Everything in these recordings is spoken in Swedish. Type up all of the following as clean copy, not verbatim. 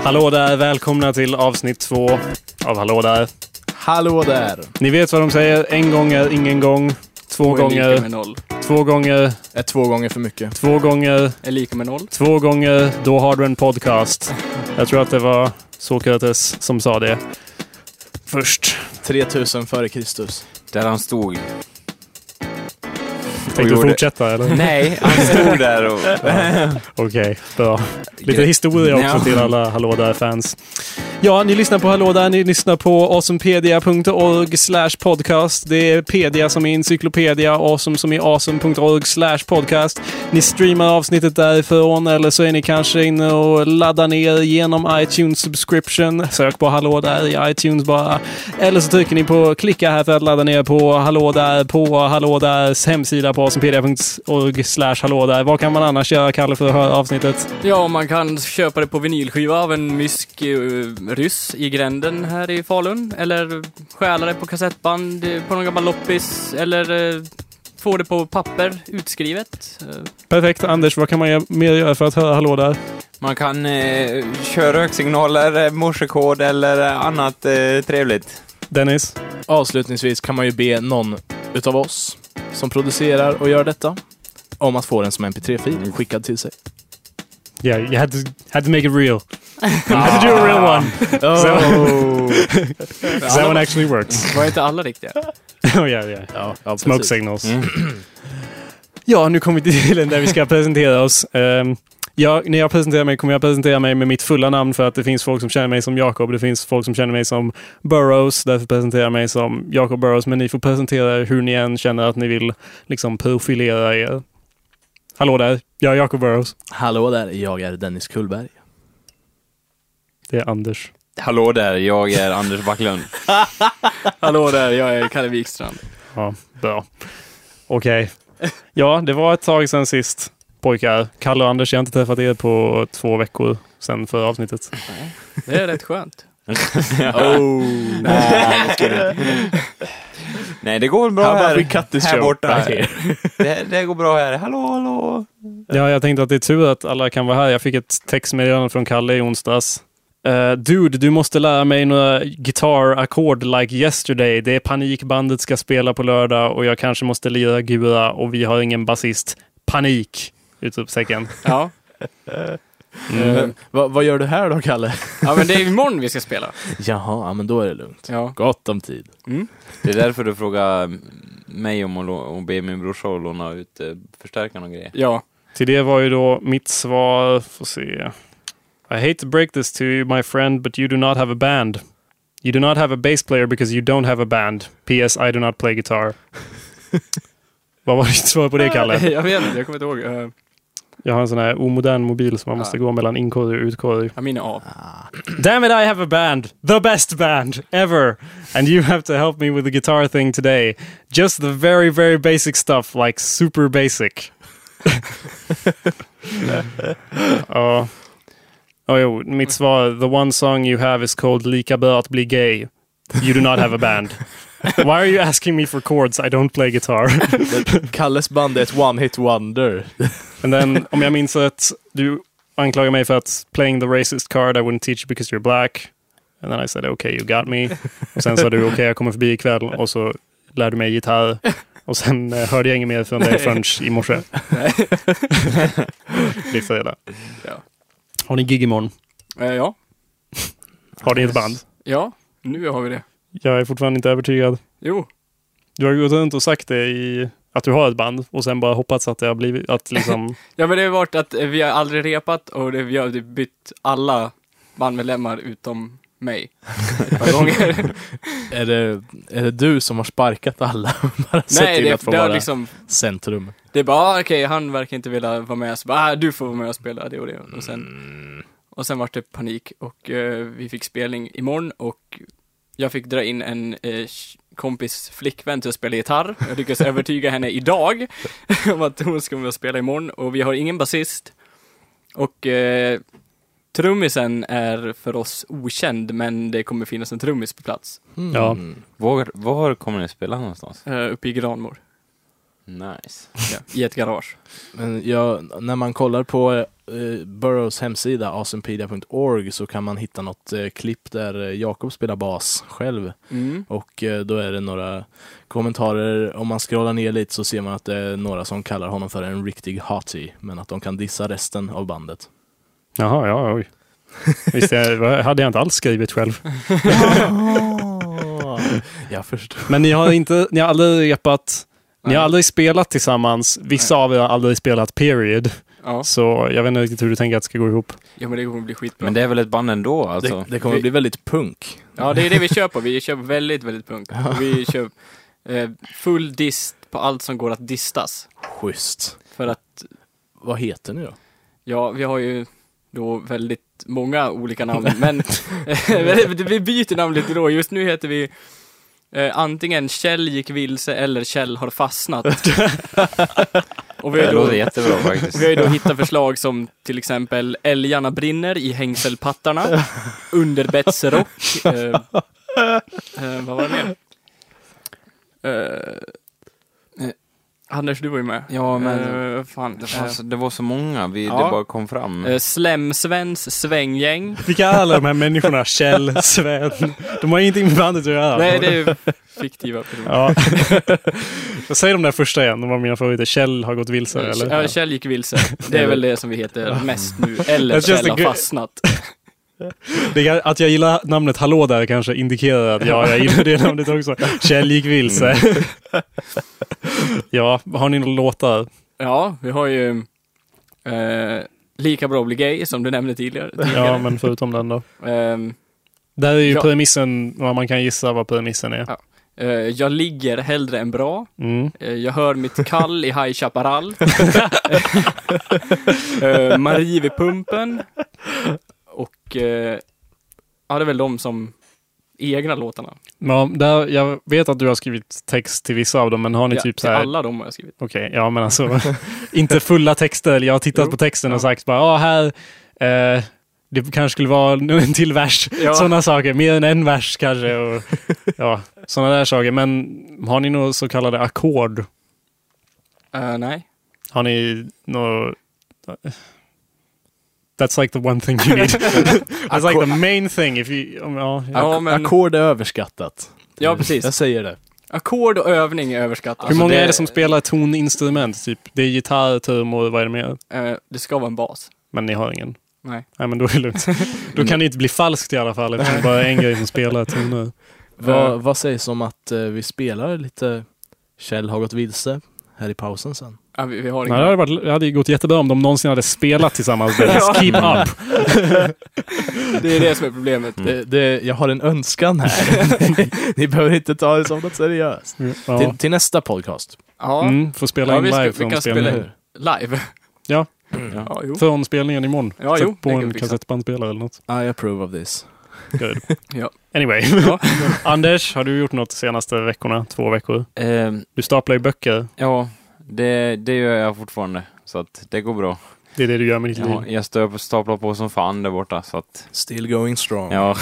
Hallå där, välkomna till avsnitt 2 av Hallå där. Hallå där. Ni vet vad de säger, en gång är ingen gång, två gånger, två gånger är 2 gånger för mycket. 2 gånger är lika med 0. 2 gånger, då har du en podcast. Jag tror att det var Sokrates som sa det först. 3000 före Kristus. Där han stod. Tänkte du fortsätta, eller? Nej, han stod där och... Okej, bra. Lite historia också till alla Hallå där-fans. Ja, ni lyssnar på Hallå där. Ni lyssnar på awesomepedia.org/podcast. Det är pedia som är encyklopedia, awesome som är awesome.org/podcast. Ni streamar avsnittet därifrån, eller så är ni kanske inne och laddar ner genom iTunes subscription. Sök på Hallå där i iTunes bara. Eller så trycker ni på klicka här för att ladda ner på Hallå därs hemsida på awesomepedia.org/hallå där. Vad kan man annars göra, Kalle, för att höra avsnittet? Ja, man kan köpa det på vinylskiva av en mysk ryss i gränden här i Falun. Eller stjäla det på kassettband på någon gammal loppis. Eller få det på papper utskrivet. Perfekt. Anders, vad kan man mer göra för att höra Hallå där? Man kan köra röksignaler, morsekod eller annat trevligt. Dennis? Avslutningsvis kan man ju be någon utav oss som producerar och gör detta om att få den som mp3-fil skickad till sig. Yeah, you had to make it real. You had to do a real one. That one actually works. Var inte alla riktiga? Oh yeah. Ja, smoke signals. Ja, nu kommer vi till den där vi ska presentera oss. När jag presenterar mig kommer jag presentera mig med mitt fulla namn, för att det finns folk som känner mig som Jakob. Det finns folk som känner mig som Burrows. Därför presenterar jag mig som Jakob Burrows. Men ni får presentera er hur ni än känner att ni vill liksom profilera er. Hallå där, jag är Jakob Burrows. Hallå där, jag är Dennis Kullberg. Det är Anders. Hallå där, jag är Anders Backlund. Hallå där, jag är Kalle Wikstrand. Ja, bra. Okej. Ja, det var ett tag sedan sist, pojkar. Kalle och Anders, jag har inte träffat er på 2 veckor sedan förra avsnittet. Det är rätt skönt. Nej, det går bra här borta. Det går bra här. Hallå. Ja, jag tänkte att det är tur att alla kan vara här. Jag fick ett textmeddelande från Kalle i onsdags. Dude, du måste lära mig några gitarrackord like yesterday. Det är panik, bandet ska spela på lördag och jag kanske måste lira gura och vi har ingen basist. Panik! Utropstecken. Ja. Vad gör du här då, Kalle? Ja, men det är imorgon vi ska spela. Jaha, men då är det lugnt. Ja. Gott om tid. Det är därför du frågar mig om att be min brorsa att låna ut förstärkaren och grejer. Ja. Till det var ju då mitt svar, får se. I hate to break this to you, my friend, but you do not have a band. You do not have a bass player because you don't have a band. P.S. I do not play guitar. Vad var ditt svar på det, Kalle? Jag vet inte, jag kommer inte ihåg. Jag har en sån här omodern mobil som man måste gå mellan inkorg och utkorg. Jag minns av. Damn it, I have a band. The best band ever. And you have to help me with the guitar thing today. Just the very, very basic stuff, like super basic. Mitt svar, the one song you have is called Lika bra att bli gay. You do not have a band. Why are you asking me for chords? I don't play guitar. Kalles band är ett one-hit wonder. And then, om jag minns att du anklagar mig för att playing the racist card, I wouldn't teach you because you're black. And then I said, okay, you got me. Och sen sa du, okay, jag kommer förbi ikväll. Och så lärde du mig gitarr. Och sen hörde jag inget mer från dig förrän i morse. Det är fredag. Ja. Har ni gig imorgon? Ja. Har ni ett band? Ja, nu har vi det. Jag är fortfarande inte övertygad. Jo. Du har gått runt och sagt det att du har ett band och sen bara hoppats att det har blivit att liksom... Ja, men det har varit att vi har aldrig repat och vi har bytt alla bandmedlemmar utom mig. Ett par gånger. Är det du som har sparkat alla? Bara nej, till att få det vara liksom centrum. Det är bara, okej, han verkar inte vilja vara med. Så bara, du får vara med och spela det och det. Och sen var det panik och vi fick spelning imorgon och jag fick dra in en kompis flickvän till att spela gitarr. Jag lyckades övertyga henne idag om att hon ska med och spela imorgon. Och vi har ingen basist. Och trummisen är för oss okänd, men det kommer finnas en trummis på plats. Ja. Var kommer ni spela någonstans? Uppe i Granmor. Nice. I ett garage. Men när man kollar på Burrows hemsida, awesomepedia.org, så kan man hitta något klipp där Jakob spelar bas själv. Och då är det några kommentarer. Om man scrollar ner lite så ser man att det är några som kallar honom för en riktig hottie, men att de kan dissa resten av bandet. Jaha, ja, oj. Visst, hade jag inte alls skrivit själv. Jag förstår. Men ni har aldrig repat, ni har aldrig spelat tillsammans. Vissa av er har aldrig spelat period. Ja. Så jag vet inte riktigt hur du tänker att det ska gå ihop. Ja, men det kommer bli skitbra. Men det är väl ett band ändå alltså? Det kommer bli väldigt punk. Ja, det är det vi kör på. Vi kör väldigt, väldigt punk. Vi kör full dist på allt som går att distas. Schysst. För att, Vad heter ni då? ja, vi har ju då väldigt många olika namn. Men vi byter namn lite då. Just nu heter vi antingen Kjell gick vilse eller Kjell har fastnat. Och vi Det har låter då, jättebra faktiskt. vi har ju då hittat förslag som till exempel Älgarna brinner i hängselpattarna, Underbetsrock. Vad var det mer? Anders, du var ju med. Ja, men fan. det var så många, det Ja. bara kom fram. Slemsvens svänggäng. Vilka är alla de här människorna? Kjell, Sven. De har ingenting med bandet att göra. Nej, det är ju fiktiva personer. Ja. Jag säger de där första igen. De var mina favoriter. Kjell har gått vilse, eller? Ja, Kjell gick vilse. Det är väl det som vi heter mest nu. Eller Jag Kjell har just- fastnat. Att jag gillar namnet Hallå där kanske indikerar att jag gillar det namnet också. Kjell gick vilse. Ja, har ni några låtar? Ja, vi har ju Lika bra bli gay som du nämnde tidigare. Ja, men förutom den då. Där är ju Ja. premissen, vad man kan gissa vad premissen är. Ja. Jag ligger hellre än bra. Mm. Jag hör mitt kall i High Chaparral. Marie vid pumpen. Och ja, det är väl de som egna låtarna. Ja, där, jag vet att du har skrivit text till vissa av dem, men har ni Ja, typ så till här... alla de har jag skrivit. Okej, ja men alltså inte fulla texter. Jag har tittat Jo. på texten och Ja. sagt bara, här det kanske skulle vara en till vers. Ja. Sådana saker, mer än en vers kanske. Och, ja, sådana där saker. Men har ni några så kallade ackord? Nej. Har ni några... That's like the one thing you need. That's like the main thing. If you, Ja, men Ackord är överskattat. Ja, precis. Jag säger det. ackord och övning är överskattat. hur många det- är det som spelar toninstrument? Typ, det är gitarr, trummor, vad är det mer? Det ska vara en bas. Men ni har ingen? Nej. Nej, men då är det lugnt. Då kan det inte bli falskt i alla fall, eftersom det bara är en grej som spelar toner. Vad sägs om att vi spelar lite Kjell har gått vilse här i pausen sen? Ja, vi har Nej, inga. det hade ju gått jättebra om de någonsin hade spelat tillsammans. Ja. Keep up! Det är det som är problemet. Jag har en önskan här. Ni behöver inte ta det som något seriöst. Ja. Till nästa podcast. Ja, Får spela Ja, in vi live vi från kan spela spelningen. in live. Ja, Ja, jo. från spelningen imorgon. Ja, Sätt jo, på det kan vi en fixa. kassettbandspelare eller något. I approve of this. Good. Ja. Anyway. Ja. Anders, har du gjort något de senaste veckorna? 2 veckor? Du staplar ju böcker. Ja, det gör jag fortfarande. Så att det går bra. Det är det du gör med ditt liv. Ja, jag staplar på som fan där borta. Så att, Still going strong. ja.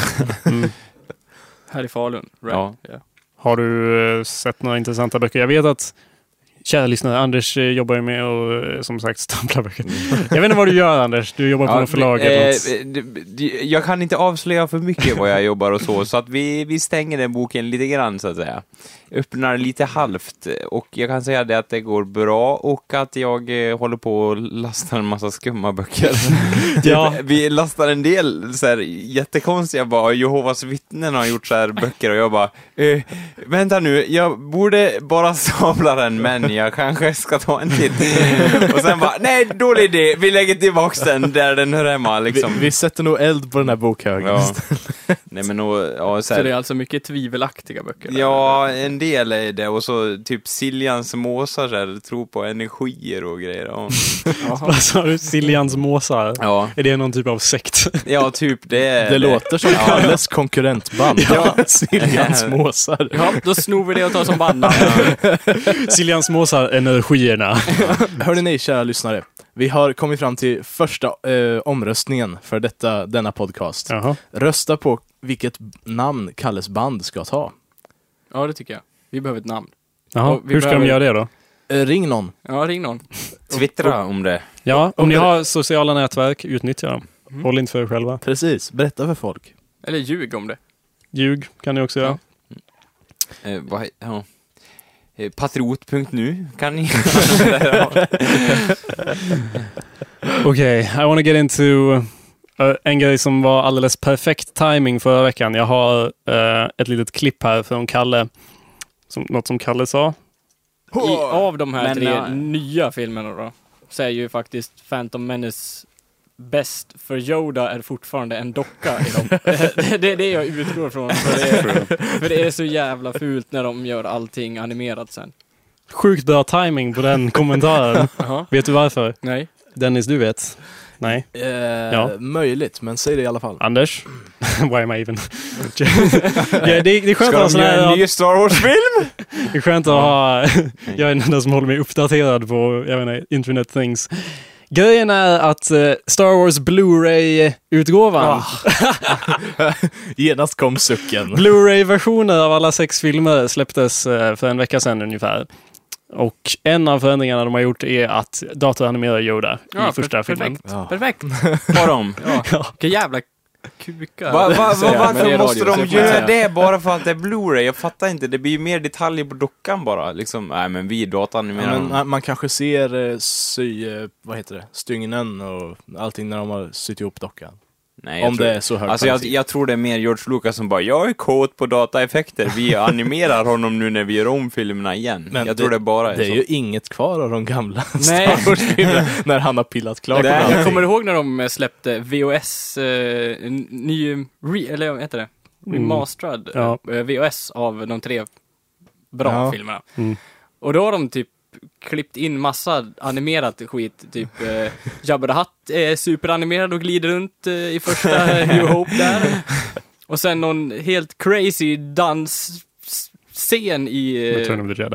Här i Falun. Right. Ja. Ja. Har du sett några intressanta böcker? Jag vet att, kära lyssnare, Anders jobbar ju med och som sagt stampla böcker. Jag vet inte vad du gör, Anders. Du jobbar på något förlag eller något. Jag kan inte avslöja för mycket vad jag jobbar och så att vi stänger den boken lite grann så att säga. Öppnar lite halvt och jag kan säga det att det går bra och att jag håller på och lastar en massa skumma böcker. Ja. Vi lastar en del så här jättekonstiga, bara Jehovas vittnen har gjort så här böcker och jag bara vänta nu, jag borde bara stapla den, men jag kanske ska ta en till. Och sen bara, nej, dålig idé, vi lägger tillbaks den där den hör hemma liksom. Vi sätter nog eld på den här bokhögen. Ja. Nej men ja, Så det är alltså mycket tvivelaktiga böcker. ja, en del är det. Och så typ Siljans måsar så här, tro på energier och grejer. Ja, Vad sa du? Siljans måsar? ja, Är det någon typ av sekt? ja typ det. Det låter som Ja. Kalles konkurrentband. Ja. Siljans måsar. Ja, då snor vi det och tar som bandnamn. Siljans måsar, energierna. Hörde ni, kära lyssnare, vi har kommit fram till första omröstningen för denna podcast. Jaha. Rösta på vilket namn Kalles band ska ta. Ja, det tycker jag. Vi behöver ett namn. Jaha. Och vi Hur ska de behöver- göra det då? Ring någon. Ja, ring någon. Twittra om det. Ja, om ni har sociala nätverk, utnyttja dem. Håll inte för er själva. Precis, berätta för folk. Eller ljug om det. Ljug kan ni också göra. Patriot.nu kan ni. Okej, I want to get into en grej som var alldeles perfekt timing förra veckan. Jag har ett litet klipp här från Kalle. Något som Kalle sa. Av de här Men, 3 nya filmerna då, så är ju faktiskt Phantom Menace bäst, för Yoda är fortfarande en docka i dem. Det är det jag utgår från. För det är så jävla fult när de gör allting animerat sen. Sjukt bra timing på den kommentaren. Vet du varför? Nej. Dennis, du vet. Nej. Möjligt, men säg det i alla fall. Anders? Why am I even? Ja, det är skönt Ska att de ha göra en ny Star Wars-film? Det är skönt att ha... Jag är den enda som håller mig uppdaterad på, jag vet inte, internet things. Grejen är att Star Wars Blu-ray-utgåvan. Genast kom sucken. Blu-ray-versioner av alla 6 filmer släpptes för en vecka sedan ungefär. Och en av förändringarna de har gjort är att datoranimerar Yoda i första filmen. Perfekt. Har de? Ja. Vilka jävla kukar. Varför måste de göra det bara för att det är Blu-ray? Jag fattar inte. Det blir ju mer detaljer på dockan bara. Liksom, nej, men vi datoranimerar dem. Man kanske ser stygnen och allting när de har sytt ihop dockan. Nej, om det är så högt. Alltså jag tror det är mer George Lucas som bara, jag är kåt på dataeffekter. Vi animerar honom nu när vi gör om filmerna igen. Men jag tror det bara är det så. är ju inget kvar av de gamla Nej. Star Wars-filmerna när han har pillat klart. Jag kommer ihåg när de släppte VHS, eller vad heter det? Remasterad VHS av de 3 bra filmerna. Och då har de typ klippt in massa animerat skit, typ Jabba the Hutt är superanimerad och glider runt i första New Hope där. Och sen någon helt crazy dansscen i... Return of the Jedi,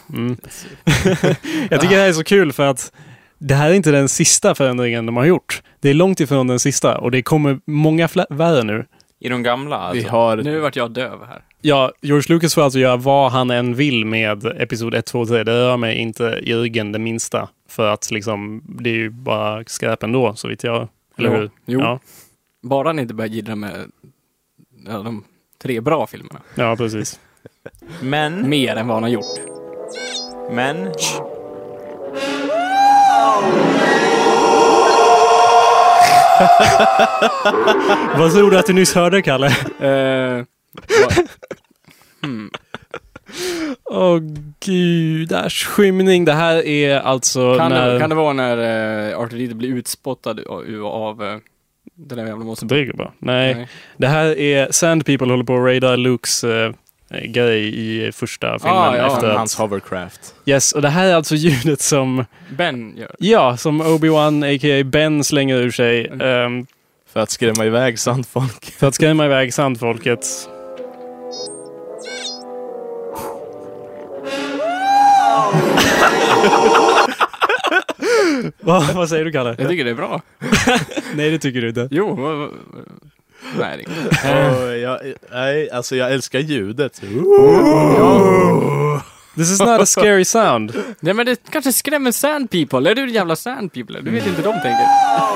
Jag tycker det här är så kul för att det här är inte den sista förändringen de har gjort. Det är långt ifrån den sista och det kommer många värre nu. I de gamla alltså. Nu vart jag döv här. Ja, George Lucas får alltså göra vad han än vill med episod 1, 2, 3. Det rör mig inte i ryggen det minsta. För att liksom, det är ju bara skräp ändå, så vitt jag... Eller hur? Jo. Ja. Bara han inte börjar gidra med de 3 bra filmerna. Ja, precis. Men... Mer än vad han har gjort. Men... Vad tror du att du nyss hörde, Kalle? Åh gudars skymning. Det här är alltså kan det vara när R2-D2 blir utspottad av den där jävla monstern? Nej. Det här är Sand People håller på att raida Lukes grej i första filmen efter hans hovercraft. Yes, och det här är alltså ljudet som Ben gör. Ja, som Obi-Wan a.k.a. Ben slänger ur sig för att skrämma iväg sandfolk. För att skrämma iväg sandfolket. Vad säger du, Kalle? Jag tycker det är bra. Nej, det tycker du inte. Jo, nej, alltså jag älskar ljudet. This is not a scary sound. Nej, men det kanske skrämmer Sand People. Är du jävla Sand People? Du vet inte hur de tänker.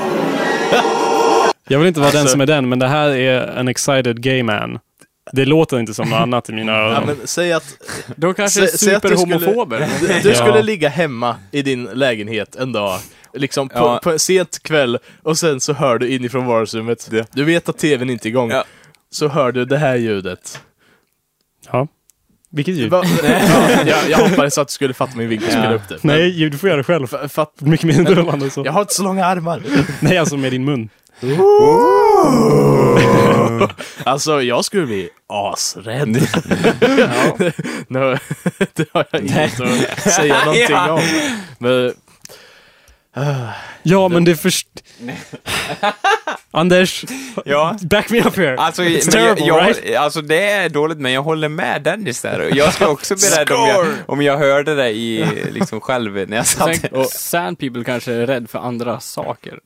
Jag vill inte vara den som är den, men det här är en excited gay man. Det låter inte som något annat i mina öron. Ja, men säg att... De kanske är superhomofober. Du skulle ligga hemma i din lägenhet en dag. Liksom på en sent kväll. Och sen så hör du inifrån vardagsrummet. Du vet att tvn inte är igång. Ja. Så hör du det här ljudet. Ja. Vilket ljud? Jag hoppades att du skulle fatta min vinkel och spela upp det. Nej, du får göra det själv. Mycket mer drömmande så. Jag har inte så långa armar. Nej, alltså med din mun. Alltså, jag skulle bli asrädd. Det har jag inte att säga någonting om. Men... Ja, men det Anders, back me up here. Alltså, it's terrible, right? Alltså det är dåligt, men jag håller med Dennis där. Jag ska också berätta om jag hörde det i liksom själv när jag satt. Sand People kanske är rädd för andra saker.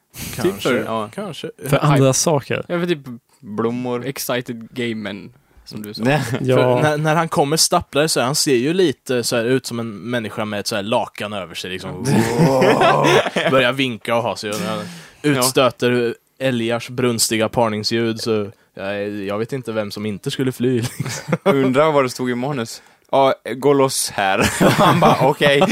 Kanske. För andra saker. Jag vet typ blommor. Excited gay men som du sa. Nej. Ja. För när han kommer stapplare så han ser ju lite så här ut som en människa med ett så här lakan över sig liksom. Wow. Börjar vinka och ha sig. Utstöter älgars brunstiga parningsljud, så jag vet inte vem som inte skulle fly. Liksom. Undrar vad det stod i manus. Ja, gå loss här. Han bara, okej.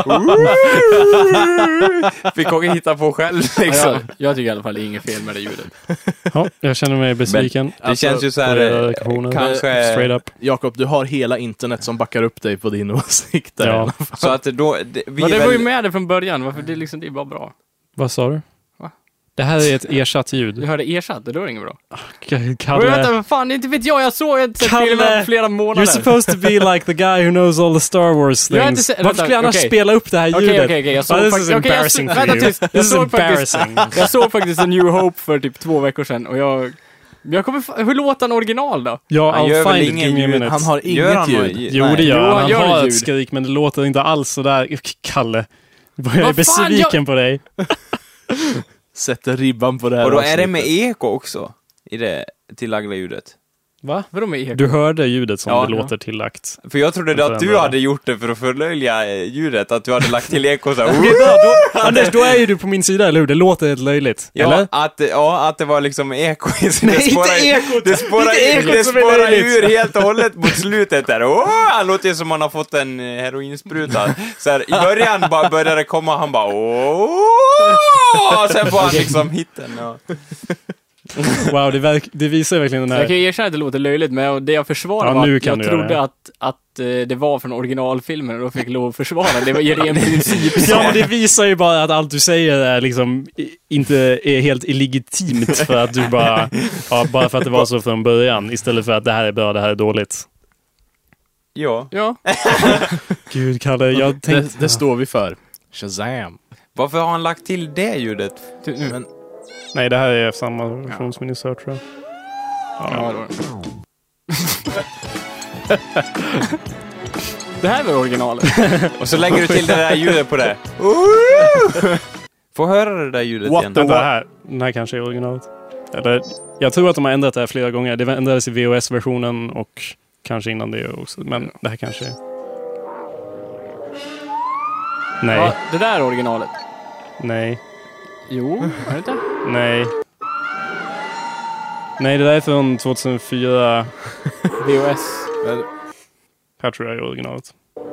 Fick åka hitta på själv, liksom. Jag tycker i alla fall det är inget fel med det ljudet. Ja, jag känner mig besviken. Men det känns ju så här, kanske... Straight up. Jakob, du har hela internet som backar upp dig på din åsikt där. Ja. Så att då... Men det var ju med det från början, varför det liksom, det är bara bra. Vad sa du? Va? Det här är ett ersatt ljud. Du hörde ersatt, då är det inget bra. Kalle. Vänta, vad fan, inte vet jag såg inte sett filmen på flera månader. You're supposed to be like the guy who knows all the Star Wars Jag har inte things. sett- Varför vänta, skulle jag annars okej. spela upp det här ljudet? Okej, jag såg This is faktiskt... okej, embarrassing for vänta you. tyst. This is embarrassing. Jag såg faktiskt A New Hope för typ 2 veckor sedan och jag kommer... Hur låter han original då? Ja, Han gör I'll väl find it, ingen give me a ljud. minute. Han har Gör inget han ljud. något? Jo, Nej. det gör Jo, han. han Han gör har ljud. ett skrik, men det låter inte alls sådär. Kalle, jag är Vad fan, besviken på dig. Sätter ribban på det här Och då är det avsnittet. med eko också, i det tillagda ljudet. Va? Vadå med eko? Du hörde ljudet som Ja. det låter tillagt. För jag trodde att du hade gjort det för att förlöjliga ljudet, att du hade lagt till eko så här. Okej, bra. Anders, då är ju du på min sida, eller hur? Det låter helt löjligt. Ja, eller? att det var liksom eko i sin... Nej, inte ekot! Det spårar, Inte ekot det som är spårar löjligt. ur helt och hållet mot slutet där. Han låter ju som man har fått en heroinspruta. Så här, i början bara började det komma, han bara och sen får han liksom hitten. Ja. Wow, det visar verkligen den Jag här... kan ju erkänna att det låter löjligt, men det jag försvarade Ja, nu var kan att du jag göra trodde att det var från originalfilmen och då fick lov att försvara. Det var i ren princip. Ja, men det visar ju bara att allt du säger är liksom inte är helt illegitimt för att du bara... Ja, bara för att det var så från början, istället för att det här är bra, det här är dåligt. Ja. Ja. Gud, Kalle, jag tänkte... Det står vi för. Shazam. Varför har han lagt till det ljudet? Men Nej, det här är samma version som ni sa, tror jag. Ja, då. Det här var originalet. Och så lägger du till det där ljudet på det. Få höra det där ljudet What igen. the- Vänta, den här kanske är originalet. Eller, jag tror att de har ändrat det här flera gånger. Det ändrades i VHS-versionen och kanske innan det också. Men det här kanske är... Nej, Ja, det där är originalet. nej, Jo, är det inte? nej. Nej, det där är från 2004. VHS. Här tror jag är originalet.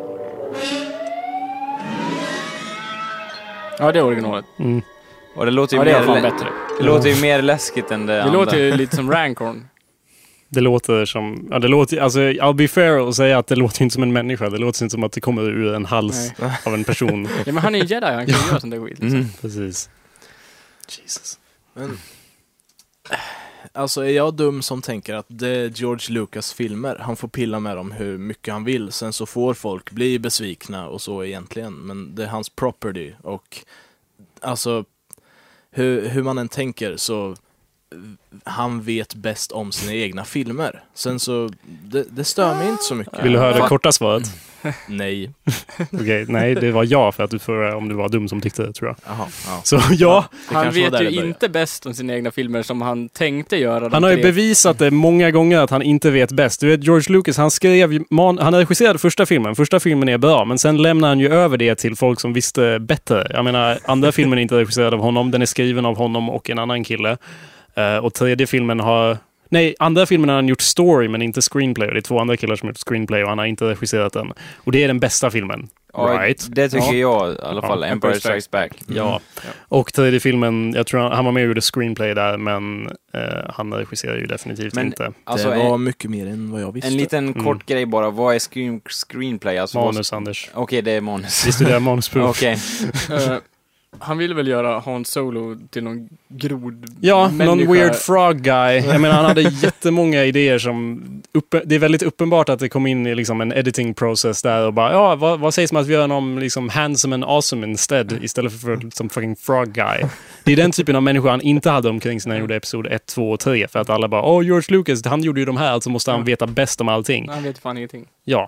Ja, det är originalet. Mm. Och det låter ju Ja, det är mer, fan bättre. det låter ju mer läskigt än det Det andra. låter ju lite som Rancorn. Det låter som... Ja, det låter... Alltså, I'll be fair och säga att det låter inte som en människa. Det låter inte som att det kommer ur en hals av en person. Ja, men han är en jedi, han kan ju göra sånt där skit. Liksom. Mm. Precis. Jesus. Men, alltså är jag dum som tänker att det är George Lucas filmer, han får pilla med dem hur mycket han vill, sen så får folk bli besvikna och så egentligen, men det är hans property och alltså hur man än tänker så han vet bäst om sina egna filmer. Sen så det stör mig inte så mycket. Vill du höra det korta svaret? Nej. Okej, nej, det var ja för att du frågade om du var dum som tyckte det, tror jag. Jaha, ja. Så ja, Det Han kanske var vet där ju det började. inte bäst om sina egna filmer som han tänkte göra. de han har ju tre. bevisat det många gånger att han inte vet bäst. Du vet, George Lucas, han regisserade första filmen. Första filmen är bra, men sen lämnar han ju över det till folk som visste bättre. Jag menar, andra filmen är inte regisserad av honom. Den är skriven av honom och en annan kille. Och tredje filmen har... Nej, andra filmen har han gjort story men inte screenplay. Och det är 2 andra killar som har gjort screenplay och han har inte regisserat den. Och det är den bästa filmen. Ja, Right? det tycker Ja. jag i alla fall. Empire Strikes Back. Ja. Och tredje filmen, jag tror han var med och gjorde screenplay där, men han regisserar ju definitivt Men- inte. Alltså, det var mycket mer än vad jag visste. en liten kort grej bara. Vad är screenplay? Alltså, Manus, Anders. Okej, det är manus. Vi studerar manusprov. Okej. Han ville väl göra Han Solo till någon grod Ja, människa. någon weird frog guy. Jag menar, han hade jättemånga idéer som... det är väldigt uppenbart att det kom in i liksom en editing process där och bara, ja, vad sägs om att vi gör någon liksom handsome and awesome instead istället för som fucking frog guy. Det är den typen av människor han inte hade omkring sig när han gjorde episod 1, 2 och 3 för att alla bara, George Lucas, han gjorde ju de här, alltså måste han veta bäst om allting. Han vet fan ingenting. Ja.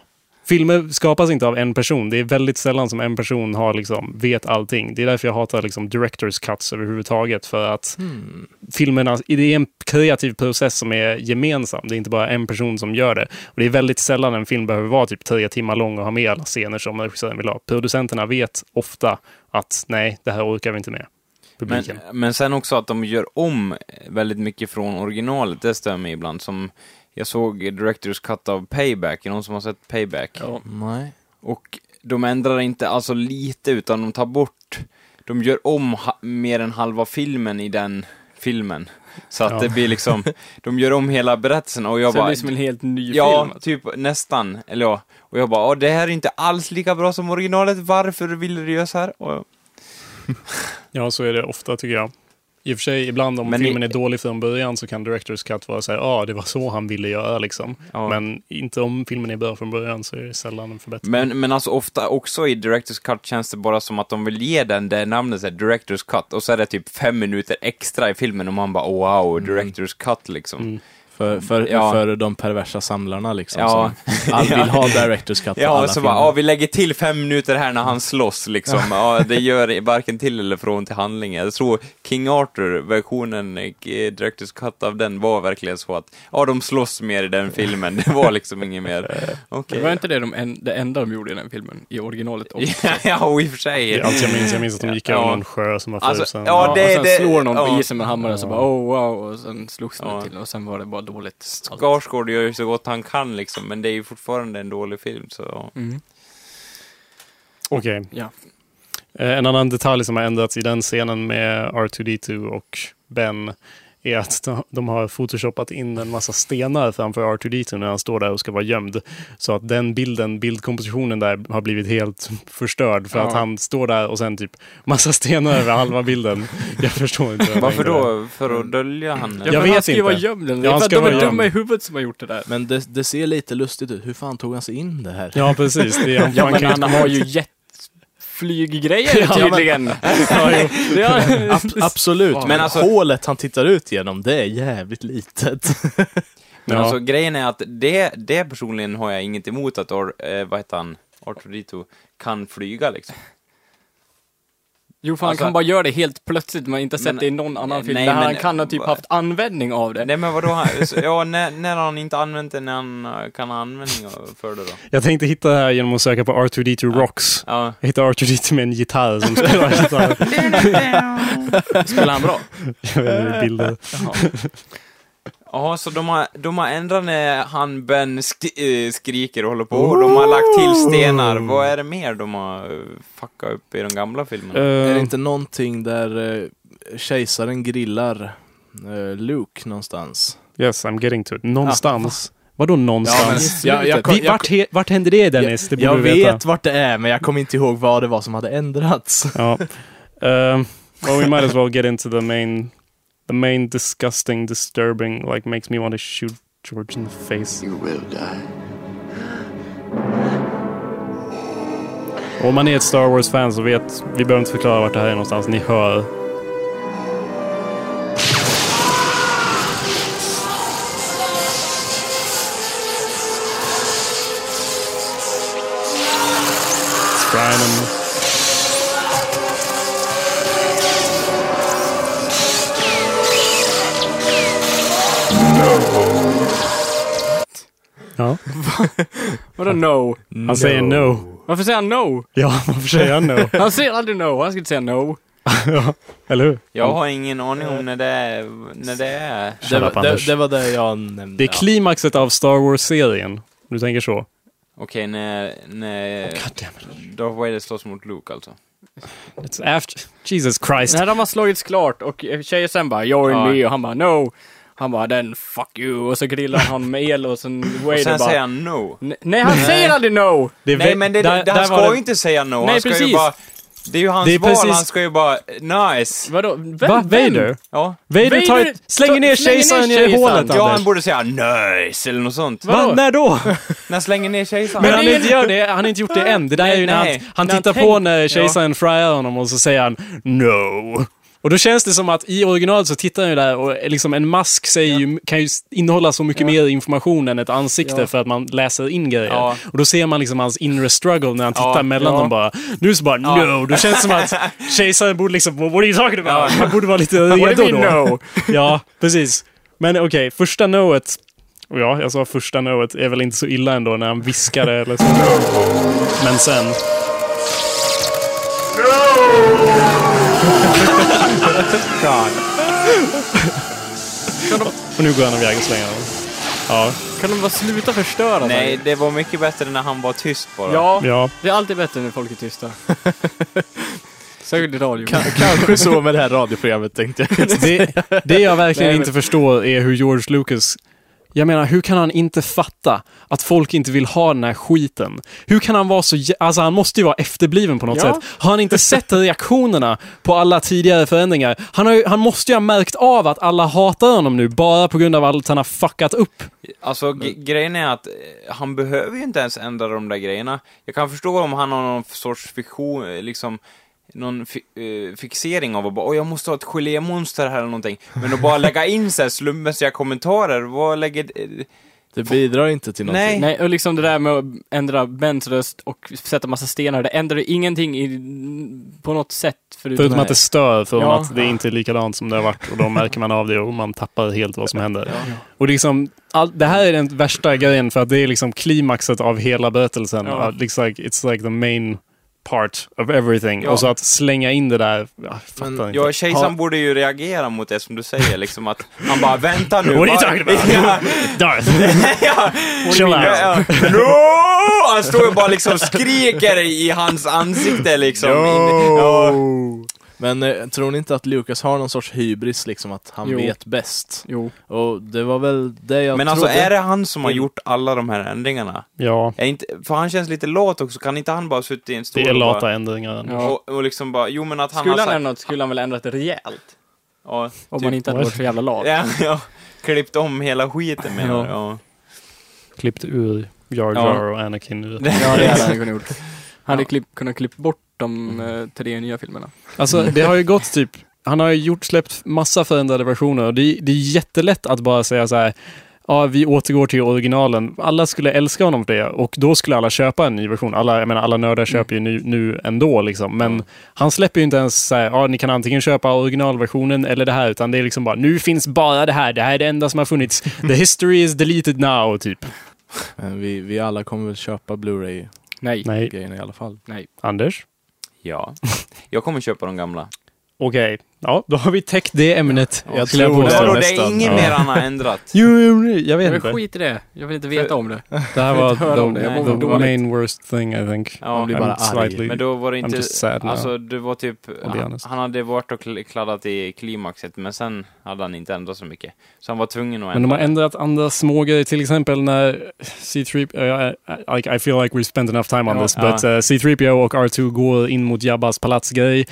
filmer skapas inte av en person. Det är väldigt sällan som en person har liksom, vet allting. Det är därför jag hatar liksom, director's cuts överhuvudtaget. För att filmerna, det är en kreativ process som är gemensam. Det är inte bara en person som gör det. Och det är väldigt sällan en film behöver vara typ 3 timmar lång och ha med alla scener som regissören vill ha. Producenterna vet ofta att nej, det här orkar vi inte med. Men sen också att de gör om väldigt mycket från originalet, det stämmer ibland. Som jag såg Director's Cut av Payback, är någon som har sett Payback? Ja. Nej. Och de ändrar inte alltså lite, utan de tar bort, de gör om mer än halva filmen i den filmen. Så att det blir liksom, de gör om hela berättelsen och jag så bara... det blir som en helt ny film. Ja, alltså. typ nästan. Eller ja. Och jag bara, det här är inte alls lika bra som originalet, varför ville du göra så här? Och... Ja, så är det ofta tycker jag. I och för sig, ibland om filmen är dålig från början så kan Director's Cut vara så här, det var så han ville göra liksom. Ja. Men inte om filmen är bra från början så är det sällan en förbättring. Men alltså ofta också i Director's Cut känns det bara som att de vill ge den det namnet så här, Director's Cut, och så är det typ 5 minuter extra i filmen och man bara, wow, Director's Cut liksom. För de perversa samlarna liksom, som all vill ha Director's Cut på alla så filmer. bara, vi lägger till 5 minuter här när han slåss liksom. Det gör varken till eller från till handlingen. Jag tror King Arthur-versionen, Director's Cut av den var verkligen så att de slåss mer i den filmen. Det var liksom inget mer. Okay. Det var inte det enda de gjorde i den filmen, i originalet också. Ja, i och för sig. Det är allt jag minns att de gick över någon sjö som var frusen. Och sen slår någon på isen med hammaren så bara, wow, och sen slogs den till och sen var det bara dåligt. Skarsgård gör ju så gott han kan liksom, men det är ju fortfarande en dålig film så. Okej. Ja. En annan detalj som har ändrats i den scenen med R2D2 och Ben är att de har photoshoppat in en massa stenar framför R2D2 när han står där och ska vara gömd. Så att den bildkompositionen där har blivit helt förstörd för att han står där och sen typ massa stenar över halva bilden. Jag förstår inte. Varför då? För att dölja han? Jag vet han ska ju inte. vara gömd. Ja, de är dumma i huvudet som har gjort det där. Men det ser lite lustigt ut. Hur fan tog han sig in det här? Ja, precis. Det är men han har ju flyggrejer tydligen. Absolut, men alltså, hålet han tittar ut genom, det är jävligt litet. Men alltså grejen är att det personligen har jag inget emot att R2D2 kan flyga liksom. Jo, för han kan bara göra det helt plötsligt. Man inte sett det i någon annan film. Han kan ha typ haft användning av det. Nej, men vadå? När har han inte använt det, när han kan ha användning för det då? Jag tänkte hitta det här genom att söka på R2D2 Rocks. Jag hittade R2D2 med en gitarr som spelar gitarr. Spelar han bra? Jag vet inte, bilder. Ja, så de har ändrat när han Ben skriker och håller på. Och de har lagt till stenar. Vad är det mer de har fuckat upp i de gamla filmerna? Är det inte någonting där kejsaren grillar Luke någonstans? Yes, I'm getting to it. Någonstans. Vadå någonstans? Vart hände det, Dennis? Det jag vet vart det är, men jag kommer inte ihåg vad det var som hade ändrats. Ja. Well, we might as well get into the main disgusting, disturbing, like makes me want to shoot George in the face. You will die. Om man är ett Star Wars-fan så vet, vi behöver inte förklara vart det här är någonstans, ni hör. Strinen. Ja. Vadå no? Han säger no. Varför säger han no? Ja, varför säger han no? Han säger aldrig no, han ska inte säga no. Ja, eller hur? Jag har ingen aning om när det är. Det var det jag nämnde. Det är klimaxet av Star Wars-serien. Du tänker så? Okej, när Darth Vader slåss mot Luke alltså. It's after... Jesus Christ. När de har slagits klart och tjejer sen bara, join me, och han bara, no. Han bara, then fuck you. Och så grillar han med el och sen Vader och sen bara, säger han no. Nej, han säger aldrig no. Nej, men han ska ju inte säga no. Nej, han ska precis. ju bara... Det är ju hans val, han ska ju bara... Nice. Vadå? Vader? Ja. Vader slänger ner kejsaren i hålet, Ja, han borde säga nice eller något sånt. När då? När slänger ner kejsaren. Men han inte gör det, han har inte gjort det än. Det där är ju när han tittar på när kejsaren fryar honom och så säger han no. Och då känns det som att i originalet så tittar han ju där och liksom en mask säger kan ju innehålla så mycket mer information än ett ansikte för att man läser in grejer. Ja. Och då ser man liksom hans inre struggle när han tittar mellan dem bara. Nu så bara, no. Då känns det som att kejsaren borde liksom, what are you talking about? Han borde vara lite redo då. No? Ja, precis. Men okej, första noet. Och ja, jag sa första noet är väl inte så illa ändå när han viskade eller så. Men sen... Och nu går han iväg och slänger dem. Ja. Kan de bara sluta förstöra? Nej, det var mycket bättre när han var tyst bara. Ja. Det är alltid bättre när folk är tysta. Säkert i radio. Kanske så med det här radioprogrammet, tänkte jag. Det jag verkligen inte förstår är hur George Lucas... Jag menar, hur kan han inte fatta att folk inte vill ha den här skiten? Hur kan han vara så... Alltså, han måste ju vara efterbliven på något sätt. Har han inte sett reaktionerna på alla tidigare förändringar? Han måste ju ha märkt av att alla hatar honom nu bara på grund av allt han har fuckat upp. Alltså, grejen är att han behöver ju inte ens ändra de där grejerna. Jag kan förstå om han har någon sorts fiktion, liksom... någon fixering av att bara, jag måste ha ett gelémonster här eller någonting. Men att bara lägga in så här slumpmässiga kommentarer, vad lägger... Det bidrar inte till någonting. Nej, och liksom det där med att ändra Bens röst och sätta massa stenar, det ändrar ingenting på något sätt. Förutom att det stör för att det inte är likadant som det har varit. Och då märker man av det och man tappar helt vad som händer. Ja. Och liksom, det här är den värsta grejen för att det är liksom klimaxet av hela berättelsen. Ja. It's like the main... part of everything. Ja. Och så att slänga in det där, jag fattar inte. Ja, kejsaren borde ju reagera mot det som du säger, liksom att han bara, vänta nu. What are you talking about? Darth. Chill out. No! Han står ju bara liksom skriker i hans ansikte liksom. No. Men tror ni inte att Lucas har någon sorts hybris, liksom att han vet bäst? Jo. Och det var väl det jag Men trodde. alltså, är det han som har gjort alla de här ändringarna? Ja. För han känns lite lat också, kan inte han bara sitta i en stol? Det är lata ändringar. Ja. Och liksom bara, jo men att han skulle han väl ändrat det rejält? Ja. Om man inte hade varit så jävla lat. Ja. Klippt om hela skiten menar jag. Klippt ur Jar Jar och Anakin ur. Ja, det hade han kunnat gjort. Han hade kunnat klippa bort de 3 nya filmerna. Alltså, det har ju gått typ... Han har ju släppt massa förändrade versioner. Och det är jättelätt att bara säga så här... Ja, vi återgår till originalen. Alla skulle älska honom för det. Och då skulle alla köpa en ny version. Alla nördar köper ju nu ändå liksom. Men han släpper ju inte ens så här... ni kan antingen köpa originalversionen eller det här. Utan det är liksom bara... Nu finns bara det här. Det här är det enda som har funnits. The history is deleted now, typ. Men vi alla kommer väl köpa Blu-ray. Nej. Grejerna i alla fall. Nej. Anders? Ja. Jag kommer köpa de gamla. Okej. Ja, då har vi täckt det ämnet. Jag tror det är ingen mer han har ändrat. Jo, jag vet inte. Skit i det. Jag vill inte veta om det. Det här var the main worst thing, I think. Ja, man blir bara arg. Men då var det inte... Alltså, det var typ... Han hade varit och kladdat i klimaxet, men sen hade han inte ändrat så mycket. Så han var tvungen att ändra. Men de har ändrat andra smågrejer, till exempel när C3... I feel like we've spent enough time on this, but C3PO och R2 går in mot Jabbas palatsgrej.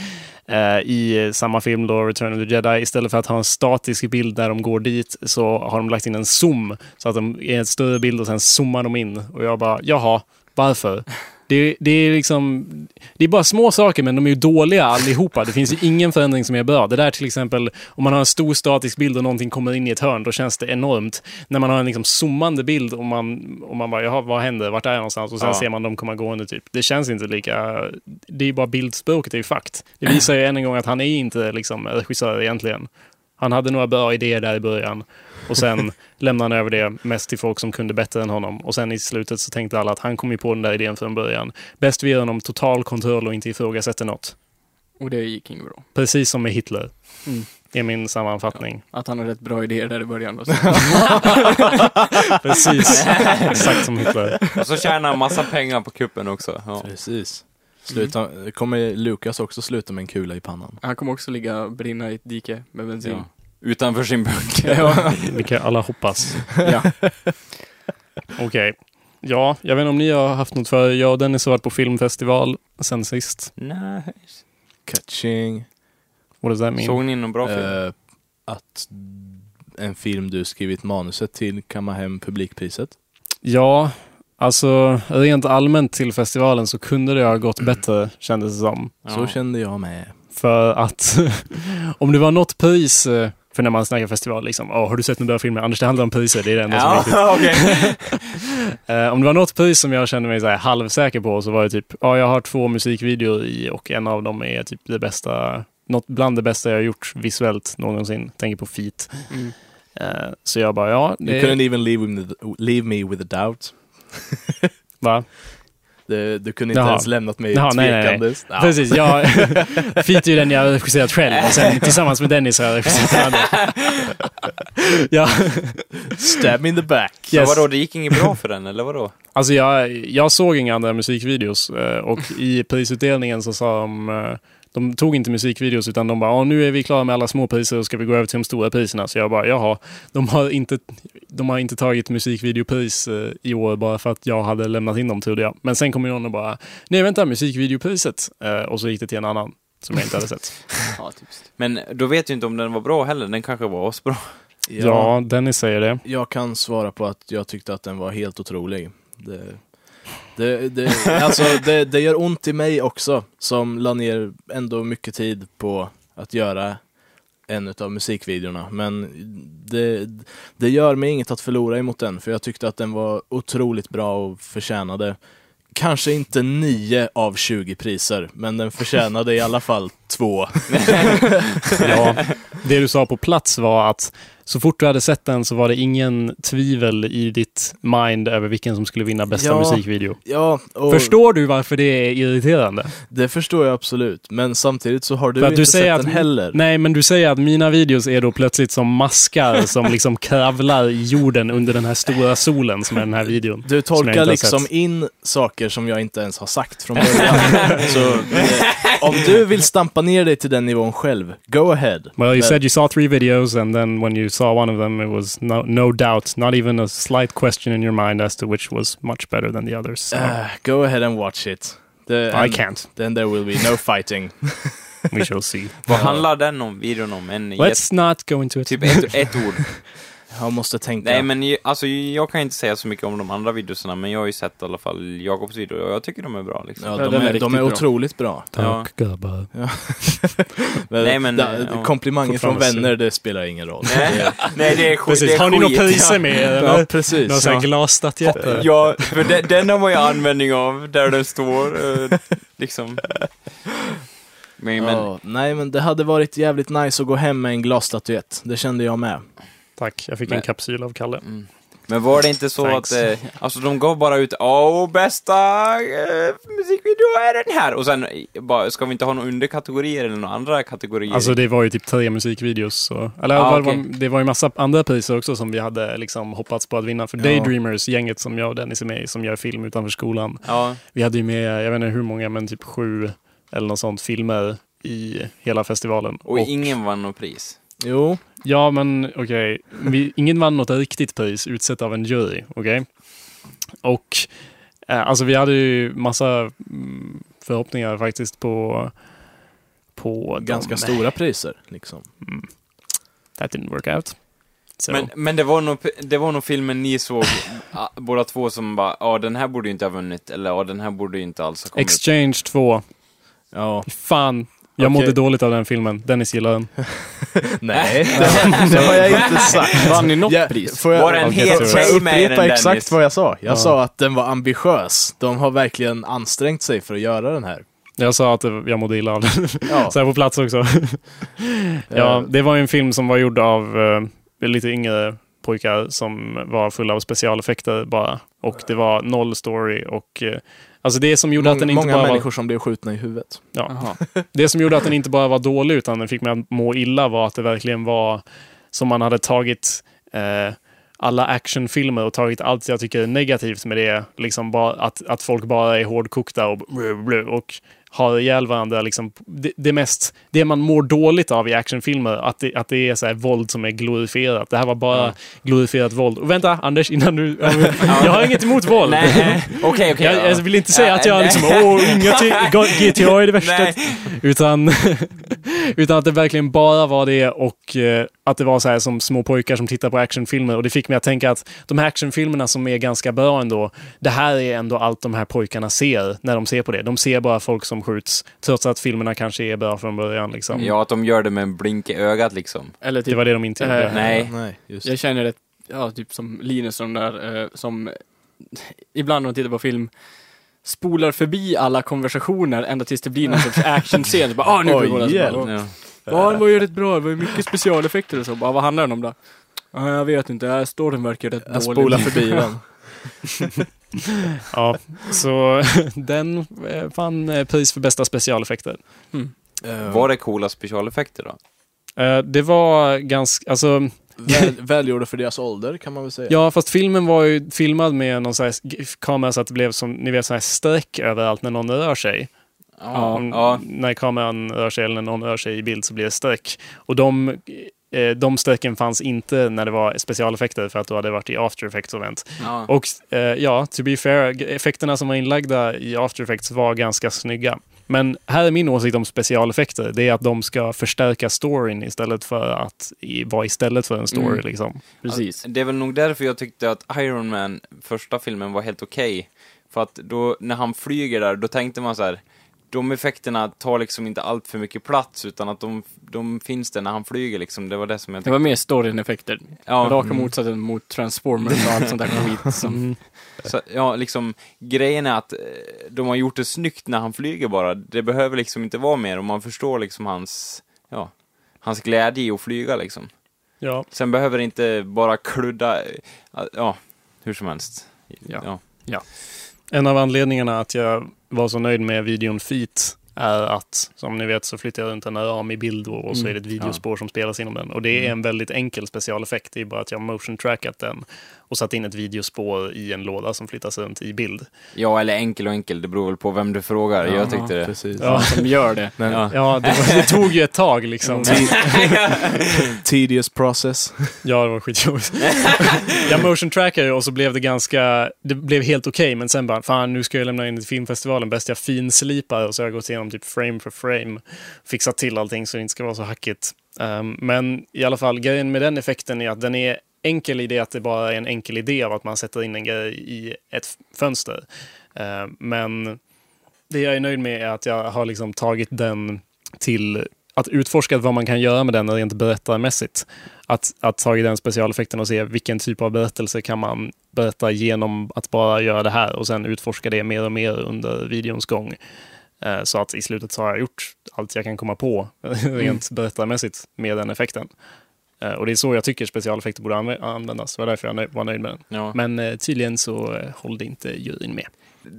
I samma film då, Return of the Jedi, istället för att ha en statisk bild där de går dit så har de lagt in en zoom så att de är en större bild och sen zoomar de in och jag bara, jaha, varför? Det är liksom, det är bara små saker men de är ju dåliga allihopa. Det finns ju ingen förändring som är bra. Det där till exempel, om man har en stor statisk bild och någonting kommer in i ett hörn, då känns det enormt. När man har en liksom zoomande bild och man bara, jaha, vad händer? Vart är jag någonstans? Och sen ser man dem komma gående typ. Det känns inte lika, det är bara bildspråket, det är ju fakt. Det visar ju än en gång att han är inte liksom regissör egentligen. Han hade några bra idéer där i början. Och sen lämnade han över det mest till folk som kunde bättre än honom. Och sen i slutet så tänkte alla att han kom ju på den där idén från början. Bäst vi ger honom total kontroll och inte ifrågasätter något. Och det gick inget bra. Precis som med Hitler. Är min sammanfattning. Ja, att han hade rätt bra idéer där i början. Då. Precis. Exakt som Hitler. Och så tjänar han massa pengar på kuppen också. Ja. Precis. Kommer Lucas också sluta med en kula i pannan? Han kommer också brinna i ett dike med bensin. Ja. Utanför sin bunker. Vilka alla hoppas. Ja. Okej. Ja, jag vet inte om ni har haft något för. Jag och Dennis har varit på filmfestival sen sist. Nice. Catching. What does that mean? Såg ni någon bra film? Att en film du skrivit manuset till kan man hem publikpriset. Ja, Alltså, rent allmänt till festivalen så kunde det ha gått bättre, kändes det som. Så kände jag med. För att om det var något pris, för när man snackar festival liksom, har du sett den där filmen? Anders, det handlar om priser, det är det enda som är viktigt. Om det var något pris som jag kände mig så här halvsäker på, så var det typ, jag har 2 musikvideor i och en av dem är typ det bästa, något bland det bästa jag har gjort visuellt någonsin. Tänker på Feet. Så jag bara, You couldn't even leave me with a doubt. Va? Du kunde inte ens lämnat mig tvekandes. Nej. Precis, Feet är ju den jag har regisserat själv. Och sen tillsammans med Dennis har jag regisserat ja. Stab me in the back. Yes. Så vadå, det gick inget bra för den, eller vadå? Alltså jag såg inga andra musikvideos. Och i prisutdelningen så sa de tog inte musikvideos, utan de bara, nu är vi klara med alla små priser och ska vi gå över till de stora priserna. Så jag bara, jaha, de har inte tagit musikvideopris i år bara för att jag hade lämnat in dem, trodde jag. Men sen kom någon och bara, nej vänta, musikvideopriset. Och så gick det till en annan som jag inte hade sett. Men då vet jag inte om den var bra heller, den kanske var asbra. Ja, Dennis säger det. Jag kan svara på att jag tyckte att den var helt otrolig. Det gör ont i mig också, som la ner ändå mycket tid på att göra en av musikvideorna. Men det gör mig inget att förlora emot den, för jag tyckte att den var otroligt bra och förtjänade kanske inte 9 av 20 priser, men den förtjänade i alla fall 2. Ja, det du sa på plats var att så fort du hade sett den så var det ingen tvivel i ditt mind över vilken som skulle vinna bästa musikvideo. Ja, förstår du varför det är irriterande? Det förstår jag absolut, men samtidigt så har du inte sett den heller. Nej, men du säger att mina videos är då plötsligt som maskar som liksom kravlar i jorden under den här stora solen som är den här videon. Du tolkar liksom in saker som jag inte ens har sagt från början. Så om du vill stampa ner dig till den nivån själv, go ahead. Well, you said you saw 3 videos, and then when you saw one of them, it was no doubt, not even a slight question in your mind as to which was much better than the others. So. Go ahead and watch it. I can't. Then there will be no fighting. We shall see. Vad handlar den om, videon om? Let's not go into it. Typ ett ord. Jag måste tänka. Nej, men alltså, jag kan inte säga så mycket om de andra videorna, men jag har ju sett i alla fall Jakobs video och jag tycker de är bra liksom. Ja, de är otroligt bra. Tack, gubbar. Ja. Nej, men komplimanger från vänner, det spelar ingen roll. Nej, det är skit. Precis. Har ni några priser med? Eller? Ja, precis. Någon sån här glasstatyetter. Ja, för den har man ju användning av där den står liksom. Nej, men det hade varit jävligt nice att gå hem med en glasstatyett. Det kände jag med. Tack, jag fick en kapsyl av Kalle. Men var det inte så att alltså de gav bara ut bästa musikvideo är den här och sen bara, ska vi inte ha någon underkategorier eller några andra kategorier? Alltså det var ju typ 3 musikvideos så. Eller det var ju massa andra priser också som vi hade liksom hoppats på att vinna för Daydreamers, gänget som jag och Dennis är med i, som gör film utanför skolan. Ja. Vi hade ju med, jag vet inte hur många, men typ 7 eller något sånt filmer i hela festivalen. Och ingen vann något pris. Jo. Ja, men okej. Ingen vann något riktigt pris utsett av en jury, okej? Och alltså vi hade ju massa förhoppningar faktiskt på ganska stora priser liksom. That didn't work out. So. Men det var nog filmen ni såg båda två som bara, den här borde ju inte ha vunnit, eller den här borde ju inte alls ha kommit. Exchange 2. Ja. Fan. Jag mådde dåligt av den filmen. Dennis gillar den. Nej, det har jag inte sagt. Vann ni något pris? Var en helt tjej med den, Dennis? Exakt vad jag sa. Jag sa att den var ambitiös. De har verkligen ansträngt sig för att göra den här. Jag sa att jag mådde illa av den. Så jag på plats också. Ja, det var en film som var gjord av lite yngre pojkar som var fulla av specialeffekter bara. Och det var noll story och alltså det som gjorde att den inte bara var... människor som blev skjutna i huvudet. Ja. Det som gjorde att den inte bara var dålig utan den fick mig att må illa var att det verkligen var som man hade tagit alla actionfilmer och tagit allt jag tycker är negativt med det. Liksom bara att folk bara är hårdkokta och har ihjäl varandra. Liksom, det man mår dåligt av i actionfilmer, att det är så här våld som är glorifierat. Det här var bara glorifierat våld. Och vänta, Anders, innan du... jag har inget emot våld. Nej, okej. Jag vill inte säga att jag liksom, GTA är det värsta. Utan Utan att det verkligen bara var det och att det var så här som små pojkar som tittar på actionfilmer. Och det fick mig att tänka att de här actionfilmerna som är ganska bra ändå, det här är ändå allt de här pojkarna ser när de ser på det. De ser bara folk som skjuts, trots att filmerna kanske är bra från början. Liksom. Ja, att de gör det med en blink i ögat liksom. Eller typ, Det var det de inte gjorde. Nej. Just. jag känner det, typ som Linus som där, som ibland när de tittar på film spolar förbi alla konversationer ända tills det blir någon sorts actionscen. Så bara, nu går det. Ja, det var ju rätt bra. Det var ju mycket specialeffekter och så. Bara, vad handlar det om då? Ja, jag vet inte. Storyn verkar rätt dålig. Jag spolar förbi den. Ja, så den fann pris för bästa specialeffekter. Var det coola specialeffekter då? Det var ganska, alltså... Välgjorda för deras ålder kan man väl säga. Ja, fast filmen var ju filmad med någon sån här kamera så att det blev som, ni vet, sån här streck överallt när någon rör sig. Ja. När kameran rör sig eller när någon rör sig i bild så blir det streck. Och de strecken fanns inte när det var specialeffekter för att då hade det varit i After Effects event. Ja. Och to be fair, effekterna som var inlagda i After Effects var ganska snygga. Men här är min åsikt om specialeffekter. Det är att de ska förstärka storyn istället för att vara istället för en story. Liksom. Precis. Det är väl nog därför jag tyckte att Iron Man, första filmen, var helt okej. För att då, när han flyger där, då tänkte man så här, de effekterna tar liksom inte allt för mycket plats, utan att de finns där när han flyger liksom. Det var det som jag Det var mer storyn-effekter. Ja. Raka motsatsen mot Transformers och allt sånt där skit som... Så, ja, liksom, grejen är att de har gjort det snyggt när han flyger bara. Det behöver liksom inte vara mer, och man förstår liksom hans glädje i att flyga liksom. Ja. Sen behöver det inte bara kludda, hur som helst. Ja. En av anledningarna att jag var så nöjd med videon Feet är att, som ni vet, så flyttar jag runt en ram i bild och så är det ett videospår som spelas inom den. Och det är en väldigt enkel specialeffekt. Det är bara att jag motion trackat den och satt in ett videospår i en låda som flyttas runt i bild. Ja, eller enkel. Det beror väl på vem du frågar. Jag tyckte det. Precis. Ja, som gör det. Men, Ja, det tog ju ett tag liksom. Tedious process. Ja, det var skitjobbigt. Jag motion trackade och så blev det blev helt okej, men sen bara, fan, nu ska jag lämna in till filmfestivalen, bäst jag finslipar, och så har jag gått igenom typ frame för frame, fixat till allting så det inte ska vara så hackigt. Men i alla fall, grejen med den effekten är att den är enkel i det att det bara är en enkel idé av att man sätter in en grej i ett fönster. Men det jag är nöjd med är att jag har liksom tagit den till att utforska vad man kan göra med den rent berättarmässigt. Att ta den specialeffekten och se vilken typ av berättelse kan man berätta genom att bara göra det här, och sen utforska det mer och mer under videons gång. Så att i slutet så har jag gjort allt jag kan komma på rent berättarmässigt med den effekten. Och det är så jag tycker specialeffekter borde användas. Det var därför jag var nöjd med den. Ja. Men tydligen så hållde inte juryn med.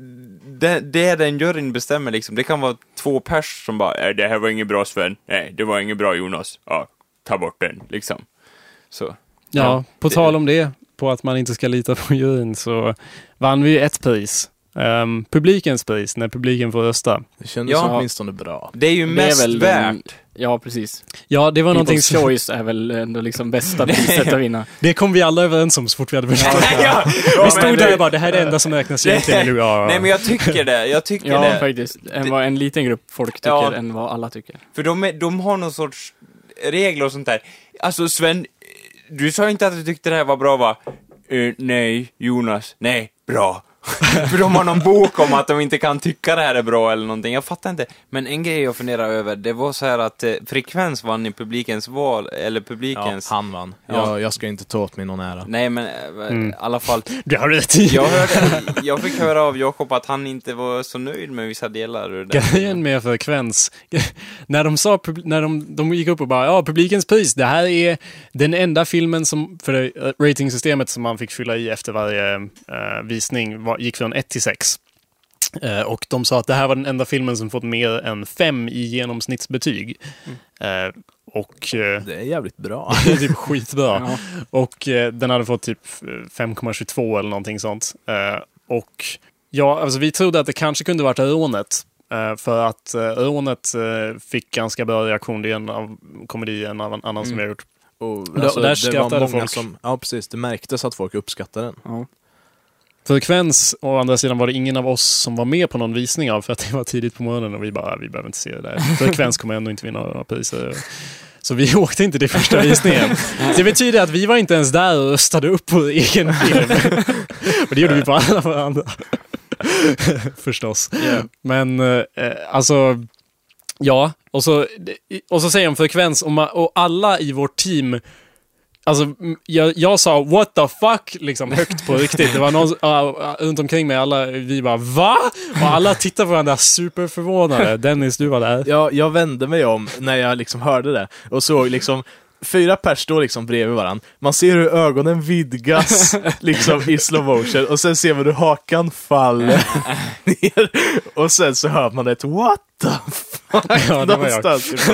Det den juryn bestämmer liksom. Det kan vara 2 pers som bara, det här var inget bra, Sven. Nej, det var inget bra, Jonas. Ja, ta bort den liksom. Så. Ja, på tal om det, på att man inte ska lita på juryn, så vann vi ett pris. Publikens pris, när publiken får rösta. Det kändes åtminstone bra. Det är ju mest värt. Ja, precis. Ja, det var någonting som... Choice är väl ändå liksom bästa priset att vinna. Det kom vi alla överens om så fort vi hade förstått. Vi stod där och bara, det här är det enda som räknas egentligen nu. Ja. Nej, men jag tycker det. Faktiskt. Än vad en liten grupp folk tycker än vad alla tycker. För de har någon sorts regler och sånt där. Alltså, Sven, du sa inte att du tyckte det här var bra, va? Nej, Jonas. Nej, bra. För de har någon bok om att de inte kan tycka det här är bra eller någonting. Jag fattar inte. Men en grej jag funderar över, det var så här att Frekvens vann i publikens val, eller publikens... Ja, han vann. Ja. Jag ska inte ta åt mig någon ära. Nej, men i alla fall... Det har du rätt i. Jag fick höra av Jakob att han inte var så nöjd med vissa delar. Grejen med Frekvens, när de gick upp och bara, publikens pris, det här är den enda filmen som, för ratingsystemet som man fick fylla i efter varje visning gick från 1 till 6. Och de sa att det här var den enda filmen som fått mer än 5 i genomsnittsbetyg. Och det är jävligt bra. Det är typ skitbra. Ja. Och den hade fått typ 5,22 eller någonting sånt. Och ja, alltså vi trodde att det kanske kunde varit Rånet. För att Rånet fick ganska bra reaktion. Det är en av komedien av en annan som vi har gjort. Och alltså, där skrattade var många folk. Ja, precis. Det märktes att folk uppskattade den. Ja. Frekvens, å andra sidan var det ingen av oss som var med på någon visning av, för att det var tidigt på morgonen och vi behöver inte se det där. Frekvens kommer ändå inte vinna några priser. Så vi åkte inte till första visningen. Det betyder att vi var inte ens där och röstade upp på egen film. Och det gjorde vi på alla varandra. Förstås. Yeah. Men alltså, ja. Och så säger de Frekvens och alla i vårt team. Alltså, jag sa what the fuck liksom högt på riktigt. Det var någon runt omkring mig, alla, vi bara va? Och alla tittade på varandra superförvånade. Dennis, du var där. Ja, jag vände mig om när jag liksom hörde det och såg liksom 4 pers står liksom bredvid varandra. Man ser hur ögonen vidgas liksom i slow motion och sen ser man hur hakan faller ner och sen så hör man ett what the fuck. Ja, det var jag.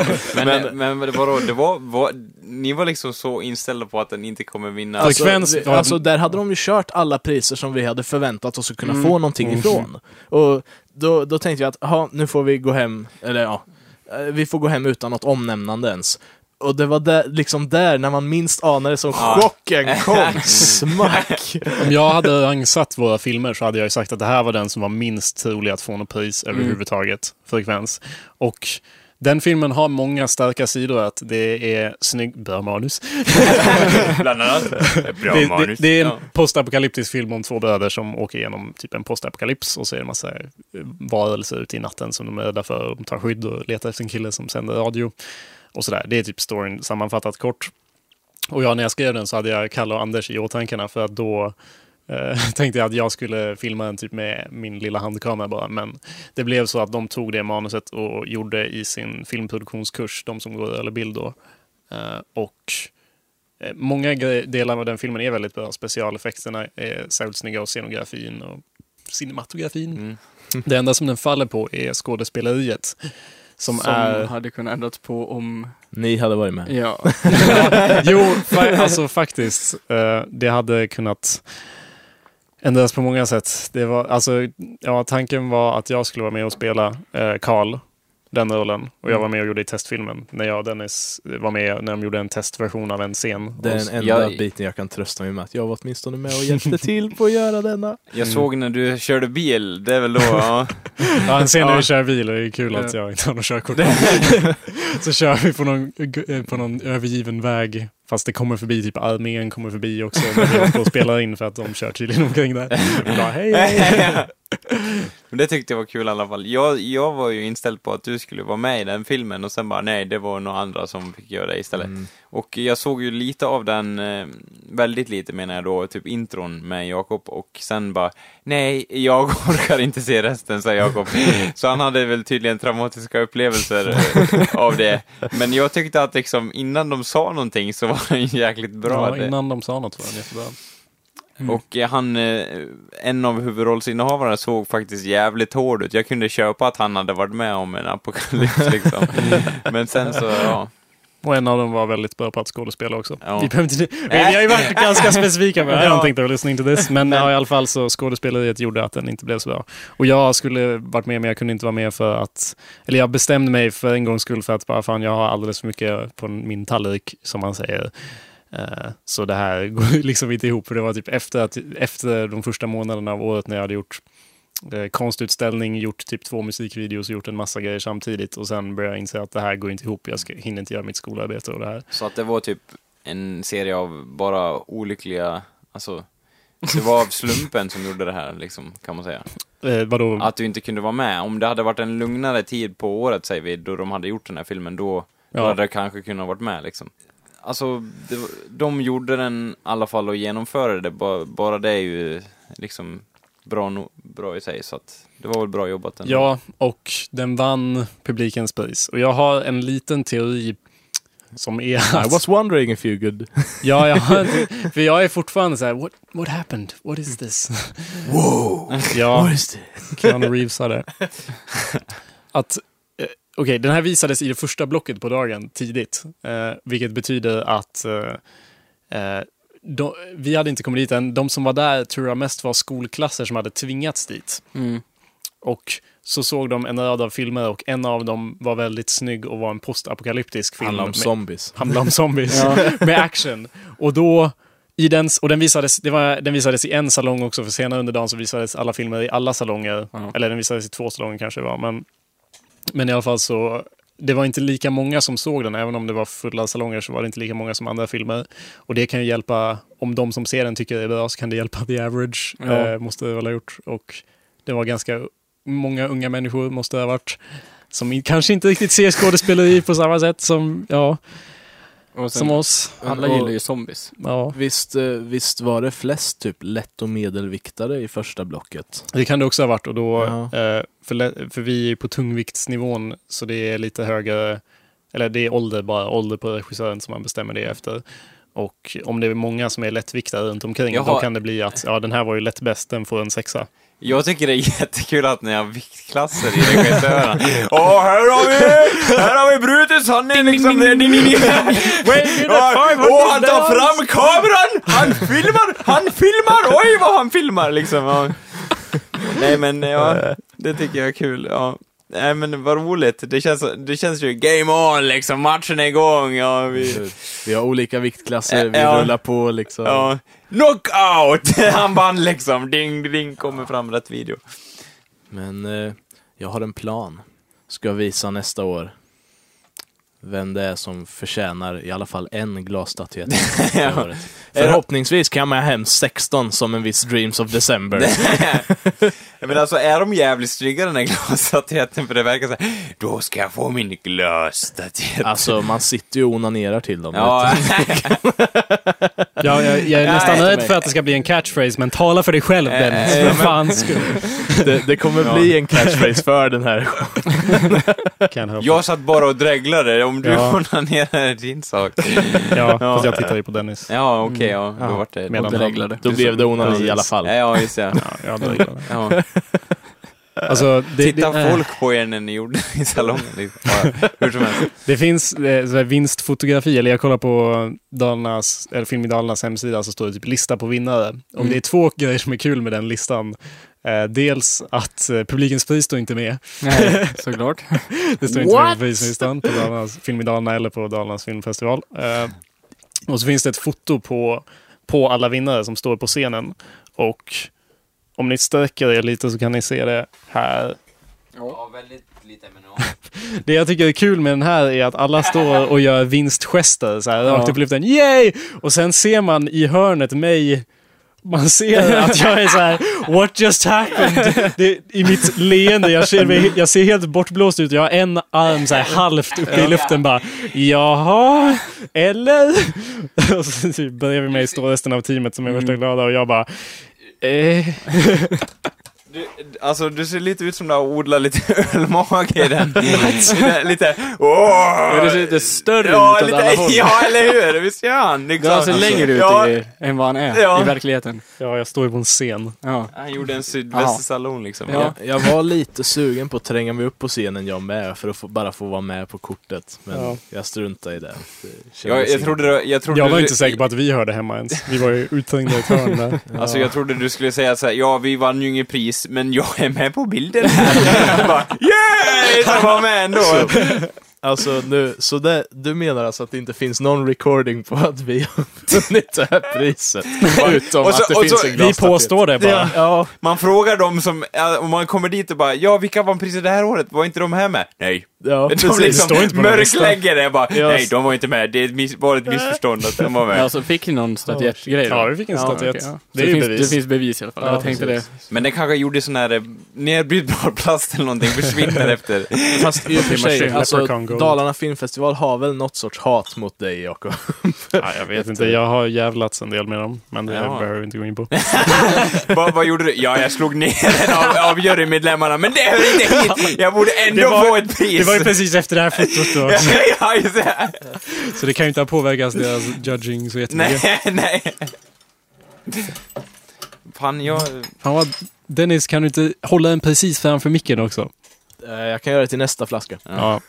Men det var ni var liksom så inställda på att den inte kommer vinna. Alltså där hade de ju kört alla priser som vi hade förväntat oss att kunna få någonting ifrån. Och då tänkte jag att nu får vi gå hem, eller ja, vi får gå hem utan något omnämnande ens. Och det var där när man minst anade som chocken kom. Smack! Om jag hade rangsat våra filmer så hade jag sagt att det här var den som var minst trolig att få något pris överhuvudtaget. Frekvens. Och den filmen har många starka sidor. Att det är bra manus. Bland annat. Bra manus. Det är en postapokalyptisk film om 2 bröder som åker igenom typ en postapokalyps. Och så är det en massa varelser ute i natten som de är rädda för. De tar skydd och letar efter en kille som sänder radio. Och sådär. Det är typ storyn sammanfattat kort. Och när jag skrev den så hade jag Kalle och Anders i åtankarna, för att då tänkte jag att jag skulle filma den typ med min lilla handkamera bara. Men det blev så att de tog det manuset och gjorde i sin filmproduktionskurs, de som går eller bild då. Och många delar av den filmen är väldigt bra. Specialeffekterna är särskilt snygga och scenografin och cinematografin. Det enda som den faller på är skådespeleriet. Som hade kunnat ändras på om ni hade varit med. Ja. Jo, alltså faktiskt. Det hade kunnat ändras på många sätt. Det var, alltså, tanken var att jag skulle vara med och spela Carl, den rollen. Och jag var med och gjorde i testfilmen. När jag och Dennis var med när de gjorde en testversion av en scen. Det är den enda biten jag kan trösta mig med, att jag var åtminstone med och hjälpte till på att göra denna. Jag såg när du körde bil, det är väl då, ja. En scen när vi kör bil, och det är kul att jag inte har någon körkort. Så kör vi på någon övergiven väg. Fast det kommer förbi, typ armén kommer förbi också när vi spelar in, för att de kör tydligen omkring där. Bara, hej. Men det tyckte jag var kul i alla fall. Jag var ju inställd på att du skulle vara med i den filmen, och sen bara nej, det var några andra som fick göra det istället. Och jag såg ju lite av den, väldigt lite menar jag då, typ intron med Jakob, och sen bara nej, jag orkar inte se resten, sa Jakob. Så han hade väl tydligen traumatiska upplevelser av det. Men jag tyckte att liksom innan de sa någonting så var den jäkligt bra. Ja, innan de sa något var den jättebra. Och en av huvudrollsinnehavarna såg faktiskt jävligt hård ut. Jag kunde köpa att han hade varit med om en apokalyps liksom. Men sen så, ja. Och en av dem var väldigt bra på att skådespela också. Ja. Vi har ju varit ganska specifika med I don't think they're listening to this. Men i alla fall så skådespeleriet gjorde att den inte blev så bra. Och jag skulle varit med, men jag kunde inte vara med för att... Eller jag bestämde mig för en gångs skull för att bara fan, jag har alldeles för mycket på min tallrik, som man säger. Så det här går liksom inte ihop. För det var typ efter de första månaderna av året när jag hade gjort konstutställning, gjort typ 2 musikvideos och gjort en massa grejer samtidigt, och sen började jag inse att det här går inte ihop, jag hinner inte göra mitt skolarbete och det här. Så att det var typ en serie av bara olyckliga, alltså det var av slumpen som gjorde det här liksom, kan man säga. Vadå? Att du inte kunde vara med. Om det hade varit en lugnare tid på året, säger vi, då de hade gjort den här filmen, då hade det kanske kunnat varit med liksom. Alltså, de gjorde den i alla fall och genomförde det. Bara det är ju liksom bra i sig, så att det var väl bra jobbat ändå. Ja, och den vann publikens pris. Och jag har en liten teori som är att... I was wondering if you could... för jag är fortfarande så här, what happened? What is this? Wow! Ja, what is this? Keanu Reeves hade. Att... Okej, den här visades i det första blocket på dagen tidigt. Vilket betyder att vi hade inte kommit dit än. De som var där tror jag mest var skolklasser som hade tvingats dit. Och så såg de en rad av filmer, och en av dem var väldigt snygg och var en postapokalyptisk film. Handlar om zombies. Med action. Och då den visades i en salong också, för senare under dagen så visades alla filmer i alla salonger. Eller den visades i 2 salonger kanske det var. Men i alla fall så, det var inte lika många som såg den. Även om det var fulla salonger så var det inte lika många som andra filmer. Och det kan ju hjälpa, om de som ser den tycker det är bra, så kan det hjälpa the average. Måste det väl ha gjort. Och det var ganska många unga människor måste det ha varit. Som kanske inte riktigt ser skådespeleri på samma sätt som, och sen, som oss. alla gillar ju zombies. Ja. Visst var det flest typ lätt- och medelviktare i första blocket? Det kan det också ha varit. Och då, för vi är på tungviktsnivån, så det är lite högre, eller det är ålder på regissören som man bestämmer det efter. Och om det är många som är lättviktare runt omkring, då kan det bli att den här var ju lätt bäst, den får en 6. Jag tycker det är jättekul att ni har viktklasser i regissörerna. Här har vi brutit sanning liksom. Han tar fram kameran! Han filmar! Oj vad han filmar liksom. Ja. Nej men det tycker jag är kul. Ja. Nej men vad roligt. Det känns ju game on liksom, matchen är igång. Ja, vi har olika viktklasser, vi rullar på liksom. Ja. Knockout! Han vann liksom. Ding ding, kommer fram rätt video. Men jag har en plan. Ska visa nästa år vem det är som förtjänar i alla fall en glasstatyett. Förhoppningsvis kan man hem 16 som en viss Dreams of December. Men alltså, är de jävligt snygga den här glasstatyetten? För det verkar så här, då ska jag få min glasstatyett. Alltså, man sitter ju och onanerar till dem. Ja. Jag är nästan rädd för att det ska bli en catchphrase, men tala för dig själv, Dennis. För fan det kommer bli en catchphrase för den här. Jag satt bara och dreglade. Om du onanerar din sak. Fast jag tittar ju på Dennis. Ja, okej. Då var det. Då blev det onani i alla fall. Ja, just det. Jag dreglade. Ja. Alltså, Titta folk på er när ni gjorde i salongen. Hur som helst. Det finns vinstfotografi, eller jag kollar på Film i Dalarnas hemsida, så står det typ lista på vinnare. Och det är 2 grejer som är kul med den listan. Dels att publikens pris står inte med. Nej, såklart. Det står inte med på prislistan på Film i Dalarna eller på Dalarnas filmfestival. Och så finns det ett foto på alla vinnare som står på scenen. Och om ni sträcker er lite så kan ni se det här. Ja, väldigt lite, men Det jag tycker är kul med den här är att alla står och gör vinstgester så här, rakt upp i luften. Yay! Och sen ser man i hörnet mig. Man ser att jag är så här, what just happened? I mitt leende, jag ser helt bortblåst ut. Jag har en arm så här halvt uppe i luften bara, jaha, eller? Och så typ bredvid mig står resten av teamet som är värsta glada och jag bara, Du ser lite ut som du har odlat lite ölmage i den. lite det ser lite större ut åt alla håll. Ja, eller hur? Visst gör han liksom. Han ser längre ut än vad han är i verkligheten. Ja, jag står ju på en scen. Ja. Han gjorde en sydvästsalon liksom. Ja. Jag var lite sugen på att tränga mig upp på scenen jag med, för att bara få vara med på kortet. Men jag struntade i det. Jag var inte säker på att vi hörde hemma ens. Vi var ju utträngda i ett hörn där. Alltså jag trodde du skulle säga så här, vi vann ju inget pris, men jag är med på bilden här. Bara, yay! Jag var med ändå. Alltså nu, du menar alltså att det inte finns någon recording på att vi har vunnit det här priset? Utom att det finns en vi påstår det bara. Ja. Man frågar dem som, om man kommer dit och bara, vilka vann priset det här året? Var inte de här med? Nej. Ja, de liksom mörklägger det bara, nej, de var inte med. Det var ett missförstånd att de var med. Ja, så fick ni någon statyettgrej? Ja, vi fick en statyett. Okay, ja. Det finns bevis i alla fall. Jag tänkte det. Men det kanske gjorde sån här nedbrytbar plast eller någonting, försvinner efter. Fast i och för sig, alltså, Dalarna filmfestival har väl något sorts hat mot dig, Jakob? Jag vet inte, jag har jävlats en del med dem, men det behöver vi inte gå in på. Vad gjorde du? Ja, jag slog ner en av jurymedlemmarna, men det hör inte hit. Jag borde ändå få ett pris. Det var ju precis efter det här fotot då. Ja, just det. Så det kan ju inte ha påverkat deras judging så jättemycket. Nej. Fan, Dennis, kan du inte hålla en precis framför micken också? Jag kan göra det till nästa flaska. Ja.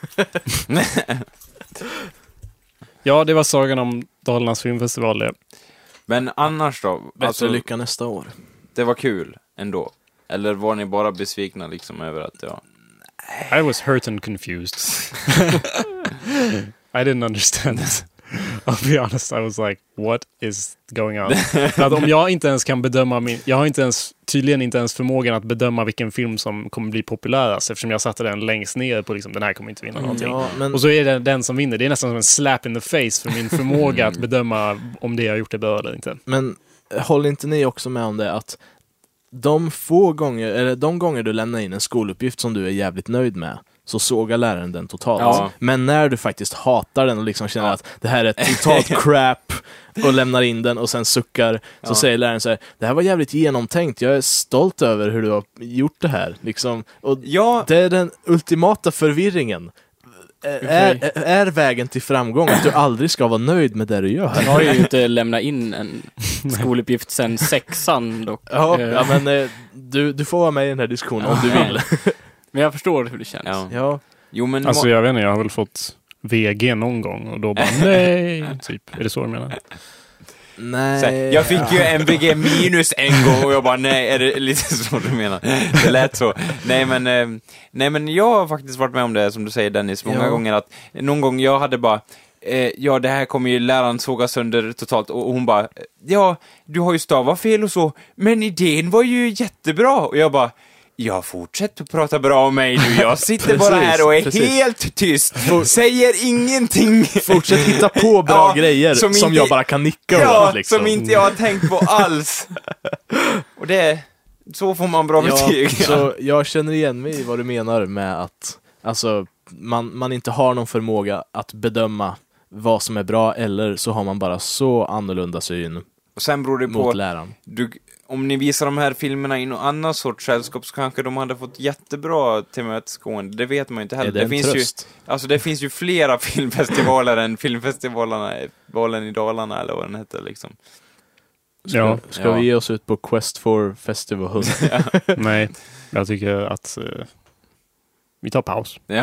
Ja, det var sagan om Dalarnas filmfestival. Men annars då? Bättre lycka nästa år. Det var kul ändå. Eller var ni bara besvikna liksom över att I was hurt and confused. I didn't understand it. I'll be honest, I was like, what is going on? För att om jag inte ens kan bedöma jag har tydligen inte ens förmågan att bedöma vilken film som kommer bli populärast, eftersom jag satte den längst ner på liksom, den här kommer inte vinna någonting. Ja, men... Och så är det den som vinner. Det är nästan som en slap in the face för min förmåga att bedöma om det jag har gjort är bra eller inte. Men håller inte ni också med om det att de gånger du lämnar in en skoluppgift som du är jävligt nöjd med, så sågar läraren den totalt. Ja. Men när du faktiskt hatar den och liksom känner att det här är totalt crap och lämnar in den och sen suckar, så säger läraren så här: det här var jävligt genomtänkt, jag är stolt över hur du har gjort det här. Liksom. Och det är den ultimata förvirringen. Är vägen till framgång att du aldrig ska vara nöjd med det du gör? Jag har ju inte lämnat in en skoluppgift sen 6:an dock. Ja, men du får vara med i den här diskussionen om du vill. Men jag förstår hur det känns. Ja. Jo, men alltså jag vet inte, jag har väl fått VG någon gång och då bara nej, typ. Är det så du menar? Nej. Såhär, jag fick ju MVG minus en gång och jag bara nej, är det lite så du menar? Det lät så. Nej men jag har faktiskt varit med om det som du säger, Dennis, många gånger, att någon gång jag hade bara det här kommer ju läraren såga sönder totalt, och hon bara, ja, du har ju stavat fel och så, men idén var ju jättebra, och jag bara, jag fortsätter att prata bra om mig nu. Jag sitter bara här och är helt tyst. Säger ingenting. Fortsätt hitta på bra grejer som jag bara kan nicka åt. Liksom. Som inte jag har tänkt på alls. Och så får man bra betyg. Så jag känner igen mig i vad du menar med att alltså, man inte har någon förmåga att bedöma vad som är bra, eller så har man bara så annorlunda syn. Och sen beror det på läraren. Om ni visar de här filmerna i någon annan sorts sällskap, så kanske de hade fått jättebra tillmötesgående. Det vet man ju inte heller. Det finns ju flera filmfestivaler än filmfestivalen i Dalarna, eller vad den heter liksom. Ska vi ge oss ut på Quest for Festival? Nej, jag tycker att vi tar paus. Ja.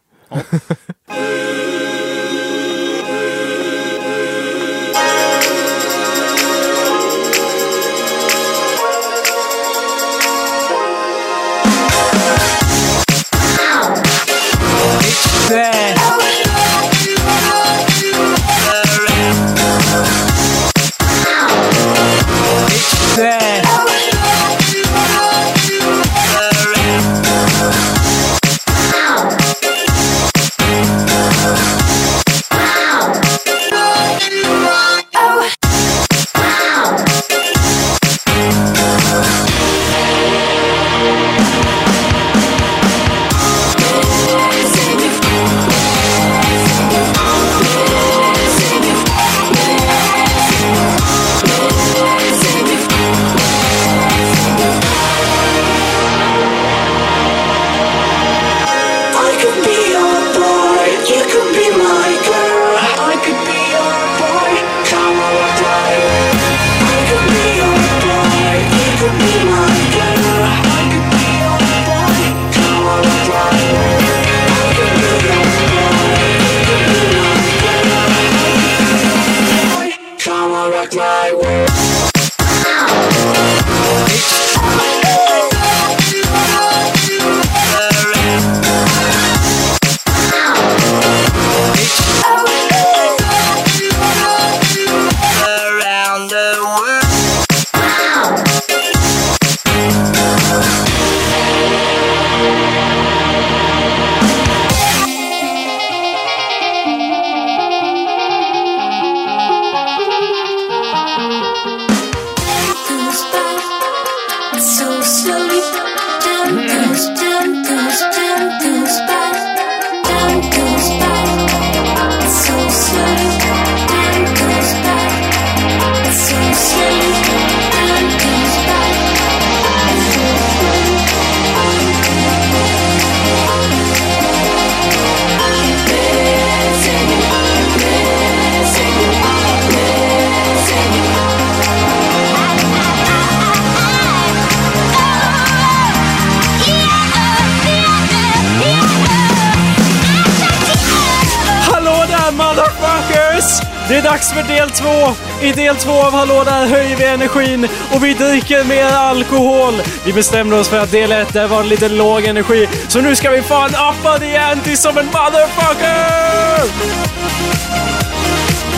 Det är dags för del 2. I del 2 av Hallå där höjer vi energin och vi dricker mer alkohol. Vi bestämde oss för att del 1 där var lite låg energi. Så nu ska vi fan uppa the ante som en motherfucker!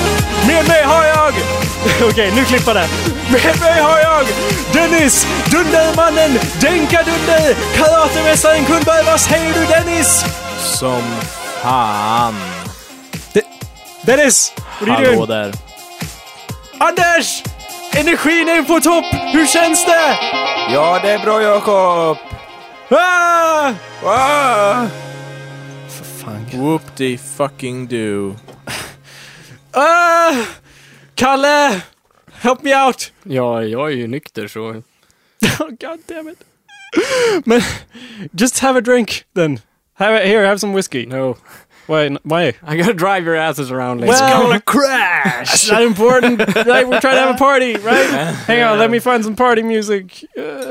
Med mig har jag... Okej, nu klipper det. Med mig har jag Dennis, Dundermannen, Denka-Dunder, Karatemästaren Kullberg. Vad säger du, Dennis? Som fan. Dennis, what are you Hallå doing? där. Anders! Energin är på topp! Hur känns det? Ja, det är bra, Jakob. Ah! Wow. För fan. Whoop-de fucking do. Ah! Kalle! Help me out! Ja, jag är ju nykter så... Oh, God damn it. Men, just have a drink then. Have some whiskey. No. Why? I gotta drive your asses around later. Well, crash! That's not important. Right? We're trying to have a party, right? Hang on, let me find some party music.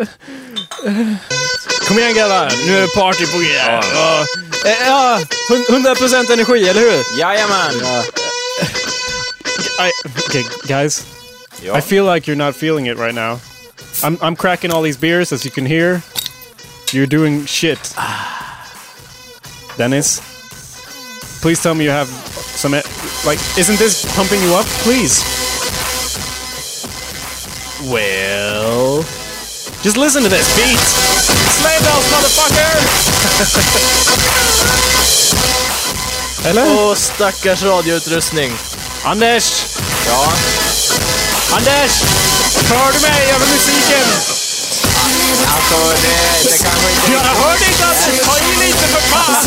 Kom igen grabbar, nu är det party på G. Ja, 100% energi, eller hur? Jajamän. Okay, guys. Ja. I feel like you're not feeling it right now. I'm cracking all these beers, as you can hear. You're doing shit. Dennis, please tell me you have some... isn't this pumping you up? Please. Well... Just listen to this beat. Slave bells, motherfucker! Eller? Åh, stackars radioutrustning. Anders! Ja. Anders! Hör du mig över musiken? Alltså, det kanske inte... Jag hörde inte att ta i lite för fan!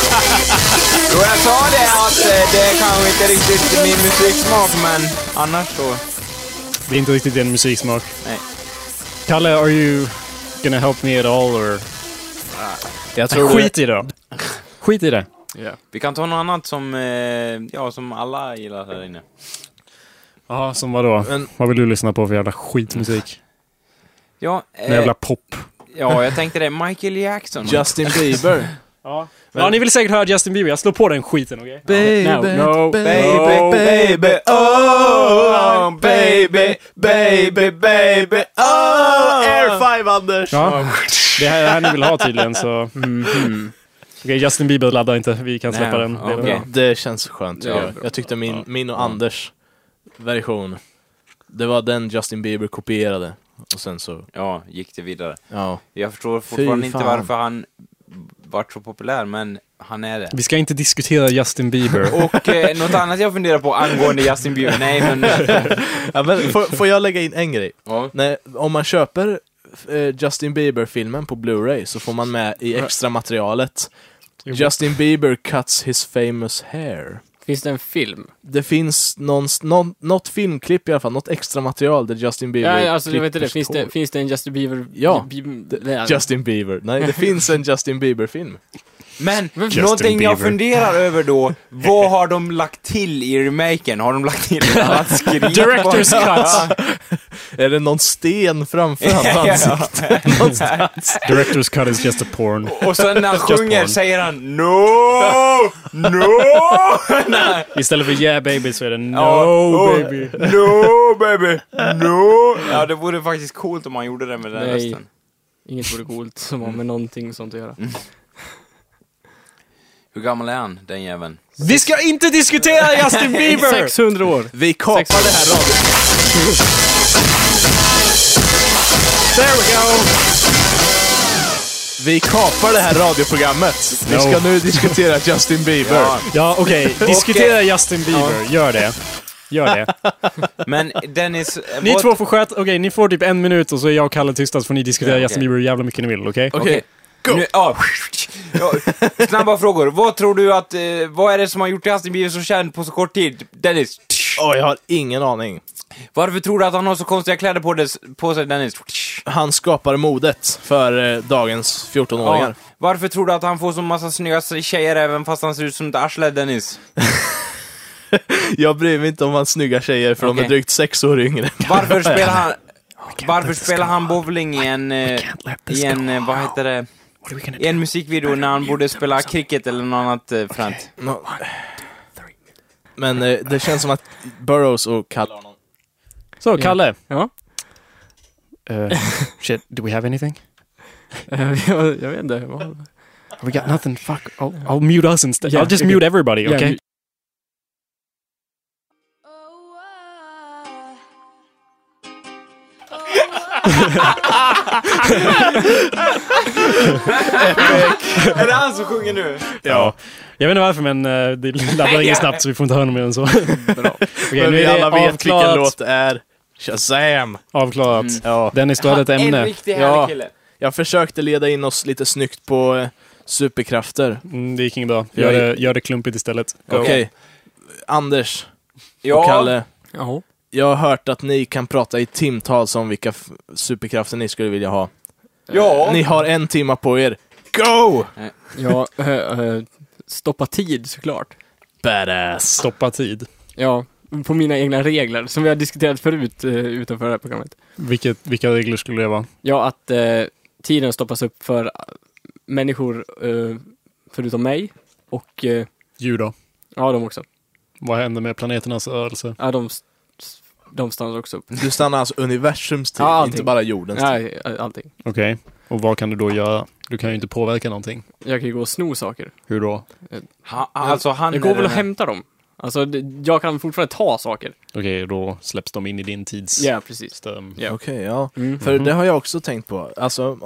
Jo, jag sa det att det kanske inte riktigt min musiksmak, men annars så... Det är inte riktigt din musiksmak. Nej. Kalle, are you gonna help me at all, or... Jag tror Skit i det då. Skit i det. Yeah. Vi kan ta något annat som alla gillar här inne. Ja, som vadå? Men- Vad vill du lyssna på för jävla skitmusik? Ja, Jävla pop. ja, jag tänkte det. Michael Jackson. Justin Bieber. Ja. Ja, ni vill säkert höra Justin Bieber. Jag slår på den skiten, okej? Baby, No. baby, oh, baby, baby, baby, oh, Air 5, Anders. Ja. Det här är det här ni vill ha tydligen, så... Okej, Justin Bieber laddar inte. Vi kan släppa Nej, den. Det är okej. bra. Det känns skönt. Ja. Jag tyckte min och Anders version, det var den Justin Bieber kopierade. Och sen så, Ja, gick det vidare. ja. Jag förstår fortfarande Fy inte fan. varför han vart så populär, men han är det. Vi ska inte diskutera Justin Bieber. Och något annat jag funderar på angående Justin Bieber. Nej, men... Ja, men får jag lägga in en grej? Ja. Nej, om man köper Justin Bieber-filmen på Blu-ray så får man med i extra materialet Justin Bieber cuts his famous hair. Finns det en film? Det finns något filmklipp i alla fall, något extra material där Justin Bieber Ja, alltså jag vet inte, klipper sitt hår. finns det en Justin Bieber... Ja. Bieber, Justin Bieber. Nej, det finns en Justin Bieber-film. Men Justin någonting jag Bieber. funderar över då, vad har de lagt till i remaken? Har de lagt till att skriva? Director's cut. Är det någon sten framför hans ansikte? Någonstans? Director's cut is just a porn. Och sen när han Just sjunger porn. säger han No! Nej. Istället för yeah baby så är det no Ja, baby. No baby! No! Ja, det vore faktiskt coolt om man gjorde det med den Nej. rösten. Inget vore coolt som har med någonting sånt att göra. Hur gammal är han, den jäveln? Vi ska inte diskutera Justin Bieber! 600 år! Vi kapar det här There we go! Vi kapar det här radioprogrammet. Vi ska nu diskutera Justin Bieber. Ja, Ja, okej. Diskutera Justin Bieber. Gör det. Gör det. men Dennis... Ni vad- två får sköta... Okej, ni får typ 1 minut och så är jag och Kalle tysta så får ni diskutera Ja, okej. Justin Bieber hur jävla mycket ni vill, okej? Okej. Go. Nu, ja. Snabba frågor. Vad tror du att... vad är det som har gjort Justin Bieber så känd på så kort tid? Dennis? Jag har ingen aning. Varför tror du att han har så konstiga kläder på sig, Dennis? Han skapar modet för dagens 14-åringar. Ja. Varför tror du att han får så massa snygga tjejer även fast han ser ut som ett arsle, Dennis? Jag bryr mig inte om hans snygga tjejer för de Okej. är drygt 6 år yngre. Varför spelar han bowling i en vad heter det? I en musikvideo när han borde spela cricket eller något annat fränt. Men det känns som att Burroughs och Kalle har någon. Så, Kalle. Ja. Shit, do we have anything? Jag vet inte. Vad? We got nothing, fuck. I'll mute us instead. Yeah, I'll just okay. mute everybody, Yeah, okay? Är det han som sjunger nu? Ja. Jag vet inte varför, men det laddar inget snabbt så vi får inte höra mer än så. Bra. Okej, Men nu vi är alla det vet vilken avklarat. låt det är. Shazam! Avklarat. Ja. Dennis, du hade ett En ämne. riktig Ja. härlig kille. Jag försökte leda in oss lite snyggt på superkrafter. Det gick inget bra. Gör det klumpigt istället. Okej. Anders och Ja, Kalle. Jaha. Jag har hört att ni kan prata i timtals om vilka superkrafter ni skulle vilja ha. ja. Ni har 1 timme på er. Go! Ja, stoppa tid såklart. Badass. Stoppa tid. Ja, på mina egna regler, som vi har diskuterat förut utanför det här programmet. Vilka regler skulle det vara? Ja, att tiden stoppas upp för människor förutom mig och Djur då? ja, de också. Vad händer med planeternas rörelse? Ja, de stannar också upp. Du stannar alltså universums tid, Ja, allting. inte bara jordens tid. Nej, allting. Okej. Och vad kan du då göra? Du kan ju inte påverka någonting. Jag kan ju gå och sno saker. Hur då? Alltså han Jag går är väl och den- hämta dem. Alltså, jag kan fortfarande ta saker. Okej, då släpps de in i din tids... Ja, precis. ström. Ja. Okej, ja. Mm. För det har jag också tänkt på. Alltså,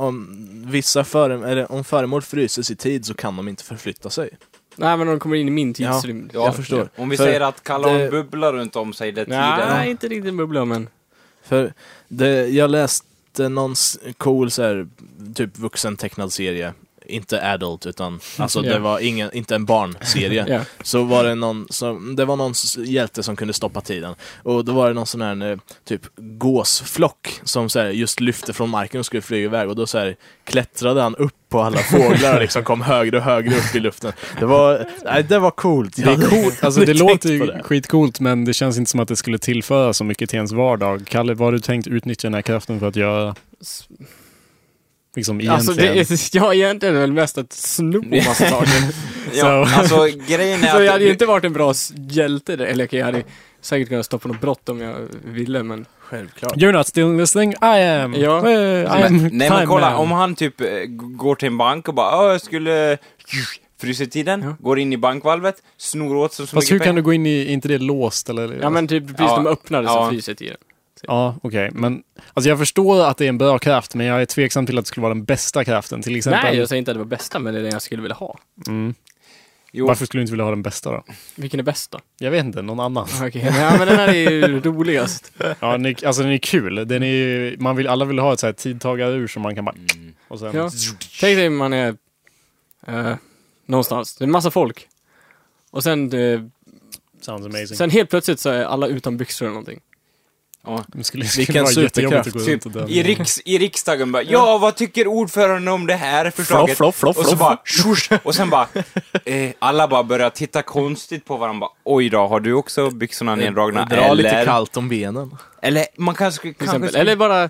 om föremål fryses i tid så kan de inte förflytta sig. Nej, men de kommer in i min Ja, tidsrymd. jag förstår. Om vi För säger att Kalle har det- en bubbla runt om sig där tiden... Nej, inte riktigt en bubbla, men... För jag läste någon cool så här, typ vuxen tecknad serie. Inte adult, utan alltså Ja. det var inte en barnserie. Ja. Så var det var någon hjälte som kunde stoppa tiden. Och då var det någon sån här typ gåsflock som så här, just lyfte från marken och skulle flyga iväg. Och då så här, klättrade han upp på alla fåglar och liksom kom högre och högre upp i luften. Det var coolt. Det är coolt. Alltså det tänkt låter på ju det. skitcoolt, men det känns inte som att det skulle tillföra så mycket till ens vardag. Kalle, vad har du tänkt utnyttja den här kraften för att göra? Liksom Alltså, egentligen. jag egentligen är väl mest att sno massa saker. Ja, Så- alltså grejen är Så jag hade ju att... inte varit en bra hjälte där. Eller okej, jag hade säkert kunnat stoppa något brott om jag ville, men... Självklart. You're not stealing this thing, I am. Ja. I am Nej time men kolla, man. om han typ går till en bank och bara jag skulle frysa tiden, Ja. går in i bankvalvet, snor åt sig så Fast hur mycket kan du gå in i, inte det låst eller? Ja, men typ precis Ja. de öppnade så Ja. fryser tiden. Ja, okej. Men alltså jag förstår att det är en bra kraft, men jag är tveksam till att det skulle vara den bästa kraften. Till exempel... Nej, jag säger inte att det var bästa, men det är det jag skulle vilja ha. Mm. Jo. Varför skulle du inte vilja ha den bästa då? Vilken är bästa? Jag vet inte, någon annan. Okej, ja, men den här är ju roligast. Ja, alltså den är kul. Den är, alla vill ha ett så här tidtagarur som man kan bara... Och sen... Ja. Tänk dig man är någonstans, det är en massa folk. Och sen Sounds amazing. sen helt plötsligt så är alla utan byxor eller någonting. Ja. Det skulle Vilken vara jättejobbigt att gå superkraft. runt och Typ, döda. i riksdagen bara, ja vad tycker ordföranden om det här förslaget? Floff. Och så bara, shush, och sen bara, alla bara börjar titta konstigt på varandra, bara, oj då, har du också byxorna neddragna? Dra lite kallt om benen. Eller man kanske Till exempel. skulle... Eller bara,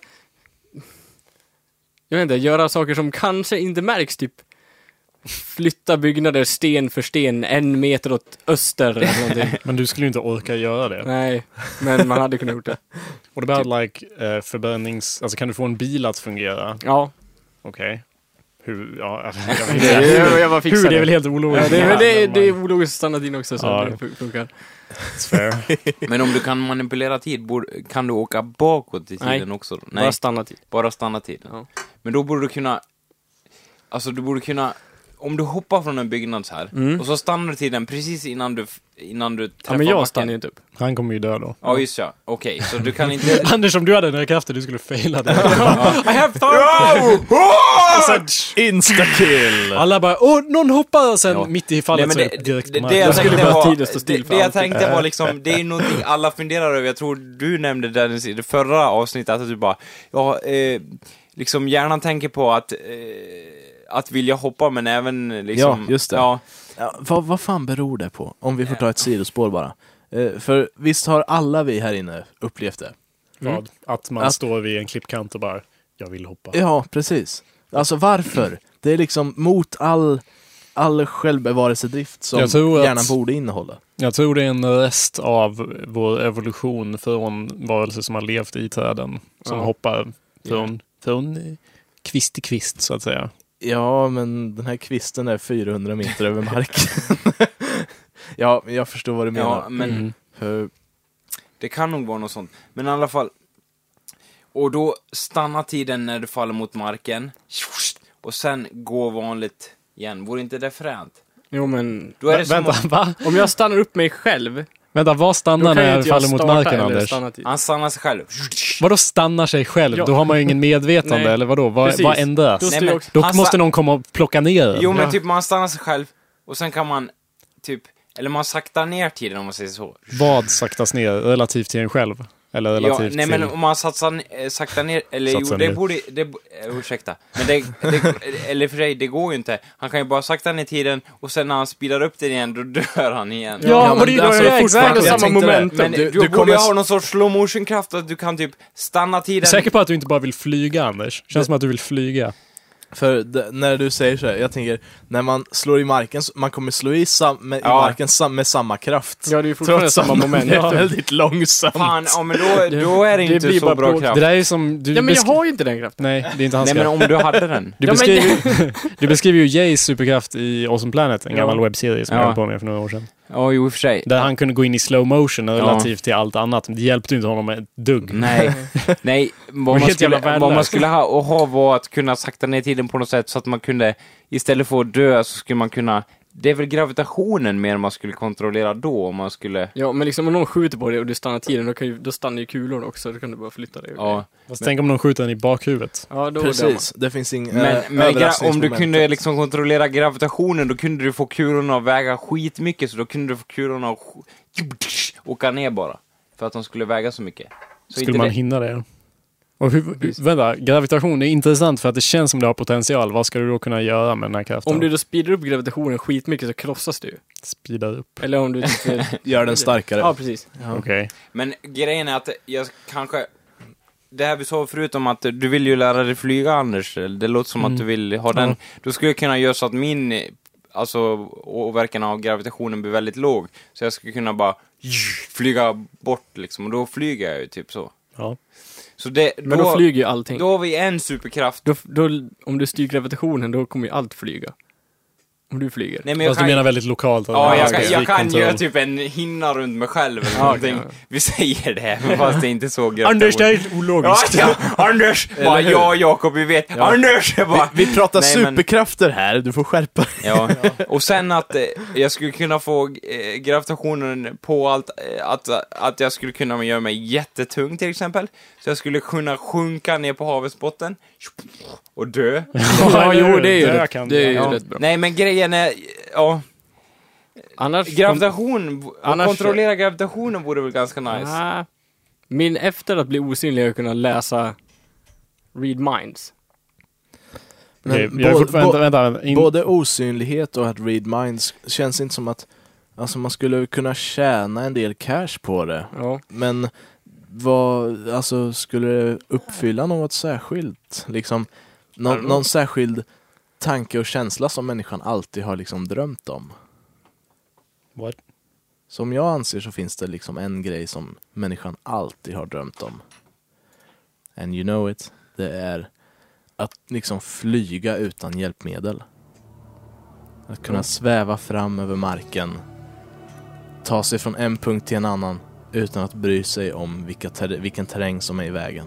jag vet inte, göra saker som kanske inte märks, typ flytta byggnader sten för sten 1 meter åt öster eller någonting. Men du skulle ju inte orka göra det. Nej, men man hade kunnat gjort det. What about like Alltså kan du få en bil att fungera? Ja, Okej. Hur? Ja, jag vet inte. jag bara Hur? fixar Det är väl helt ologiskt. Ja, det är ologiskt att stanna in också, så Ja. det funkar. It's fair. Men om du kan manipulera tid, kan du åka bakåt i Nej. tiden också? Då? Bara stanna tid. Bara stanna tiden. Ja. Men då borde du kunna... Alltså du borde kunna... Om du hoppar från en byggnad så här, och så stannar du tiden precis innan du träffar Ja, men jag backen. stannar ju inte upp. Han kommer ju dö då. Ja, just ja. Okej, så du kan inte... Anders, om du hade den här kraften, du skulle faila det. I have thought! Insta-kill! Alla bara, någon hoppar och sen Ja. mitt i fallet Nej, så men är det direkt på det marken. jag skulle tänkte bara var, tiden stå still för det jag allting. tänkte var liksom, det är någonting alla funderar över. Jag tror du nämnde Dennis i det förra avsnittet att du bara, liksom hjärnan tänker på att vilja hoppa, men även liksom... Ja, just det. Ja, Ja, vad fan beror det på? Om vi får ta ett sidospår bara. För visst har alla vi här inne upplevt det? Vad? Att man står vid en klippkant och bara, jag vill hoppa. Ja, precis. Alltså varför? Det är liksom mot all självbevarelsedrift som Jag tror att- hjärnan borde innehålla. Jag tror det är en rest av vår evolution från varelser som har levt i träden. Som Ja. hoppar från kvist till kvist, så att säga. Ja, men den här kvisten är 400 meter över marken. Ja, jag förstår vad du menar. ja, men För, det kan nog vara något sånt. Men i alla fall, Och då stannar tiden när du faller mot marken. Och sen går vanligt igen. Vore inte det fränt? Jo, men... Då är det som Vänta, va? Om jag stannar upp mig själv... Vänta, vad stannar när jag faller mot marken, Anders? han stannar sig själv. Vadå stannar sig själv? Ja. Då har man ju ingen medvetande, Nej. eller vadå? Vad Precis. ändras? Då Nej, står men- jag också... Då Han måste sta- någon komma och plocka ner den. Jo, men Ja. typ man stannar sig själv. Och sen kan man typ... Eller man saktar ner tiden om man säger så. Vad saktas ner relativt till en själv? Eller Ja, relativt nej till... men om man saktar ner, eller Satsar jo, det ner. borde, ursäkta. Men eller för sig, det går ju inte. Han kan ju bara sakta ner tiden och sen när han speedar upp den igen, då dör han igen. Ja, men det är alltså, ju fortfarande exakt. samma tänkte det. momentum. Men Du du borde kommer- ju ha någon sorts slow motion kraft att du kan typ stanna tiden. Säker på att du inte bara vill flyga, Anders? Känns som att du vill flyga. För när du säger så här, jag tänker, när man slår i marken, man kommer slå i Ja. marken med samma kraft. Ja, det är ju fortfarande Trots samma att moment. det är väldigt långsamt. Fan, ja men då är det Det inte blir så bara bra pro- kraft. Det där är ju som... Du Ja, men jag har ju inte den kraften. Nej, det är inte hans Nej men kraft. om du hade den. Du Ja, beskriver, du beskriver ju Jays superkraft i Awesome Planet, en Ja. gammal webbserie som Ja. jag höll på med för några år sedan. Ja, jo i och för sig. Där han kunde gå in i slow motion relativt till allt annat. Men det hjälpte ju inte honom ett dugg. Nej, nej. Vad helt man skulle, jävla vad man värdelöst. skulle ha var att kunna sakta ner tiden på något sätt så att man kunde, istället för att dö så skulle man kunna, det är väl gravitationen mer man skulle kontrollera då om man skulle, Ja, men liksom om någon skjuter på dig och du stannar tiden, då stannar ju kulorna också. Då kan du bara flytta dig. ja. Fast tänk om någon skjuter den i bakhuvudet. Ja, då Precis, det finns ingen Men om du kunde liksom kontrollera gravitationen, då kunde du få kulorna att väga skitmycket, så då kunde du få kulorna att åka ner bara. För att de skulle väga så mycket. Så Skulle inte man det, hinna det? Och vänta, gravitation är intressant för att det känns som det har potential. Vad ska du då kunna göra med den här kraften? Om du då speedar upp gravitationen skitmycket så krossas du. Speedar upp. Eller om du... gör den starkare. Ja, precis. Okej. men grejen är att jag kanske, det här vi sa förut om att du vill ju lära dig flyga, Anders. Det låter som att du vill ha den. Då skulle jag kunna göra så att min, alltså åverkan av gravitationen blir väldigt låg. Så jag skulle kunna bara flyga bort liksom. Och då flyger jag ju typ så. Ja. Så det, Men då flyger ju allting. Då har vi en superkraft. Då, om du styr gravitationen, då kommer ju allt flyga. Om du flyger. Nej, men jag Fast du kan, menar väldigt lokalt. ja, jag specifik kan kontroll. göra typ en hinna runt mig själv eller Ja, någonting. ja. Vi säger det, men fast det är inte så gravitation. Anders, det är helt ologiskt. Ja, Anders! Bara, ja, Jakob, vi vet. Anders! Bara, Vi pratar Nej, men- superkrafter här, du får skärpa dig. Ja, och sen att jag skulle kunna få gravitationen på allt, att jag skulle kunna göra mig jättetung till exempel. Så jag skulle kunna sjunka ner på havets botten och dö. Ja, jo, det är ju Där rätt, kan det är du- ju Ja. rätt bra. Nej, men grejen är, ja, Annars... gravitation, Annars- kontrollera gravitationen vore väl ganska nice. Ah, min efter att bli osynlig är kunna läsa read minds. Okej, Men jag är bo- fortfarande... bo- Vänta. Både osynlighet och att read minds känns inte som att, alltså man skulle kunna tjäna en del cash på det. Ja. Men vad, alltså skulle det uppfylla något särskilt? Liksom, någon särskild tanke och känsla som människan alltid har liksom drömt om. What? Som jag anser så finns det liksom en grej som människan alltid har drömt om. And you know it. Det är att liksom flyga utan hjälpmedel. Att kunna sväva fram över marken. Ta sig från en punkt till en annan utan att bry sig om vilken terräng som är i vägen.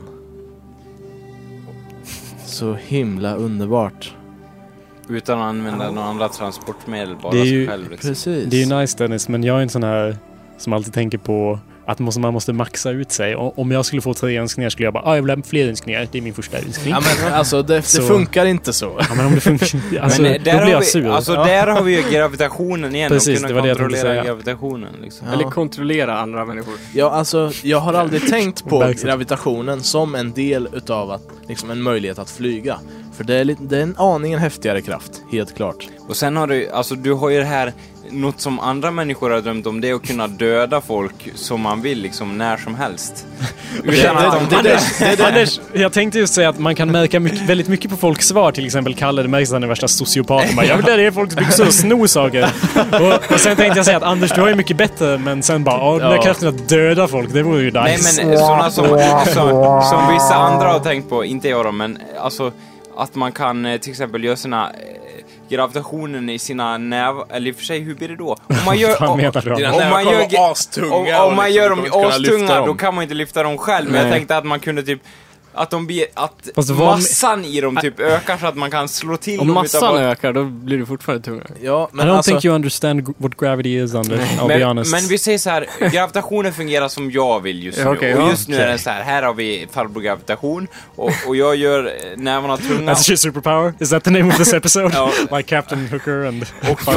Så himla underbart. Utan att använda några andra transportmedel, bara Det är sig ju- själv. Liksom. Precis. Det är ju nice, Dennis, men jag är en sån här som alltid tänker på att man måste maxa ut sig. Om jag skulle få 3 önskningar skulle jag bara, jag vill ha fler önskningar. Det är min första önskning. Ja, men alltså det Så- funkar inte så. Ja, men om det funkar... Alltså, Men då där blir jag har sur. vi, alltså där har vi ju gravitationen igen. Precis, de det var det jag tänkte kontrollera säga. gravitationen liksom. Ja. Eller kontrollera andra människor. Ja, alltså jag har aldrig tänkt på Verkligen. gravitationen som en del utav att, liksom en möjlighet att flyga. För det är en aningen häftigare kraft, helt klart. Och sen har du, alltså du har ju det här, något som andra människor har drömt om, det är att kunna döda folk som man vill, liksom när som helst. Utan att de... Anders, jag tänkte just säga att man kan märka väldigt mycket på folks svar. Till exempel Kalle, det märks att han är värsta sociopaten. Jag vill lära er folks byxor och sno saker. Och sen tänkte jag säga att Anders, du har ju mycket bättre, men sen bara, den där kraften att döda folk, det vore ju nice. Nej, men sådana som vissa andra har tänkt på, inte jag då, men alltså att man kan till exempel göra sina gravitationen i sina eller i och för sig, hur blir det då? Om man gör, Vad menar du? Dina om man gör astunga om man gör dem kunna lyfta astunga, dem. då kan man inte lyfta dem själv. Men jag tänkte att man kunde typ att de blir, att Fast det var- massan i dem typ ökar så att man kan slå till Om dem massan utan ökar, då blir du fortfarande tungare. Ja, I men don't alltså, think you understand what gravity is, Anders. I'll be honest. men vi säger så här, gravitationen fungerar som jag vill just nu. Ja, okej, och ja. just nu är den så här har vi farbror gravitation och jag gör nävarna tunga. That's your superpower? Is that the name of this episode? Ja. Like Captain Hooker and...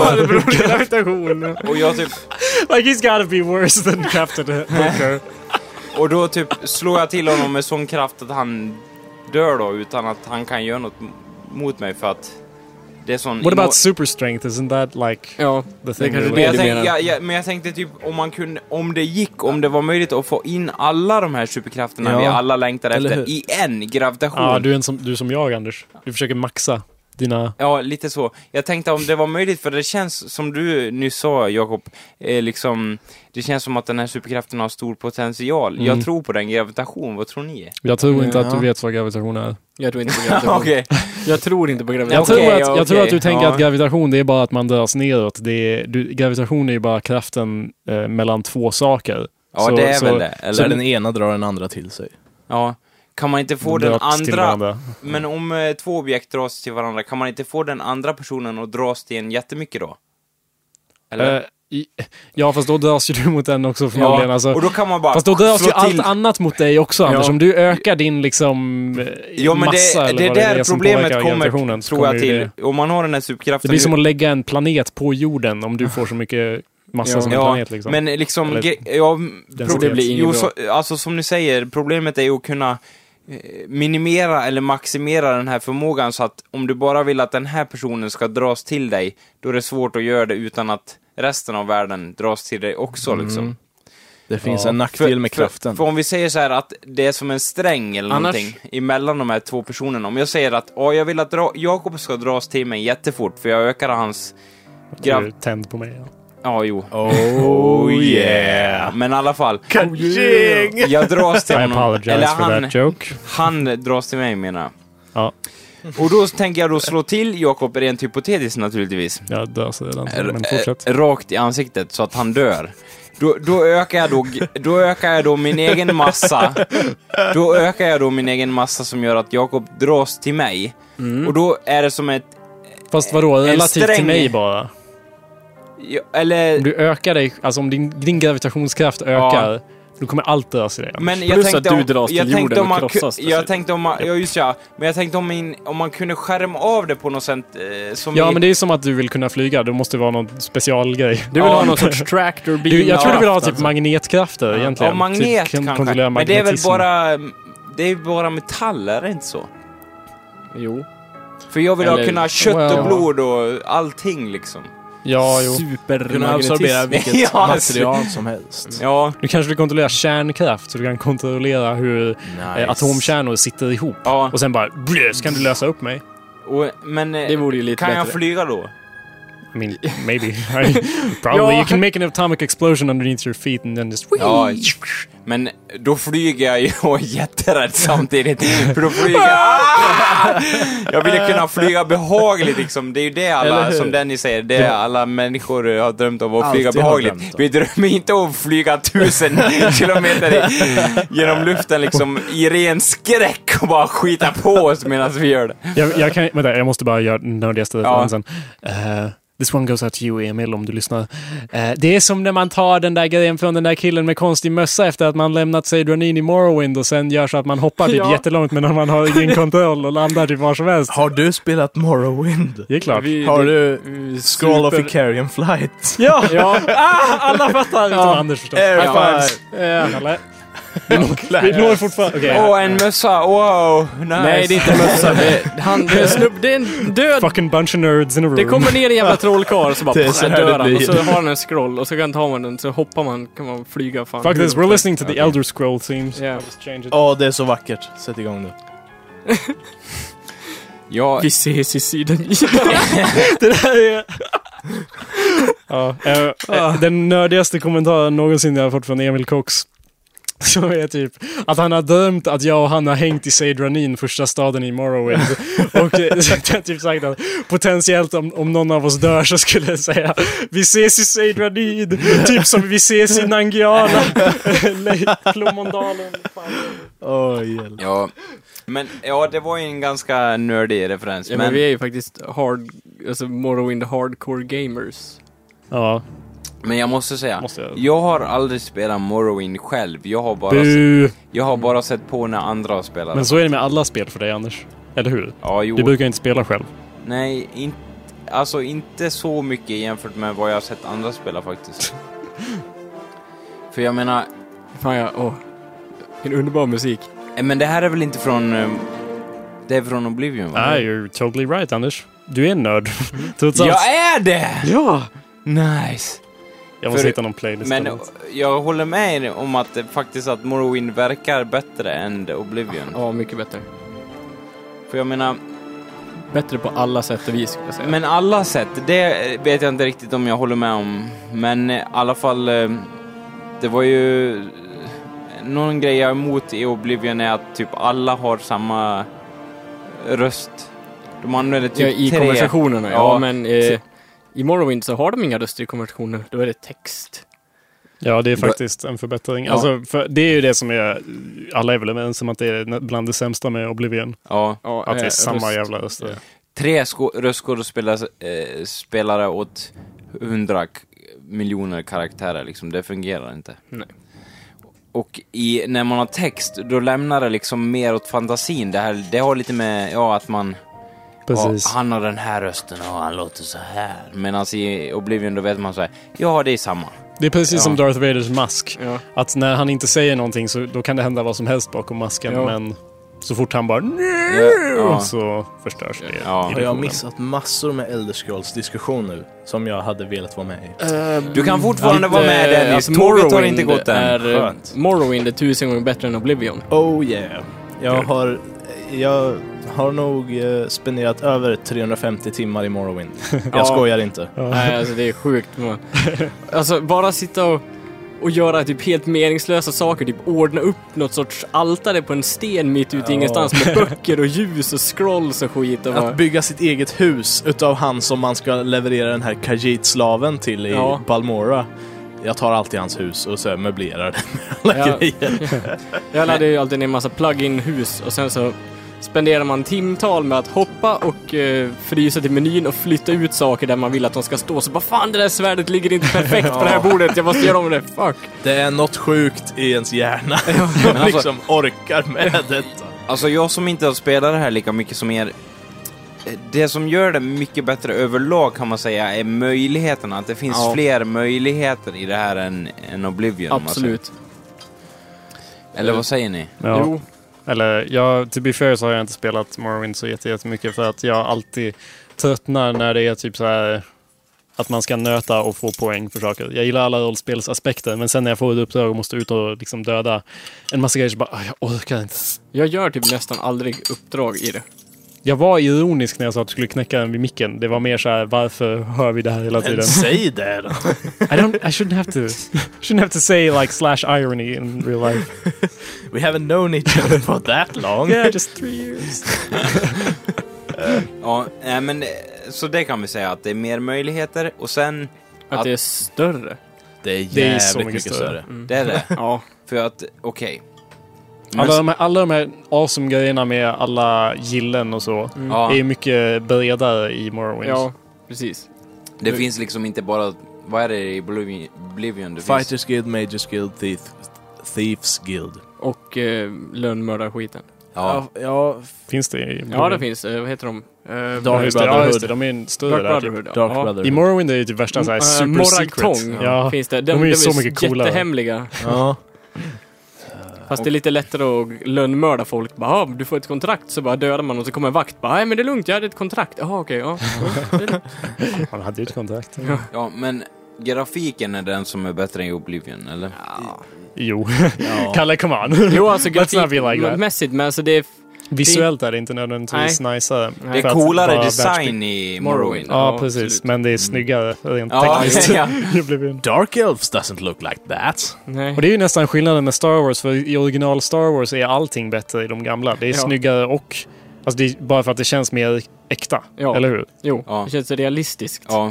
Gravitation. Och jag typ, Like he's gotta be worse than Captain Hooker. och då typ slår jag till honom med sån kraft att han dör då utan att han kan göra något mot mig för att det är sån... What about super strength? Isn't that like Ja, the thing? kanske Men det jag, du menar. men jag tänkte typ om det var möjligt att få in alla de här superkrafterna Ja. vi alla längtar Eller efter hur? i en gravitation. Ja, du är som jag, Anders. Du försöker maxa dina... Ja, lite så. Jag tänkte om det var möjligt, för det känns, som du nyss sa, Jakob, liksom, det känns som att den här superkraften har stor potential. Jag tror på den gravitation, vad tror ni? Jag tror inte att du Ja. vet vad gravitation är. Jag tror inte på gravitation. Okej. Jag tror inte på Jag, gravitation. tror att du tänker Ja. att gravitation, det är bara att man dras neråt. Gravitation är ju bara kraften mellan två saker. Ja, det är väl det. så Eller, den ena drar den andra till sig. ja. Kan man inte få De den dras till andra... varandra. Men om två objekt dras till varandra, kan man inte få den andra personen att dras till en jättemycket då? Eller? Ja, fast då dras ju du mot den också förmodligen. Alltså. och då kan man bara Fast då dras ju slå till. allt annat mot dig också, Anders. Ja. Om du ökar din liksom Ja, men massa det eller är vad där som problemet påverkar kommer, gravitationen, så tror jag, kommer ju till. Om man har den här superkraften... Det blir som att lägga en planet på jorden om du får så mycket massa som en planet liksom. men liksom... Eller- Så det blir inget bra. alltså som ni säger, problemet är ju att kunna minimera eller maximera den här förmågan så att om du bara vill att den här personen ska dras till dig, då är det svårt att göra det utan att resten av världen dras till dig också liksom. Det finns en nackdel med kraften. För om vi säger så här att det är som en sträng eller Annars- någonting emellan de här två personerna. Om jag säger att jag vill att Jakob ska dras till mig jättefort för jag ökar hans Du är tänd på mig. Ja. Ja, jo. Oh yeah! Men i alla fall. Ka-ching! Jag dras till I honom. apologize Eller for that joke. han dras till mig, menar jag. Ja, Och då tänker jag då slå till Jakob rent hypotetiskt naturligtvis. jag dör så redan. Men fortsätt. Rakt i ansiktet så att han dör. Då ökar jag då min egen massa. Då ökar jag då min egen massa som gör att Jakob dras till mig. Och då är det som ett... Fast vadå, relativt till sträng- mig bara? Eller... Om du ökar dig, alltså om din gravitationskraft ökar, då kommer allt dras i dig. Men Plus att du dras till jorden och krossas. Jag tänkte om man, ja just ja, men jag tänkte om man kunde skärma av det på något sätt som Ja, men det är som att du vill kunna flyga. Det måste vara någon specialgrej. Du vill Ja. ha någon sorts tractor beam. Jag tror du vill ha typ alltså. magnetkrafter egentligen. Ja, magnet typ, kanske. kontrollera Men det är väl magnetism. det är bara metaller, är det inte så? Jo. För jag vill Eller- kunna ha kött well. och blod och allting liksom. Ja, jo. Kunna absorbera vilket Ja, material som helst. Ja, Du kanske vill kontrollera kärnkraft, så du kan kontrollera hur atomkärnor sitter ihop. ja. Och sen bara, så kan du lösa upp mig. Men Det vore ju lite kan jag bättre. flyga då? I mean, maybe. Probably. You can make an atomic explosion underneath your feet and then just... Ja, men då flyger jag ju och är jätterädd samtidigt. För då flyger jag... Jag vill ju kunna flyga behagligt liksom. Det är ju det Eller alla, hur? som Dennis säger, det är alla människor har drömt om att flyga Alltid har behagligt. drömt om. Vi drömmer inte om att flyga 1000 kilometer genom luften liksom i ren skräck och bara skita på oss medan vi gör det. Jag måste bara göra den nördigaste Ja. referensen. This one goes out to you, Emil, om du lyssnar. Det är som när man tar den där grejen från den där killen med konstig mössa efter att man lämnat sig Dranin i Morrowind och sen gör så att man hoppar typ jättelångt men man har ingen kontroll och landar typ var som helst. Har du spelat Morrowind? Det är klart. Har du Scroll of Icarian Flight? Ja! Alla fattar! Utom Anders förstås. Air High fives. five. Alla. Vi når fortfarande... Okej. Åh, en mössa, wow, nice. Nej, det är inte mössa. Det är en död... Fucking bunch of nerds in a room. Det kommer ner en jävla trollkarl så bara Det är så här dör det han. Och blir. så har han en scroll och så tar man den så hoppar man, kan man flyga fan. Fuck this, we're listening to the Elder Scroll themes. Yeah. Just change it. Åh, det är så vackert. Sätt igång nu. Ja, Vi ses i sidan. Det där är... Ja, den nördigaste kommentaren någonsin jag har fått från Emil Cox. som är typ att han har dömt att jag och han har hängt i Sedranin, första staden i Morrowind. Och typ sagt att potentiellt om någon av oss dör så skulle jag säga vi ses i Sedranin, typ som vi ses i Nangiala. Plommondalen. Ja, men det var ju en ganska nördig referens. Ja, men vi är ju faktiskt Morrowind hardcore gamers. Ja. Men jag måste säga, jag har aldrig spelat Morrowind själv. Jag har bara sett på när andra har spelat. Men så är det med alla spel för dig, Anders. Eller hur? Ja, jo. Du brukar inte spela själv. Nej, inte så mycket jämfört med vad jag har sett andra spela faktiskt. För jag menar... en underbar musik. Men det här är väl inte från... Det är från Oblivion, va? Nej, you're totally right, Anders. Du är en nörd. Jag är det! Ja! Nice! Jag måste hitta någon playlist. Men jag håller med om att faktiskt att Morrowind verkar bättre än Oblivion. Ja, mycket bättre. För jag menar... Bättre på alla sätt och vis, skulle jag säga. Men alla sätt, det vet jag inte riktigt om jag håller med om. Men i alla fall, det var ju... Någon grej jag är emot i Oblivion är att typ alla har samma röst. De använder typ i 3... konversationerna, ja men i Morrowind så har de inga röster i konversationer, då är det text. Ja, det är faktiskt en förbättring. Ja. Alltså, för det är ju det som är... Alla är väl överens om att det är bland det sämsta med Oblivion. Ja. Att det är samma jävla röster. 3 röstskådespelare åt 100 miljoner karaktärer, liksom. Det fungerar inte. Nej. Och när man har text, då lämnar det liksom mer åt fantasin. Det har lite med att man... Precis. Han har den här rösten och han låter så här. Medan i Oblivion då vet man så här, ja, det är samma. Det är precis som Darth Vaders mask. Ja. Att när han inte säger någonting så då kan det hända vad som helst bakom masken. Ja. Men så fort han bara så förstörs det. Ja. Jag har missat massor med Elder Scrolls diskussion nu som jag hade velat vara med i. Du kan fortfarande vara med där. Alltså, Morrowind har inte gått än. Morrowind är 1000 gånger bättre än Oblivion. Oh yeah. Jag har nog spenderat över 350 timmar i Morrowind. Jag skojar inte. Nej, alltså det är sjukt. Alltså bara sitta och göra typ helt meningslösa saker, typ ordna upp något sorts altare på en sten mitt ute i ingenstans med böcker och ljus och scrolls och skit. Och att bygga sitt eget hus utav han som man ska leverera den här Khajiit-slaven till i Balmora. Jag tar alltid hans hus och så möblerar det med alla grejer. Jag laddade ju alltid en massa plug-in-hus och sen så spenderar man timtal med att hoppa och frysa till menyn och flytta ut saker där man vill att de ska stå. Så bara, fan, det där svärdet ligger inte perfekt på det här bordet. Jag måste göra om det. Fuck. Det är något sjukt i ens hjärna. Man liksom orkar med detta. Alltså jag som inte har spelat det här lika mycket som er, det som gör det mycket bättre överlag kan man säga är möjligheterna. Att det finns fler möjligheter i det här än Oblivion. Absolut. Eller vad säger ni? Ja. Jo. Eller, to be fair så har jag inte spelat Morrowind så jättemycket för att jag alltid tröttnar när det är typ så här att man ska nöta och få poäng för saker. Jag gillar alla rollspelsaspekter, men sen när jag får ett uppdrag och måste ut och liksom döda en massa grejer så bara, jag orkar inte. Jag gör typ nästan aldrig uppdrag i det. Jag var ironisk när jag sa att du skulle knäcka den vid micken. Det var mer så här, varför hör vi det här hela tiden? Men säg det då. I shouldn't have to say like /irony in real life. We haven't known each other for that long. Yeah, just 3 years. Men så det kan vi säga att det är mer möjligheter och sen att det är större. Det är jävligt så mycket större. Det är det. Ja. För att, okej. Alla de här awesome grejerna med alla gillen och så är mycket bredare i Morrowind. Ja, precis. Det finns liksom inte bara, vad är det i Oblivion? Fighters Guild, Mages Guild, Thieves Guild. Och lönnmördarskiten. Ja. Finns det i Ja, det finns. Vad heter de? Dark Brotherhood. De är en större Dark Brotherhood. Dark Brotherhood. I Morrowind är det typ värsta såhär super secret. Ja, finns det. De är så mycket coolare. Jättehemliga. Ja. Fast det är lite lättare att lönnmörda folk. Bara, du får ett kontrakt, så bara dödar man och så kommer en vakt. Bara, nej men det är lugnt, jag hade ett kontrakt. Jaha, okej. Han hade ju ett kontrakt. Ja, men grafiken är den som är bättre än Oblivion, eller? Jo. Kalle, come on. Jo, alltså grafikmässigt, men alltså det är... Visuellt är det inte nödvändigtvis nice. Det är coolare design i Morrowind. Ja, precis. Absolut. Men det är snyggare rent tekniskt. Dark Elves doesn't look like that. Nej. Och det är ju nästan skillnaden med Star Wars, för i original Star Wars är allting bättre i de gamla. Det är snyggare och... Alltså det är bara för att det känns mer äkta, eller hur? Jo, det känns realistiskt. Ja.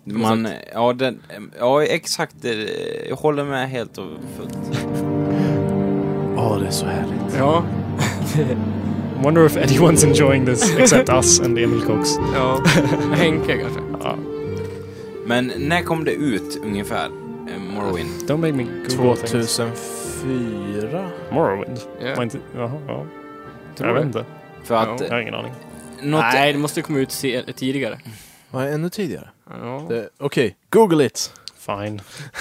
Ja, exakt. Jag håller med helt och fullt. Det är så härligt. Ja. Wonder if anyone's enjoying this except us and Emil Cox. Ja, Henke kanske. Ja. Men när kom det ut ungefär? Morrowind? Don't make me Google 2004? Morrowind? Yeah. Jaha. Jag vet inte. För att... Jag har ingen aning. Nej, det måste komma ut tidigare. Var det ännu tidigare? Ja. Okej, Google it. Fine.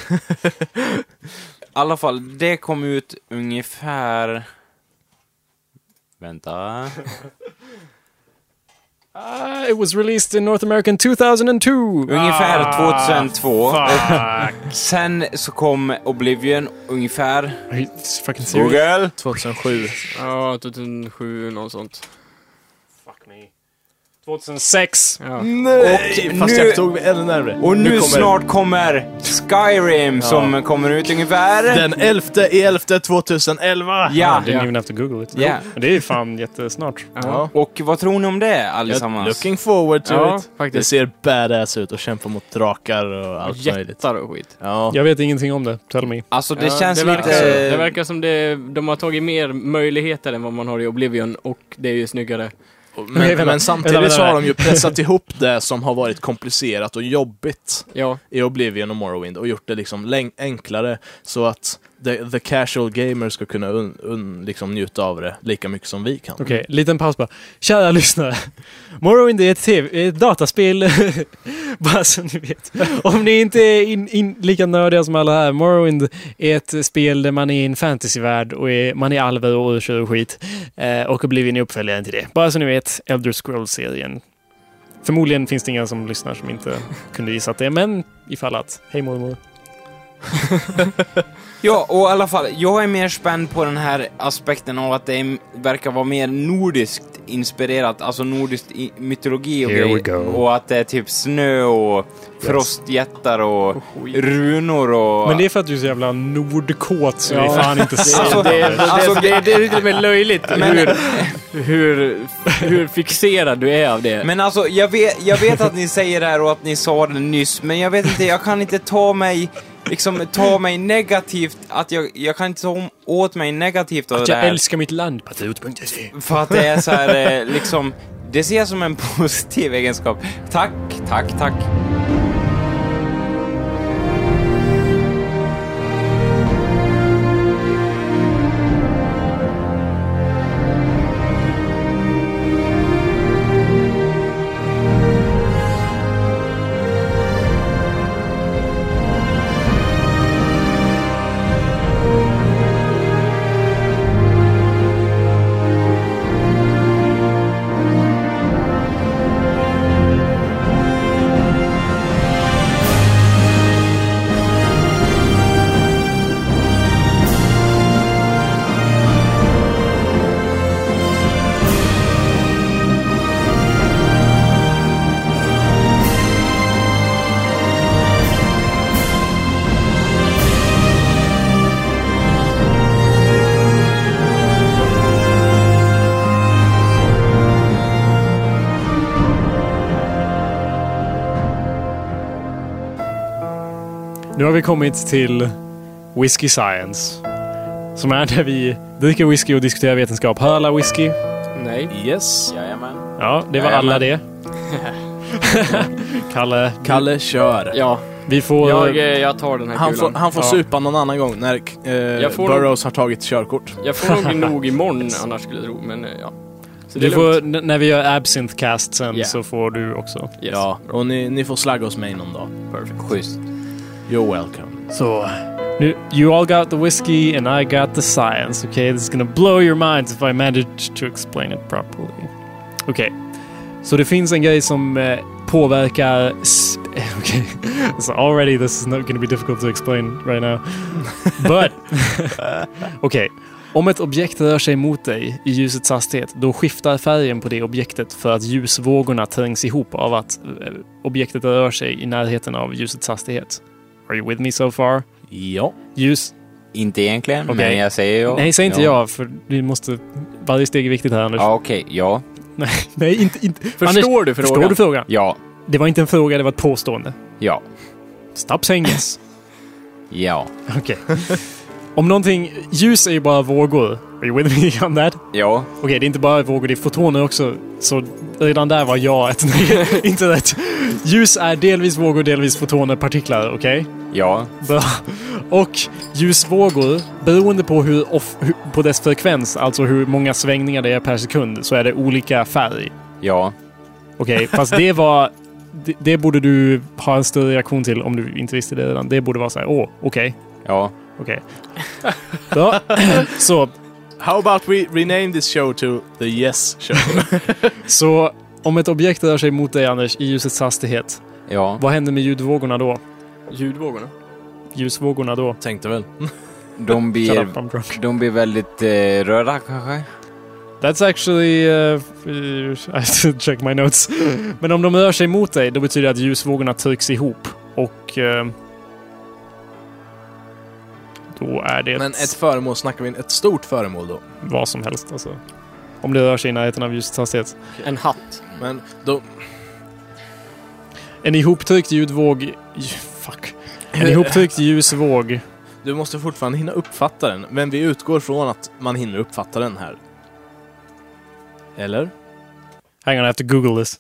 I alla fall, det kom ut ungefär... Vänta. It was released in North America in 2002. Ungefär 2002. Sen så kom Oblivion ungefär... Are you fucking serious? Google. 2007. Ja, 2007, något sånt. Fuck me. 2006. Ja. Nej! Och Fast nu- jag tog mig ännu närmare. Och nu kommer snart kommer Skyrim som kommer ut ungefär... den 11/11 2011. Ja. Didn't even have to Google it. Ja. Men det är fan jättesnart. Ja. Och vad tror ni om det allesammans? Looking forward to Ja, it. Det faktiskt. ser badass ut och kämpa mot drakar och allt möjligt. Jättar och skit. Ja. Jag vet ingenting om det. Tell me. Alltså det Ja, känns det verkar, lite... det verkar som de har tagit mer möjligheter än vad man har i Oblivion, och det är ju snyggare. Men samtidigt vänta. så har de ju pressat ihop det som har varit komplicerat och jobbigt Ja, i Oblivion och Morrowind och gjort det liksom enklare så att the casual gamer ska kunna liksom njuta av det lika mycket som vi kan. Okej, liten paus bara. Kära lyssnare. Morrowind är ett dataspel. Bara så ni vet. Om ni inte är lika nördiga som alla här. Morrowind är ett spel där man är i en fantasyvärld och man är alver och kör och skit. Och Oblivion är uppföljaren till det. Bara så ni vet, Elder Scrolls-serien. Förmodligen finns det inga som lyssnar som inte kunde gissa att det är, men ifall att. Hej mormor. Ja, och i alla fall, jag är mer spänd på den här aspekten av att det verkar vara mer nordiskt inspirerat, alltså nordiskt mytologi och Here we grejer. go. Och att det är typ snö och frostjättar och runor och... Men det är för att du är så jävla nordkåt så Ja. det är fan inte sant. Alltså, det är lite mer löjligt Men- hur fixerad du är av det. Men alltså, jag vet att ni säger det här och att ni sa det nyss, men jag vet inte, jag kan inte ta mig negativt, att jag kan inte ta åt mig negativt av Att det jag här. älskar mitt land, patriot.se. För att det är så här, liksom, det ser jag som en positiv egenskap. Tack. Nu har vi kommit till Whiskey Science. Som är där vi dricker whisky och diskuterar vetenskap. Hör alla whisky? Nej. Yes. Jajamän. Ja, det var alla det. Kalle, kör. Ja, vi får... jag tar den här kulan. Han får supa någon annan gång när Jag får Burroughs har tagit körkort. Jag får nog imorgon annars skulle jag tro, men ja. Så det Du är får, lugnt. när vi gör Absinthe Cast sen Yeah. så får du också. Yes. Ja, och ni får slagga hos mig någon dag. Perfect. Schysst. You're welcome. Så, nu, you all got the whiskey and I got the science, okay? This is gonna blow your minds if I manage to explain it properly. Okej, så det finns en grej som påverkar... Okay, so already this is not gonna be difficult to explain right now. But, okej. Om ett objekt rör sig mot dig i ljusets hastighet, då skiftar färgen på det objektet för att ljusvågorna trängs ihop av att objektet rör sig i närheten av ljusets hastighet. Are you with me so far? Ja. Ljus... Inte egentligen, Okej. men jag säger ja. Nej, säg inte ja, för vi måste... Varje steg är viktigt här, Anders. Ja, okej. Ja. Nej, inte... Förstår Anders, du frågan? Förstår du frågan? Ja. Det var inte en fråga, det var ett påstående. Ja. Stop saying yes. Ja. Okej. Om någonting... Ljus är ju bara vågor. Are you with me on that? Ja. Okej, det är inte bara vågor, det är fotoner också. Så redan där var jag ett nej, inte rätt. Ljus är delvis vågor, delvis fotoner, partiklar, okej? Ja. Bra. Och ljusvågor, beroende på på dess frekvens, alltså hur många svängningar det är per sekund, så är det olika färg. Ja. Okej, fast det var... Det borde du ha en större reaktion till om du inte visste det redan. Det borde vara så här, okej. Ja. Okej. Bra. Så... How about we rename this show to The Yes Show? Så om ett objekt rör sig mot dig, Anders, i ljusets hastighet, Ja. vad händer med ljudvågorna då? Ljudvågorna? Ljusvågorna då? Tänkte väl. De Shut blir, up, I'm drunk. de blir väldigt röda kanske. That's actually... I have to check my notes. Men om de rör sig mot dig, då betyder det att ljusvågorna trycks ihop. Och... då är det... Men ett föremål, snackar vi ett stort föremål då? Vad som helst, alltså. Om det rör sig i närheten av ljusets hastighet. En hatt. Men då... En ihoptryckt ljudvåg... Fuck. En ihoptryckt ljusvåg. Du måste fortfarande hinna uppfatta den. Men vi utgår från att man hinner uppfatta den här. Eller? Hang on, I have to google this.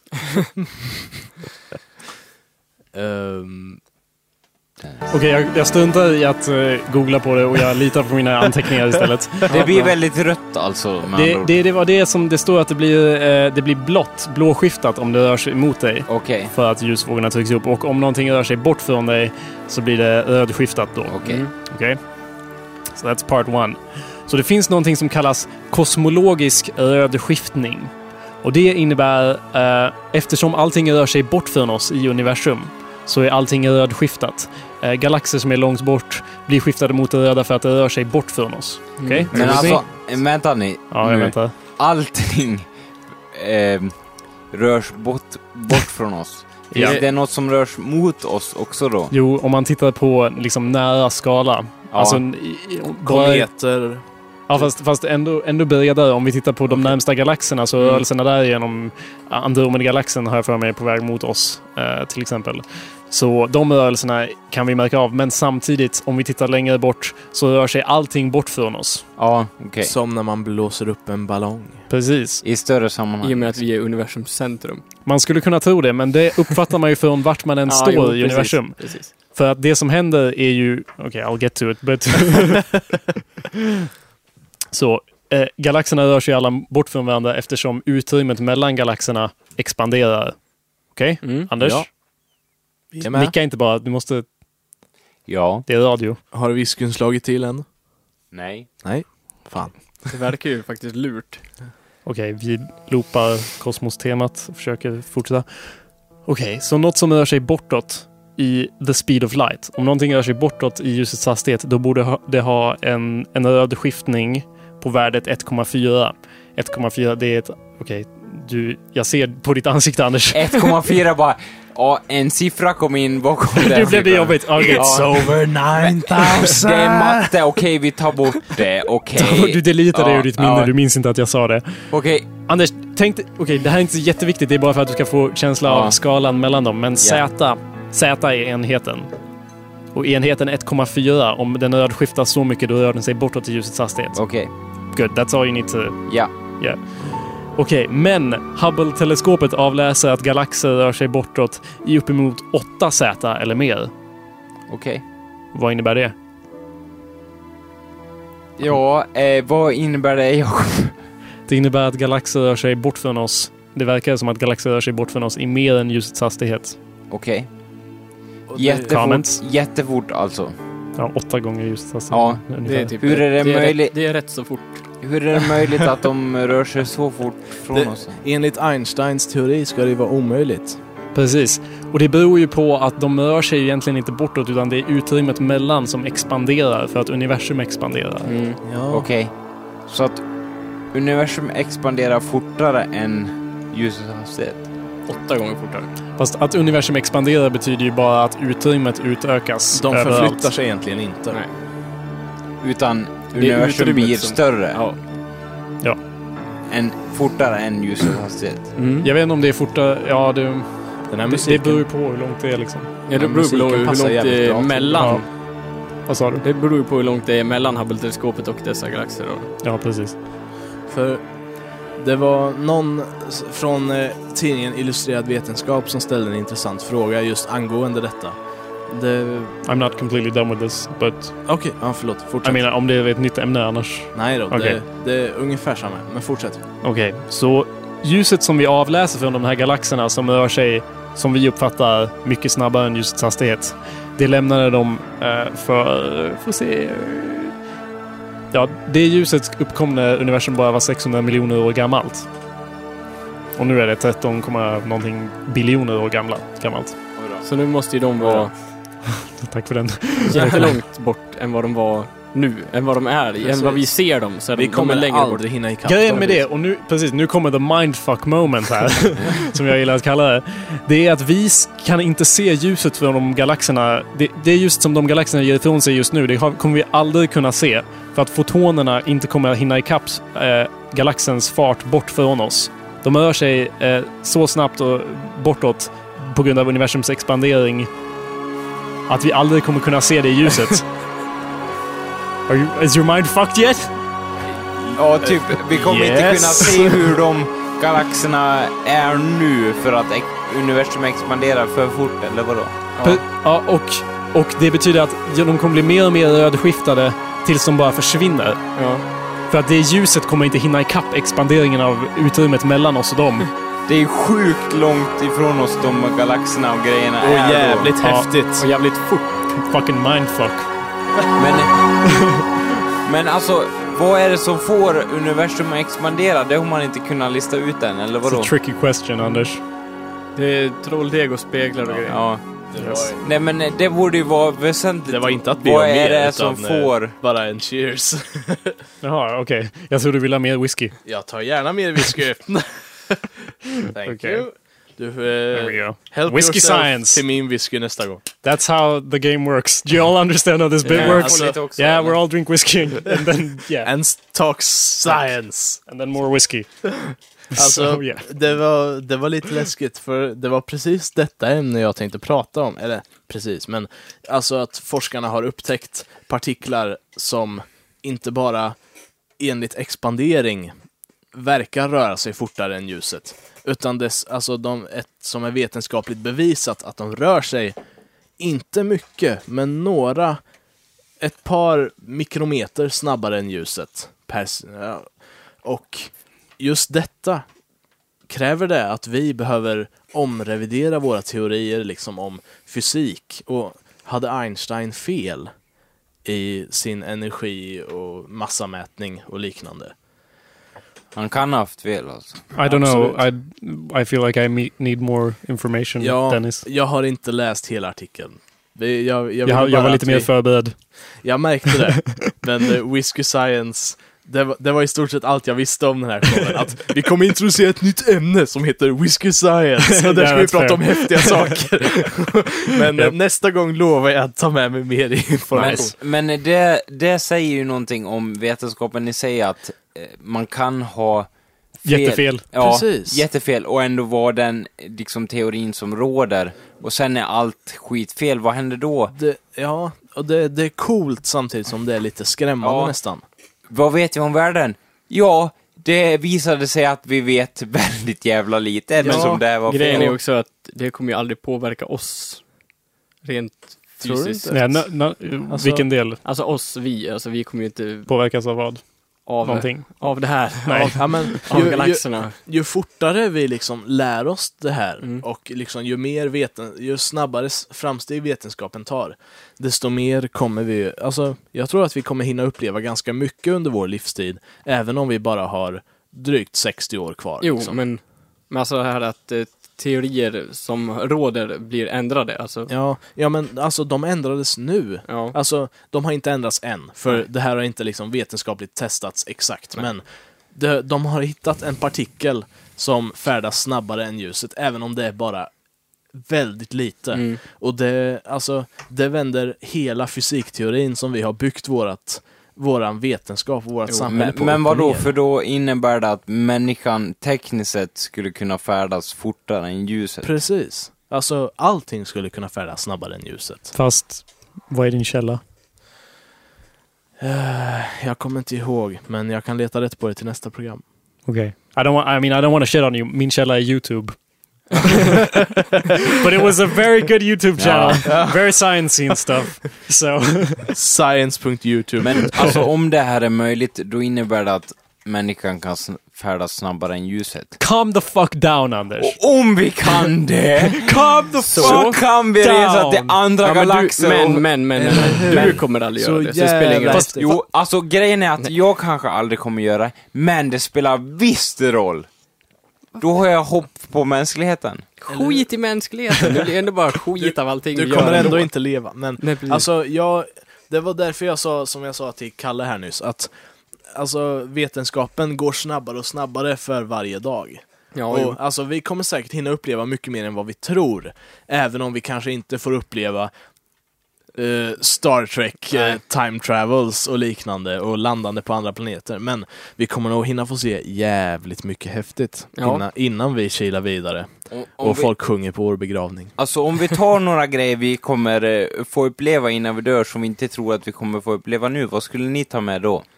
Okej, jag struntar i att googla på det och jag litar på mina anteckningar istället. Det blir väldigt rött alltså. Det var det som det står att det blir blått, blåskiftat om det rör sig mot dig. Okej. För att ljusvågorna trycks upp. Och om någonting rör sig bort från dig så blir det rödskiftat då. Okej. Okej? So that's part one. Så det finns någonting som kallas kosmologisk rödskiftning. Och det innebär, eftersom allting rör sig bort från oss i universum, så är allting rödskiftat. Galaxer som är långt bort blir skiftade mot det röda för att det rör sig bort från oss. Okej? Men alltså, vänta ni. Ja, jag väntar. Allting rörs bort från oss. Ja. Är det något som rörs mot oss också då? Jo, om man tittar på liksom nära skala. Ja. Alltså, Kometer. Ja, fast ändå bredare. Om vi tittar på de närmsta galaxerna så rörelserna där genom Andromeda-galaxen har jag för mig på väg mot oss till exempel. Så de rörelserna kan vi märka av. Men samtidigt, om vi tittar längre bort så rör sig allting bort från oss. Ja, okej. Som när man blåser upp en ballong. Precis. I större sammanhang. I och med att vi är universums centrum. Man skulle kunna tro det, men det uppfattar man ju från vart man än står i universum. Precis. För att det som händer är ju... Okej, I'll get to it, but... Så, galaxerna rör sig alla bort från varandra eftersom utrymmet mellan galaxerna expanderar. Okej? Anders? Ja. Vi är med. Nicka inte bara, du måste... Ja. Det är radio. Har whiskyn slagit till än? Nej. Nej. Fan. Det verkar ju faktiskt lurt. Okej, vi loopar kosmostemat och försöker fortsätta. Okej, så något som rör sig bortåt i the speed of light. Om någonting rör sig bortåt i ljusets hastighet, då borde det ha en röd skiftning på värdet 1,4. 1,4, det är ett... Okej, jag ser på ditt ansikte, Anders. 1,4 bara... Ja, en siffra kom in bakom den. Nu blev det jobbigt. Okay. It's over 9000! Det är matte, okej, vi tar bort det, okej. Du deletade det ur ditt minne, ja. du minns inte att jag sa det. Okej. Anders, okej, det här är inte så jätteviktigt, det är bara för att du ska få känsla av skalan mellan dem. Men Z är enheten. Och enheten 1,4, om den rödskiftar så mycket, då rör den sig bortåt i ljusets hastighet. Okej. Good, that's all you need to... Ja. Yeah. Okej, men Hubble-teleskopet avläser att galaxer rör sig bortåt i uppemot 8 Z eller mer. Okej. Vad innebär det? Ja, vad innebär det, Jakob? Det innebär att galaxer rör sig bort från oss. Det verkar som att galaxer rör sig bort från oss i mer än ljusets hastighet. Okej. Comments? Jättefort alltså. Ja, 8 gånger ljusets hastighet. Ja, ungefär. Det är typ Hur är det möjligt? Det är rätt så fort. Hur är det möjligt att de rör sig så fort från oss? Enligt Einsteins teori ska det vara omöjligt. Precis. Och det beror ju på att de rör sig egentligen inte bortåt, utan det är utrymmet mellan som expanderar för att universum expanderar. Ja. Okej. Så att universum expanderar fortare än ljusets hastighet. 8 gånger fortare. Fast att universum expanderar betyder ju bara att utrymmet utökas. De överallt. förflyttar sig egentligen inte. Nej. Utan är universum utrymmet blir som- större. Ja. Fortare än ljusets hastighet. Jag vet inte om det är fortare... Ja, Den här det musiken, beror ju på hur långt det är liksom. Ja, det Men beror på musiken hur passar långt det jävligt är bra till- mellan. Ja. Vad sa du? Det beror ju på hur långt det är mellan Hubble-teleskopet och dessa galaxer då. Ja, precis. för det var någon från tidningen Illustrerad Vetenskap som ställde en intressant fråga just angående detta. I'm not completely done with this, but... Okej, ja förlåt. Fortsätt. Jag menar, om det är ett nytt ämne annars. Nej då, Okej. det är ungefär samma. Men fortsätt. Okej, så ljuset som vi avläser från de här galaxerna som rör sig, som vi uppfattar, mycket snabbare än ljusets hastighet. Det lämnade de för se... Ja, det ljuset uppkom när universum bara var 600 miljoner år gammalt. Och nu är det 13, någonting biljoner år gammalt. Så nu måste ju de vara Tack för den. jättelångt bort än vad de var nu. Än vad de är. Än vad vi ser dem. Så är Vi de kommer är längre bort. aldrig hinna ikapp. Grejen med det, och nu kommer the mindfuck moment här, som jag gillar att kalla det. Det är att vi kan inte se ljuset från de galaxerna. Det är just som de galaxerna ger ifrån sig just nu. Det kommer vi aldrig kunna se. För att fotonerna inte kommer att hinna ikapp galaxens fart bort från oss. De rör sig så snabbt och bortåt på grund av universums expandering att vi aldrig kommer kunna se det ljuset. Is your mind fucked yet? Ja, typ. Vi kommer inte kunna se hur de galaxerna är nu för att universum expanderar för fort, eller vadå? Ja, och det betyder att de kommer bli mer och mer rödskiftade tills de bara försvinner. Ja. För att det ljuset kommer inte hinna ikapp expanderingen av utrymmet mellan oss och dem. Det är sjukt långt ifrån oss de galaxerna och grejerna Och är jävligt Ja. häftigt. Och jävligt fort. Fucking mindfuck. Men alltså, vad är det som får universum att expandera? Det har man inte kunnat lista ut än, eller It's vadå? a tricky question, Anders. Det är trolldeg och speglar och grejer. Ja. Yes. Nej, men det borde ju vara väsentligt. Det var inte att be vad om är mer, det utan, som får... bara en cheers. Jaha, okej. Jag tror du vill ha mer whisky. Jag tar gärna mer whisky. Thank Okej. you. Du, There we go. help Whisky yourself science. till min whisky nästa gång. That's how the game works. Do you all understand how this bit Yeah, works? alltså- Lite också, Yeah, eller? we're all drink whiskey. And then, yeah. And talk science. And then more whiskey. Alltså, So, yeah. det var lite läskigt för det var precis detta ämne jag tänkte prata om. Eller precis, men alltså att forskarna har upptäckt partiklar som inte bara enligt expandering verkar röra sig fortare än ljuset. Utan som är vetenskapligt bevisat att de rör sig inte mycket, men ett par mikrometer snabbare än ljuset. Och just detta kräver det att vi behöver omrevidera våra teorier liksom om fysik. Och hade Einstein fel i sin energi och massamätning och liknande? Han kan ha haft fel alltså. I don't know. I feel like I need more information, Ja, Dennis. jag har inte läst hela artikeln. Jag Jag var lite mer förberedd. Jag märkte det. Men Whisky Science, det var i stort sett allt jag visste om den här showen. Att vi kommer introducera ett nytt ämne som heter Whisky Science. Och där ska vi prata om häftiga saker. Men nästa gång lovar jag att ta med mig mer information. Men det säger ju någonting om vetenskapen i sig, att man kan ha fel. Jättefel. Ja, Precis. jättefel. Och ändå var den liksom teorin som råder. Och sen är allt skitfel. Vad händer då? Det är coolt samtidigt som det är lite skrämmande nästan. Vad vet vi om världen? Ja, det visade sig att vi vet väldigt jävla lite. Men som det var Grejen är fel. också att det kommer ju aldrig påverka oss rent Tror du fysiskt. inte? Nej, vilken del Alltså oss, vi kommer ju inte påverkas av vad? av Någonting. av det här. Nej. Ja, men Av galaxerna. ju fortare vi liksom lär oss det här och liksom ju snabbare framsteg vetenskapen tar, desto mer kommer vi, alltså jag tror att vi kommer hinna uppleva ganska mycket under vår livstid, även om vi bara har drygt 60 år kvar. Jo, liksom. men alltså det här att teorier som råder blir ändrade. Alltså. Ja, men alltså de ändrades nu. Ja. Alltså, de har inte ändrats än, för det här har inte liksom vetenskapligt testats exakt, men de har hittat en partikel som färdas snabbare än ljuset, även om det är bara väldigt lite. Och det vänder hela fysikteorin som vi har byggt våran vetenskap och vårt samhälle på. Men vadå, för då innebär det att människan tekniskt sett skulle kunna färdas fortare än ljuset? Precis. Alltså, allting skulle kunna färdas snabbare än ljuset. Fast, vad är din källa? Jag kommer inte ihåg, men jag kan leta rätt på det till nästa program. Okej. I don't want to shit on you. Min källa är YouTube. But it was a very good YouTube channel. Very sciencey and stuff. So. Science.youtube. Men alltså om det här är möjligt, då innebär det att människan kan färdas snabbare än ljuset. Calm the fuck down, Anders. Och om vi kan det, så kan vi resa till andra galaxer. Men du kommer aldrig göra det. Så det spelar ingen roll. Jo, alltså grejen är att jag kanske aldrig kommer göra, men det spelar visst roll. Då har jag hopp på mänskligheten. Skit i mänskligheten. Det blir ändå bara skit av allting. Du kommer ändå inte leva. Men alltså, det var därför jag sa, som jag sa till Kalle här nyss, att alltså, vetenskapen går snabbare och snabbare för varje dag. Och alltså, vi kommer säkert hinna uppleva mycket mer än vad vi tror. Även om vi kanske inte får uppleva Star Trek, time travels och liknande och landande på andra planeter. Men vi kommer nog hinna få se jävligt mycket häftigt innan vi kilar vidare. Och folk sjunger på vår begravning. Alltså om vi tar några grejer vi kommer få uppleva innan vi dör som vi inte tror att vi kommer få uppleva nu, vad skulle ni ta med då?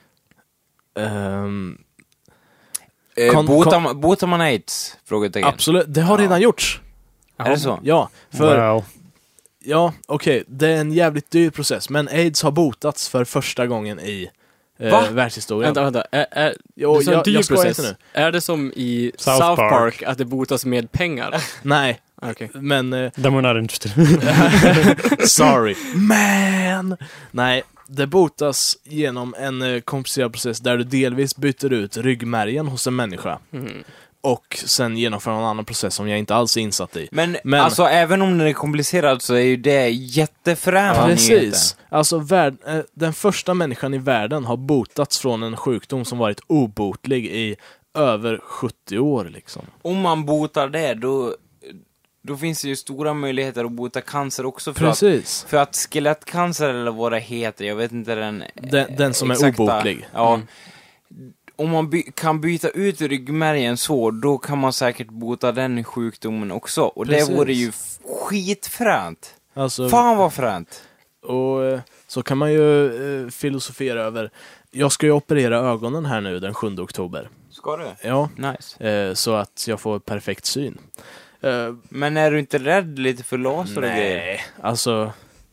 Botar man AIDS? Frågetecken. Absolut, det har redan gjorts. Är det så? Ja, för Wow. ja, okej, det är en jävligt dyr process, men AIDS har botats för första gången i världshistorien. Vänta. Jo, det är en dyr skojar process. inte nu. Är det som i South Park att det botas med pengar? Nej, Okej. men Then we're not interested. sorry. Man! Nej, det botas genom en komplicerad process där du delvis byter ut ryggmärgen hos en människa. Och sen genomför någon annan process som jag inte alls är insatt i. Men alltså även om den är komplicerad så är ju det jättefrämmande. Precis. Alltså den första människan i världen har botats från en sjukdom som varit obotlig i över 70 år liksom. Om man botar det, då finns det ju stora möjligheter att bota cancer också. Precis. För att skelettcancer eller vad det heter, jag vet inte den som är obotlig. Ja. Om man kan byta ut ryggmärgen så, då kan man säkert bota den sjukdomen också. Och Precis. det vore ju skitfränt. Alltså, Fan vad fränt. och så kan man ju filosofera över. Jag ska ju operera ögonen här nu den 7 oktober. Ska du? Ja. Nice. Så att jag får perfekt syn. Men är du inte rädd lite för laser och grejer? Nej, alltså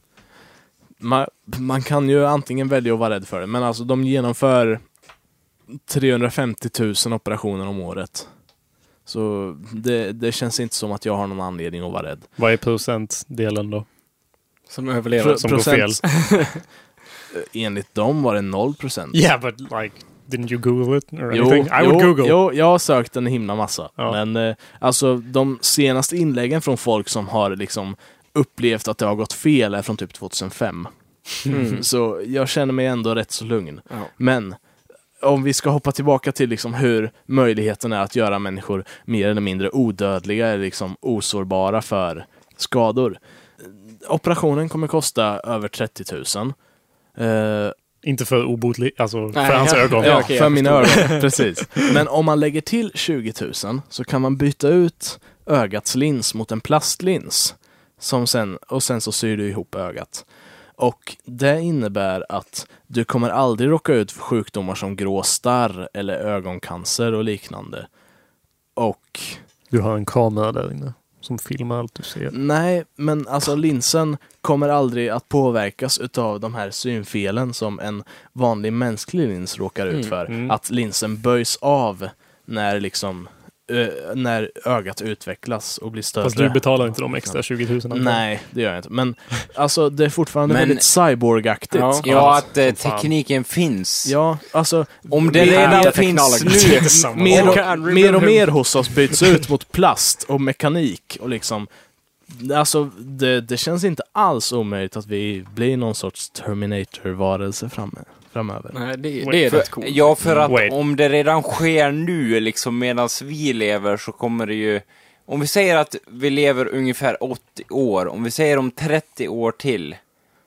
man kan ju antingen välja att vara rädd för det, men alltså de genomför 350 000 operationer om året. Så det känns inte som att jag har någon anledning att vara rädd. Vad är procentdelen då? Som överlever. Som går fel. Enligt dem var det 0%. Yeah, but like, didn't you Google it or anything? I would Google. Jo, jag har sökt en himla massa. Ja. Men alltså de senaste inläggen från folk som har liksom upplevt att det har gått fel är från typ 2005. Så jag känner mig ändå rätt så lugn. Ja. Men om vi ska hoppa tillbaka till liksom hur möjligheten är att göra människor mer eller mindre odödliga eller liksom osårbara för skador. Operationen kommer kosta över 30 000. Inte för obotlig, alltså för hans ögon. Ja, okej, för mina ögon, precis. Men om man lägger till 20 000 så kan man byta ut ögats lins mot en plastlins som sen så syr du ihop ögat. Och det innebär att du kommer aldrig råka ut för sjukdomar som grå starr eller ögoncancer och liknande. Och Du har en kamera där inne som filmar allt du ser. nej, men alltså linsen kommer aldrig att påverkas utav de här synfelen som en vanlig mänsklig lins råkar ut för. Att linsen böjs av när liksom när ögat utvecklas och blir större. Fast du betalar inte de extra 20 000. Nej, det gör jag inte. Men alltså, det är fortfarande väldigt cyborgaktigt. Ja, att tekniken finns. Ja, alltså om det redan finns nu, mer och mer hos oss byts ut mot plast och mekanik och liksom, alltså det känns inte alls omöjligt att vi blir någon sorts Terminator-varelse framöver. Nej, det är rätt coolt. Ja, för att om det redan sker nu liksom medan vi lever, så kommer det ju, om vi säger att vi lever ungefär 80 år, om vi säger om 30 år till,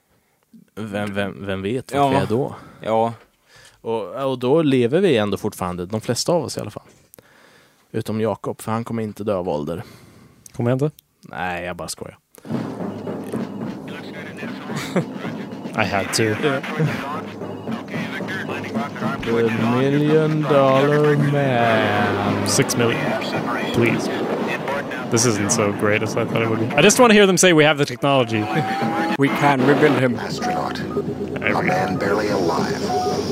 vem vet vad vi är då? Ja. Och då lever vi ändå fortfarande, de flesta av oss i alla fall. Utom Jakob, för han kommer inte dö av ålder. Kommer jag inte? Nej, jag bara skojar. I had to. The $1 million man. 6 million. Please. This isn't so great as I thought it would be. I just want to hear them say we have the technology. We can rebuild him. Astronaut. A man barely alive.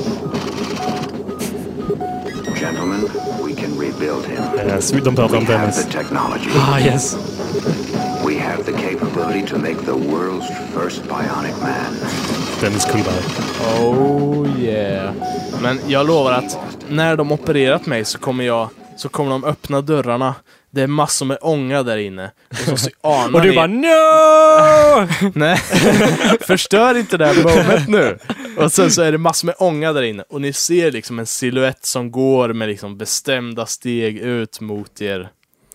Gentlemen, we can rebuild him. Yes, de pratar om We have Dennis. the technology. Ah, yes. We have the capability to make the world's first bionic man. Dennis Kullberg. Oh yeah. Men jag lovar att när de opererat mig så kommer de öppna dörrarna. Det är massor med ånga där inne. Och så anar Och du ni... bara no! Nej, förstör inte det här moment nu. Och sen så är det massor med ånga där inne. Och ni ser liksom en silhuett som går med liksom bestämda steg ut mot er.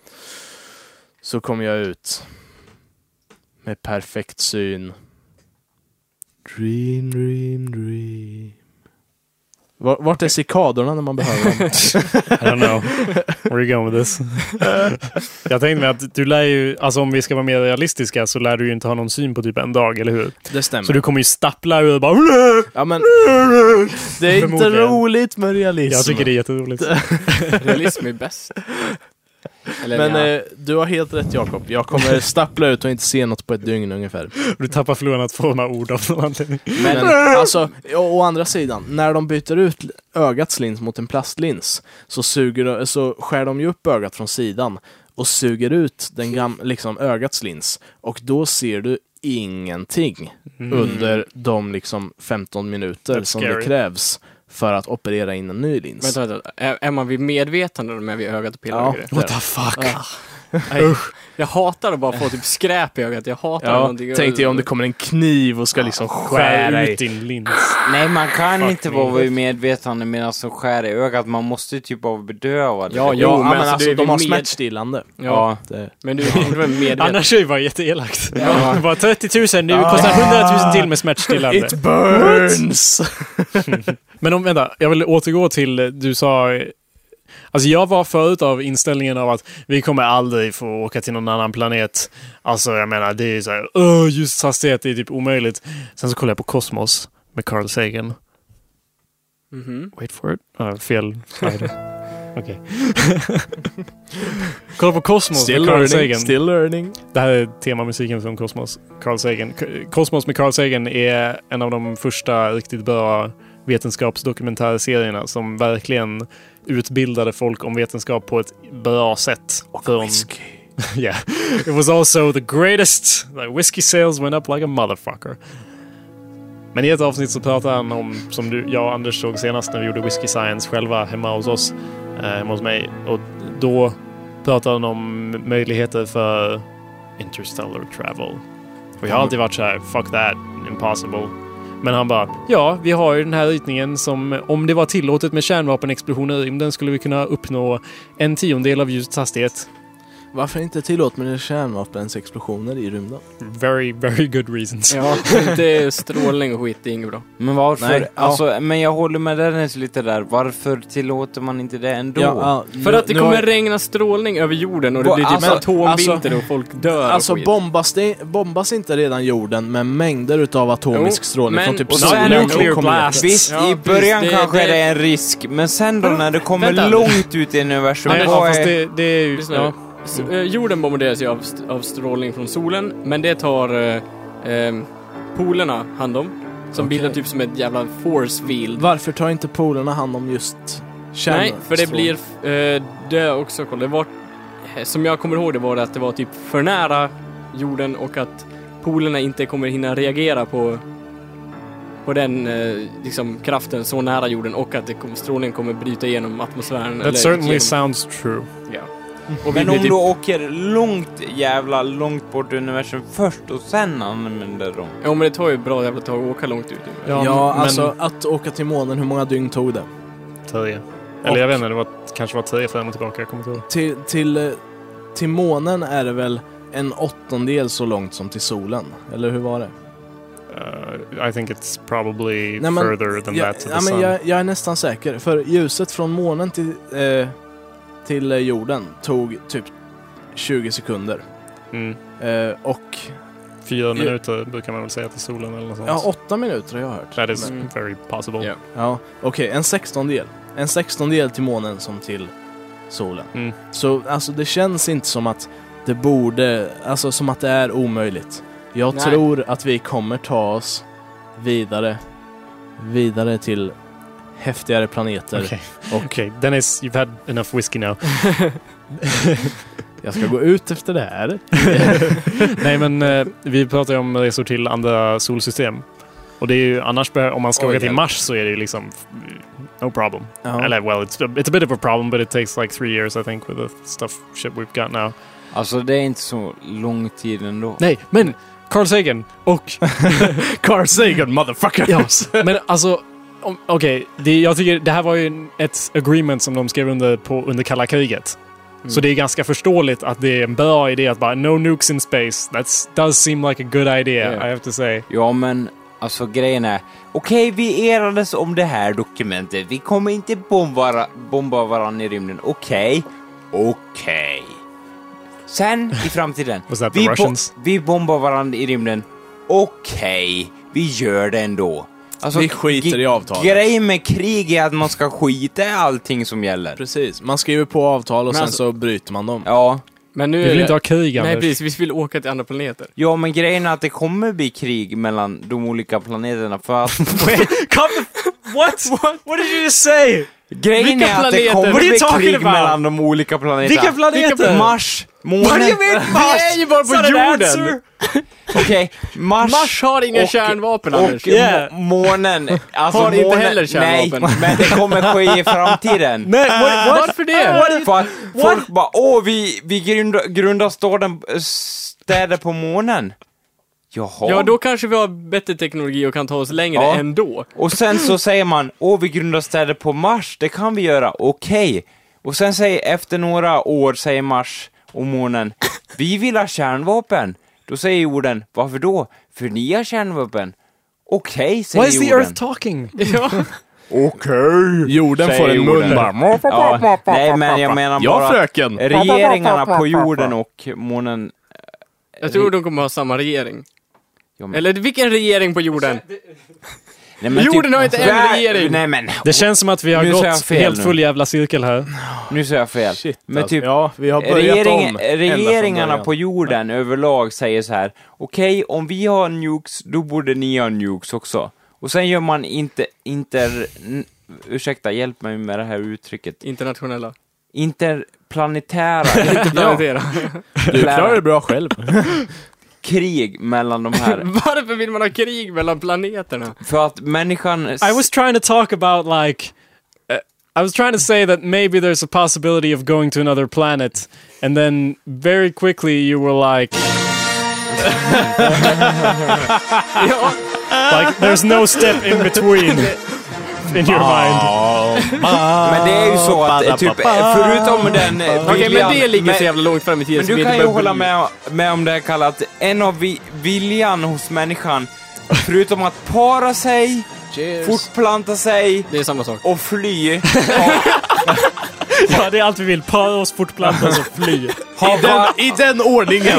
Så kommer jag ut. Med perfekt syn. Dream, dream, dream. Vart är cikadorna när man behöver dem? I don't know. Where are you going with this? Jag tänkte mig att du lär ju, alltså om vi ska vara mer realistiska så lär du ju inte ha någon syn på typ en dag, eller hur? Det stämmer. Så du kommer ju stappla och bara... Ja, men det är inte roligt med realism. Jag tycker det är jätteroligt. Realism är bäst. Eller, Men du har helt rätt, Jakob. Jag kommer stappla ut och inte se något på ett dygn ungefär. Du tappar förloran att få de här ord av någon anledning. Men alltså, å andra sidan, när de byter ut ögats lins mot en plastlins så skär de ju upp ögat från sidan och suger ut den liksom ögats lins. Och då ser du ingenting under de liksom 15 minuter That's som scary. det krävs för att operera in en ny lins. Vänta. Är man vid medvetande eller är vid ögat och pillar och grejer? What the fuck? Jag hatar att bara få typ skräp i ögat. Jag hatar någonting. Tänk dig om det kommer en kniv och ska liksom skära ut din lins. Nej, man kan Fuck inte me. vara vid medvetande medan som skär i ögat. Man måste ju typ vara bedövad. Ja, Ja, men alltså, alltså det är de har med- smärtstillande. Ja, Det... men du är medveten. Annars är det bara jätteelakt. Ja. Bara 30 000, nu kostar 100 000 till med smärtstillande. It burns! Men vänta, jag vill återgå till, du sa... Alltså jag var förut av inställningen av att vi kommer aldrig få åka till någon annan planet. Alltså jag menar, det är så här, just hastighet, det är typ omöjligt. Sen så kollade jag på Cosmos med Carl Sagan. Wait for it. Fel slide. Okej. Kolla på Cosmos med Carl Sagan. Still learning. Det här är temamusiken från Cosmos. Carl Sagan. Cosmos med Carl Sagan är en av de första riktigt bra vetenskapsdokumentärserierna som verkligen utbildade folk om vetenskap på ett bra sätt. Och whisky. Yeah. It was also the greatest. Like, whiskey sales went up like a motherfucker. Men i ett avsnitt så pratar han om, som jag och Anders såg senast när vi gjorde Whiskey Science själva hemma hos oss, hemma hos mig. Och då pratar han om möjligheter för interstellar travel. Och jag har alltid varit så här, fuck that, impossible. Men han bara, ja, vi har ju den här ritningen som, om det var tillåtet med kärnvapenexplosioner i rymden skulle vi kunna uppnå 1/10 av ljusets hastighet. Varför inte tillåt med kärnvapensexplosioner i rymden? Very, very good reasons. Ja, det är strålning och skit, det är inget bra. Men varför? Nej, Alltså, men jag håller med Dennis lite där. Varför tillåter man inte det ändå? För att det kommer regna strålning över jorden och det blir typ alltså, atomvinter och folk dör Alltså och skit. bombas inte redan jorden med mängder utav atomisk strålning men- från typ och solen sen och nuclear kometer. blast. Visst, Ja, i början precis. kanske Det- det är en risk, men sen då när det kommer Vänta. långt ut i universum, Nej, vad fast är... det är ju... Lyssna Ja. nu. Jorden bombarderas ju av strålning från solen, men det tar polerna hand om. Som bildar typ som ett jävla force field. Varför tar inte polerna hand om just Nej, för det blir det också. Det var, som jag kommer ihåg det var att det var typ för nära jorden och att polerna inte kommer hinna reagera på den liksom kraften så nära jorden och att strålningen kommer bryta igenom atmosfären. That certainly sounds true. Ja. Och Men om typ, du åker långt bort i universum först och sen använder dem. ja, men det tar ju bra jävla tag att åka långt ut. Ja, alltså att åka till månen, hur många dygn tog det? 10. Eller jag vet inte, det kanske var 10 fram och tillbaka. Jag kommer inte ihåg. Till månen är det väl 1/8 så långt som till solen? Eller hur var det? I think it's probably further than that to the sun. Men jag är nästan säker. För ljuset från månen till jorden tog typ 20 sekunder. Och 4 minuter brukar man väl säga till solen eller något sånt. Ja, 8 minuter har jag hört. That is very possible. Yeah. Ja, okej, en 16-del. En 16-del till månen som till solen. Så alltså det känns inte som att det borde, alltså som att det är omöjligt. Jag tror att vi kommer ta oss vidare till häftigare planeter. Okej. Dennis, you've had enough whiskey now. Jag ska gå ut efter det här. Nej, men vi pratar ju om resor till andra solsystem. Och det är ju annars, om man ska åka till Mars så är det ju liksom no problem. Eller, well, it's a bit of a problem, but it takes like 3 years, I think, with the shit we've got now. Alltså, det är inte så lång tid ändå. Nej, men Carl Sagan och Carl Sagan, motherfucker! Ja, men alltså, okej, jag tycker det här var ju ett agreement som de skrev under kalla kriget. Så det är ganska förståeligt att det är en bra idé att bara no nukes in space. That does seem like a good idea, I have to say. Ja, men alltså grejen är, okej, vi erades om det här dokumentet. Vi kommer inte bomba varandra i rymden. Okej. Sen i framtiden. Was that the Russians? Vi bombar varandra i rymden. Okej, vi gör det ändå. Alltså, vi skiter i avtalet. Grejen med krig är att man ska skita i allting som gäller. Precis, man skriver på avtal och sen så bryter man dem. Ja. Men nu vi vill inte ha krig, Anders. Nej, precis, vi vill åka till andra planeter. Ja, men grejen är att det kommer bli krig mellan de olika planeterna för att... What did you just say? Grejen är att det kommer bli krig mellan de olika planeterna. Vilka planeter? Mars, månen. What do you mean Mars? Vi är ju bara på jorden. Okej, Mars har inga kärnvapen, Anders. Och månen. Alltså har månen, inte heller kärnvapen. Nej, men det kommer ske i framtiden. Men varför det? För att folk bara, vi grundar städer på månen. Jaha. Ja, då kanske vi har bättre teknologi och kan ta oss längre ändå. Och sen så säger man, vi grundar städer på Mars, det kan vi göra, okej. Och sen efter några år säger Mars och månen, vi vill ha kärnvapen. Då säger jorden, varför då? För ni har kärnvapen. Okej, säger jorden. Why is the Earth talking? Ja. Okej. Jorden får en mun bara. Ja, nej, men jag menar bara fröken. regeringarna på jorden och månen. Jag tror de kommer ha samma regering. Ja, men... Eller vilken regering på jorden? Nej, men jorden har inte en regering. Nej, men... Det känns som att vi har gått helt full jävla cirkel här. Nu säger jag fel. Shit, men typ, vi har börjat om. Regeringarna på jorden överlag säger så här: okej, om vi har nukes, då borde ni ha nukes också. Och sen gör man ursäkta, hjälp mig med det här uttrycket. Internationella. Interplanetära. Interplanetera. Du klarar det bra själv. Krig mellan de här. Varför vill man ha krig mellan planeterna? För att människan... I was trying to talk about like... I was trying to say that maybe there's a possibility of going to another planet, and then very quickly you were like... Like, there's no step in between in your mind. Men det är ju så att typ, förutom den Okej, men det ligger så jävla långt fram i tiden. Men du kan ju hålla med om det här kallat en av viljan hos människan, förutom att para sig, fortplanta sig, det är samma sak, och fly. Ja, det är allt vi vill. Para oss, fortplanta oss och fly. I den ordningen.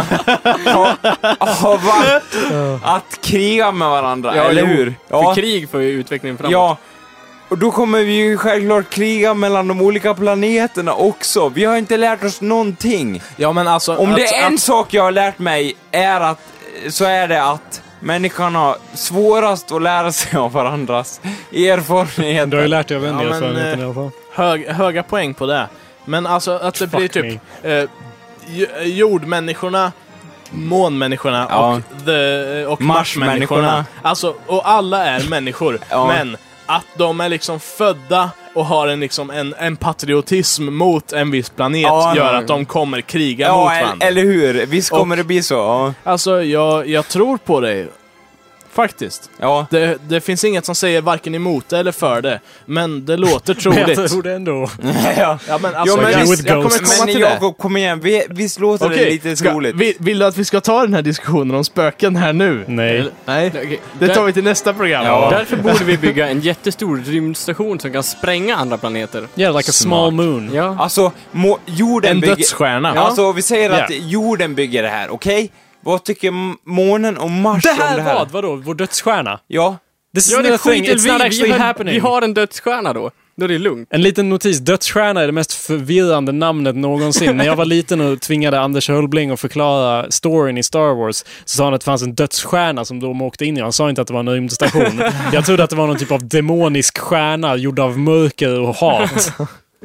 Har varit att kriga med varandra, eller hur? För krig för utvecklingen framåt. Ja, och då kommer vi ju självklart kriga mellan de olika planeterna också. Vi har inte lärt oss någonting. Ja, men alltså... Om det är en sak jag har lärt mig så är det att människan har svårast att lära sig av varandras erfarenheter. Du har ju lärt dig av en erfarenheten i alla fall. höga poäng på det. Men alltså att det blir typ jordmänniskorna, månmänniskorna och marsmänniskorna. Alltså, och alla är människor. Men att de är liksom födda och har en patriotism mot en viss planet gör att de kommer kriga mot varandra. Eller hur? Visst kommer det bli så. Ja. Alltså, jag tror på dig. Faktiskt. Ja. Det finns inget som säger varken emot det eller för det. Men det låter troligt. Men jag tror det ändå. Ja, men alltså, jag kommer komma till Jakob, kom igen. Visst låter det lite troligt. Vill du att vi ska ta den här diskussionen om spöken här nu? Nej. Nej. Det tar vi till nästa program. Ja. Därför borde vi bygga en jättestor rymdstation som kan spränga andra planeter. Yeah, like a small moon. Ja. Alltså, jorden en dödsstjärna. Alltså, vi säger att jorden bygger det här, okej? Vad tycker månen och Mars om det här? Vadå? Vår dödsstjärna? Ja. This is the thing. It's not actually happening. Vi har en dödsstjärna då. Då är det lugnt. En liten notis. Dödsstjärna är det mest förvirrande namnet någonsin. När jag var liten och tvingade Anders Hölbling att förklara storyn i Star Wars så sa han att det fanns en dödsstjärna som de åkte in i. Han sa inte att det var en rymdstation. Jag trodde att det var någon typ av demonisk stjärna gjord av mörker och hat.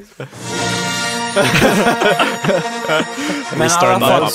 Men i alla fall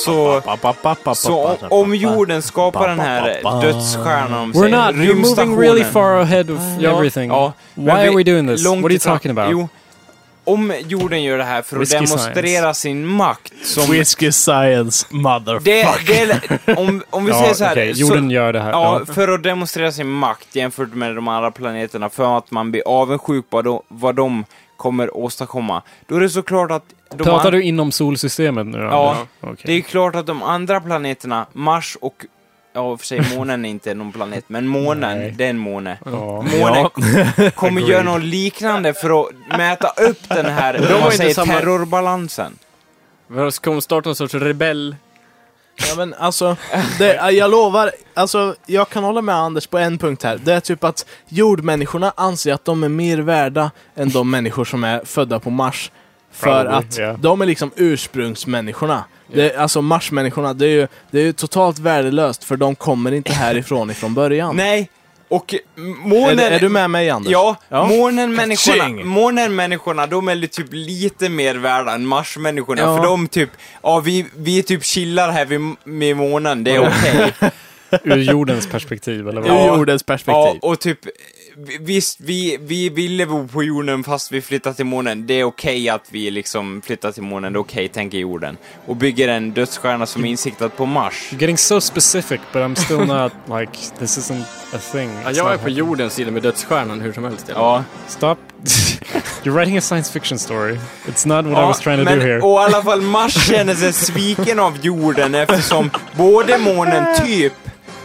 så om jorden skapar den här dödsstjärnan, You're moving really far ahead of everything. Why are we doing this? What are you talking about? Jo, om jorden gör det här för att demonstrera sin makt som Whiskey science, motherfucker. Om vi säger så här, jorden gör det här. Ja, för att demonstrera sin makt jämfört med de andra planeterna, för att man blir avundsjuk på vad de kommer åstadkomma. Då är det såklart att pratar du inom solsystemet nu? Ja, det är klart att de andra planeterna, Mars och för sig månen är inte någon planet, men månen, det är en måne. Månen kommer göra något liknande för att mäta upp den här terrorbalansen. Vi kommer starta någon sorts rebell. Ja, men alltså, jag lovar, alltså, jag kan hålla med Anders på en punkt här. Det är typ att jordmänniskorna anser att de är mer värda än de människor som är födda på Mars. För att de är liksom ursprungsmänniskorna. Alltså Marsmänniskorna, det är ju totalt värdelöst, för de kommer inte härifrån ifrån början. Nej, och månen... Är du med mig, Anders? Ja. Månenmänniskorna, de är typ lite mer värda än Marsmänniskorna. För de typ, vi typ chillar här med månen, det är okej. Ur jordens perspektiv, eller vad? Ur jordens perspektiv. Ja, och typ, visst, vi ville bo på jorden fast vi flyttar till månen. Det är okej att vi liksom flyttar till månen, det är okej, tänker jorden. Och bygger en dödsstjärna som är insiktad på Mars. You're getting so specific, but I'm still not, like, this isn't a thing. Jag är på jordens sida med dödsstjärnan hur som helst. Ja. Stop. You're writing a science fiction story. It's not what I was trying to do here. Och i alla fall Mars känner sig sviken av jorden eftersom både månen typ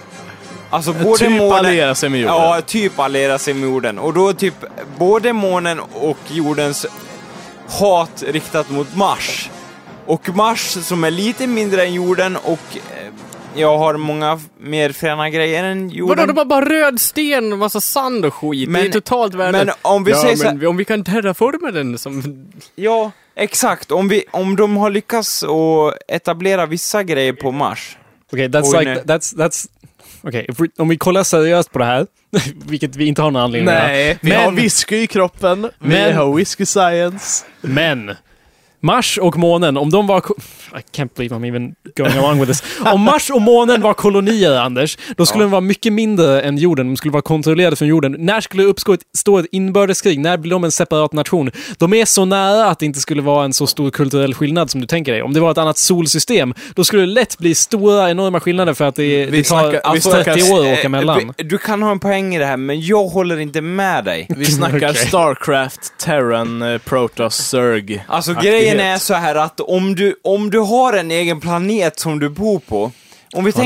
allierar sig med jorden. Ja, typ allierar sig med jorden. Och då typ både månen och jordens hat riktat mot Mars. Och Mars som är lite mindre än jorden och jag har många mer fräna grejer än jorden. Vadå, det var bara röd sten och massa sand och skit. Det är totalt värde. Men om vi säger så här, om vi kan terraforma den som... Ja, exakt. Om de har lyckats att etablera vissa grejer på Mars. Okej, that's okej, om vi kollar seriöst på det här, vilket vi inte har någon anledning att Nej, vi har whisky i kroppen. Vi har whisky science. Men Mars och månen, om de var... I can't believe I'm even going along with this. Om Mars och månen var kolonier, Anders, då skulle de vara mycket mindre än jorden. De skulle vara kontrollerade från jorden. När skulle det uppstå ett inbördeskrig? När blir de en separat nation? De är så nära att det inte skulle vara en så stor kulturell skillnad som du tänker dig. Om det var ett annat solsystem, då skulle det lätt bli stora, enorma skillnader för att det tar 30 år att åka mellan. Du kan ha en poäng i det här, men jag håller inte med dig. Vi snackar Starcraft, Terran, Protoss, Zerg. Alltså grejen är så här att om du har en egen planet som du bor på, om vi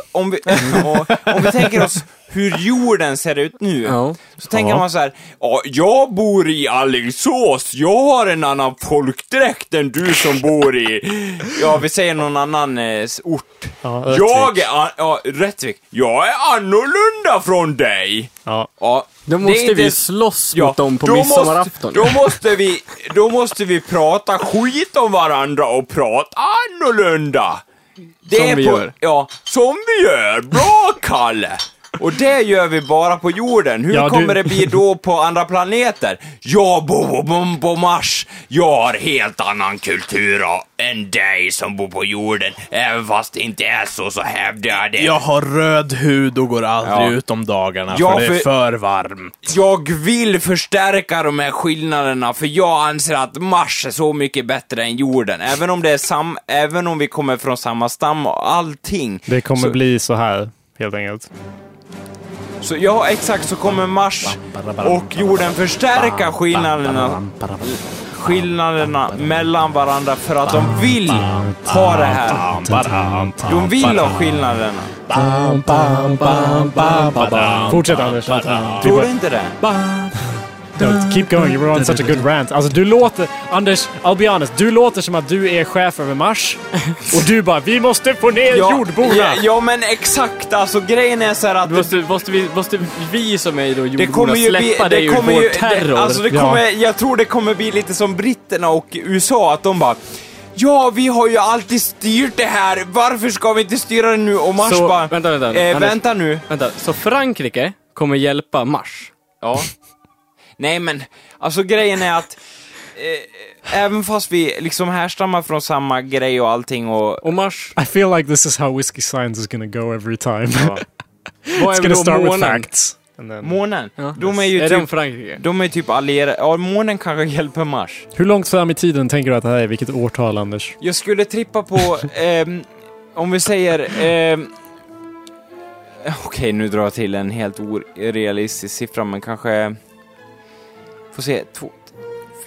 tänker oss hur jorden ser ut nu, så tänker man så här: jag bor i Alingsås, jag har en annan folkdräkt än du som bor i, vi säger någon annan ort. Rättvik. Jag är annorlunda från dig. Då måste vi slåss mot dem på midsommarafton. Då måste vi prata skit om varandra och prata annorlunda. Som vi gör. Ja, som vi gör. Bra, Kalle. Och det gör vi bara på jorden. Hur kommer det bli då på andra planeter? Jag bor på Mars. Jag har helt annan kultur än dig som bor på jorden. Även fast det inte är så hävdar jag det. Jag har röd hud och går aldrig ut om dagarna för det är för varmt. Jag vill förstärka de här skillnaderna för jag anser att Mars är så mycket bättre än jorden. Även om det är även om vi kommer från samma stam och allting. Det kommer bli så här, helt enkelt. Så ja, exakt, så kommer Mars och jorden förstärka skillnaderna mellan varandra för att de vill ha det här. De vill ha skillnaderna. Fortsätt, Anders. Tror du inte det? Keep going, you were on such a good rant. Alltså du låter, Anders, I'll be honest, du låter som att du är chef över Mars. Och du bara, vi måste få ner jordborna. Ja, men exakt, alltså grejen är så här att... Måste vi som är då jordborna släppa dig ur vår terror? Jag tror det kommer bli lite som britterna och USA, att de bara... Ja, vi har ju alltid styrt det här. Varför ska vi inte styra det nu? Och Mars så, bara... Vänta nu. Så Frankrike kommer hjälpa Mars? Ja. Nej, men alltså grejen är att även fast vi liksom härstammar från samma grej och allting och Mars... I feel like this is how Whiskey Science is gonna go every time. Ja. It's gonna start with facts. Månen? Ja. De är ju är typ... de Frankrike? De är typ allierade. Ja, månen kanske hjälper Mars. Hur långt fram i tiden tänker du att det här är? Vilket årtal, Anders? Jag skulle trippa på... om vi säger... Okej, nu drar jag till en helt orealistisk siffra, men kanske... Får se, 2, 4,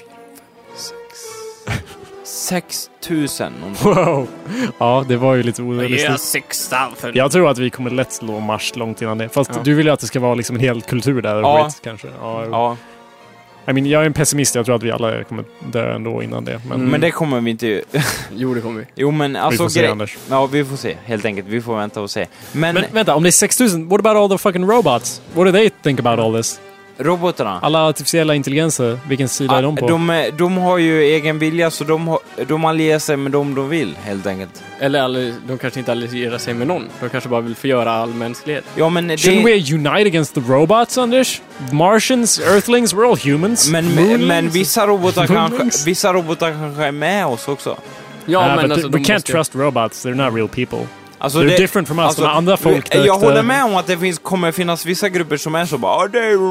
5, 6 000. Wow! Ja, det var ju lite orealistiskt. Yeah, 6,000. Jag tror att vi kommer lätt slå Mars långt innan det. Fast du vill ju att det ska vara liksom en hel kultur där. Ja. Kanske. Ja. Jag är en pessimist. Jag tror att vi alla kommer dö ändå innan det. Men det kommer vi inte... Jo, det kommer vi. Jo, men alltså... Vi får se, Anders. Ja, vi får se. Helt enkelt. Vi får vänta och se. Men vänta, om det är 6000, what about all the fucking robots? What do they think about all this? robotarna. Alla artificiella intelligenser, vilken sida är de på? De har ju egen vilja, så de allierar sig med dem de vill, helt enkelt. Eller de kanske inte allierar sig med någon. De kanske bara vill förgöra all mänsklighet. Ja, men Shouldn't we unite against the robots, Anders? Martians, Earthlings, we're all humans. Men vissa robotar kanske är med oss också. Ja, men alltså, we can't trust robots. They're not real people. Alltså they're different from us. Alltså, andra folk jag håller med om att det kommer finnas vissa grupper som är så bara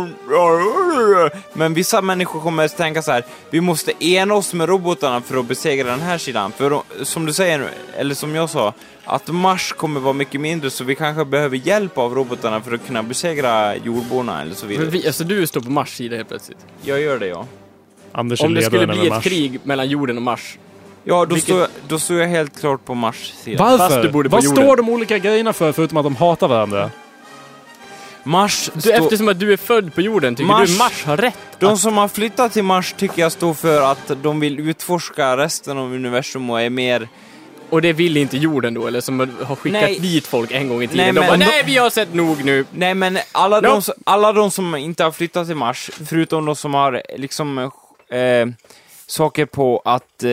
men vissa människor kommer att tänka så här: vi måste ena oss med robotarna för att besegra den här sidan. För som du säger, eller som jag sa, att Mars kommer vara mycket mindre, så vi kanske behöver hjälp av robotarna för att kunna besegra jordborna eller så vidare. Alltså du står på Mars sida helt plötsligt. Jag gör det, ja. Anders om det skulle bli ett krig mellan jorden och Mars. Ja, då står jag helt klart på Mars sida. Varför? Vad står de olika grejerna för, förutom att de hatar varandra? Eftersom att du är född på jorden, tycker du Mars har rätt? De som har flyttat till Mars tycker jag står för att de vill utforska resten av universum och är mer... Och det vill inte jorden då, eller som har skickat dit folk en gång i tiden. Nej, vi har sett nog nu. Nej, men alla de som inte har flyttat till Mars, förutom de som har liksom... saker på att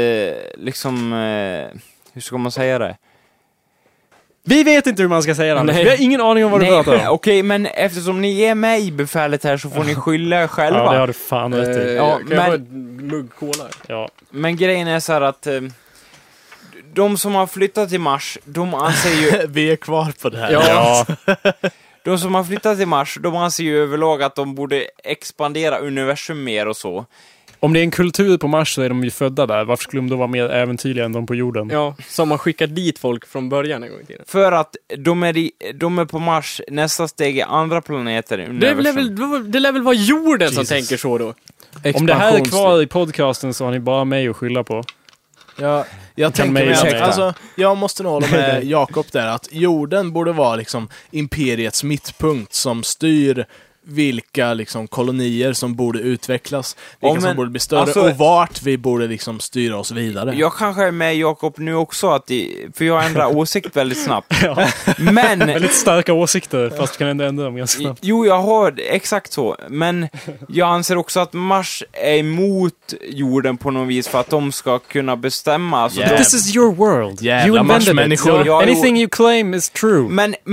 hur ska man säga det? Vi vet inte hur man ska säga det. Vi har ingen aning om vad du pratar om. Okej, men eftersom ni är med i befälet här så får ni skylla själva. Ja, det har du fan rätt i. Kan jag ha en mugg cola? Ja. Men grejen är så här att de som har flyttat till Mars, de anser ju... Vi är kvar på det här. Ja. De som har flyttat till Mars, de anser ju överlag att de borde expandera universum mer och så. Om det är en kultur på Mars så är de ju födda där. Varför skulle de då vara mer äventyrliga än de på jorden? Ja, som har skickat dit folk från början en gång i tiden. För att de är på Mars, nästa steg är andra planeter i universum. Det lär väl vara jorden som tänker så då. Om det här är kvar i podcasten så har ni bara mig att skylla på. Ja, jag tänker mig alltså, jag måste nog hålla med Jakob där, att jorden borde vara liksom imperiets mittpunkt som styr vilka liksom kolonier som borde utvecklas, vilka som borde bli större och vart vi borde liksom styra oss vidare. Jag kanske är med Jakob nu också, för jag ändrar åsikt väldigt snabbt. Ja. Men väldigt starka åsikter, fast du kan ändå ändra dem ganska snabbt. Jo, jag har exakt så. Men jag anser också att Mars är emot jorden på något vis för att de ska kunna bestämma. This is your world. You invented it. Anything you claim is true. Men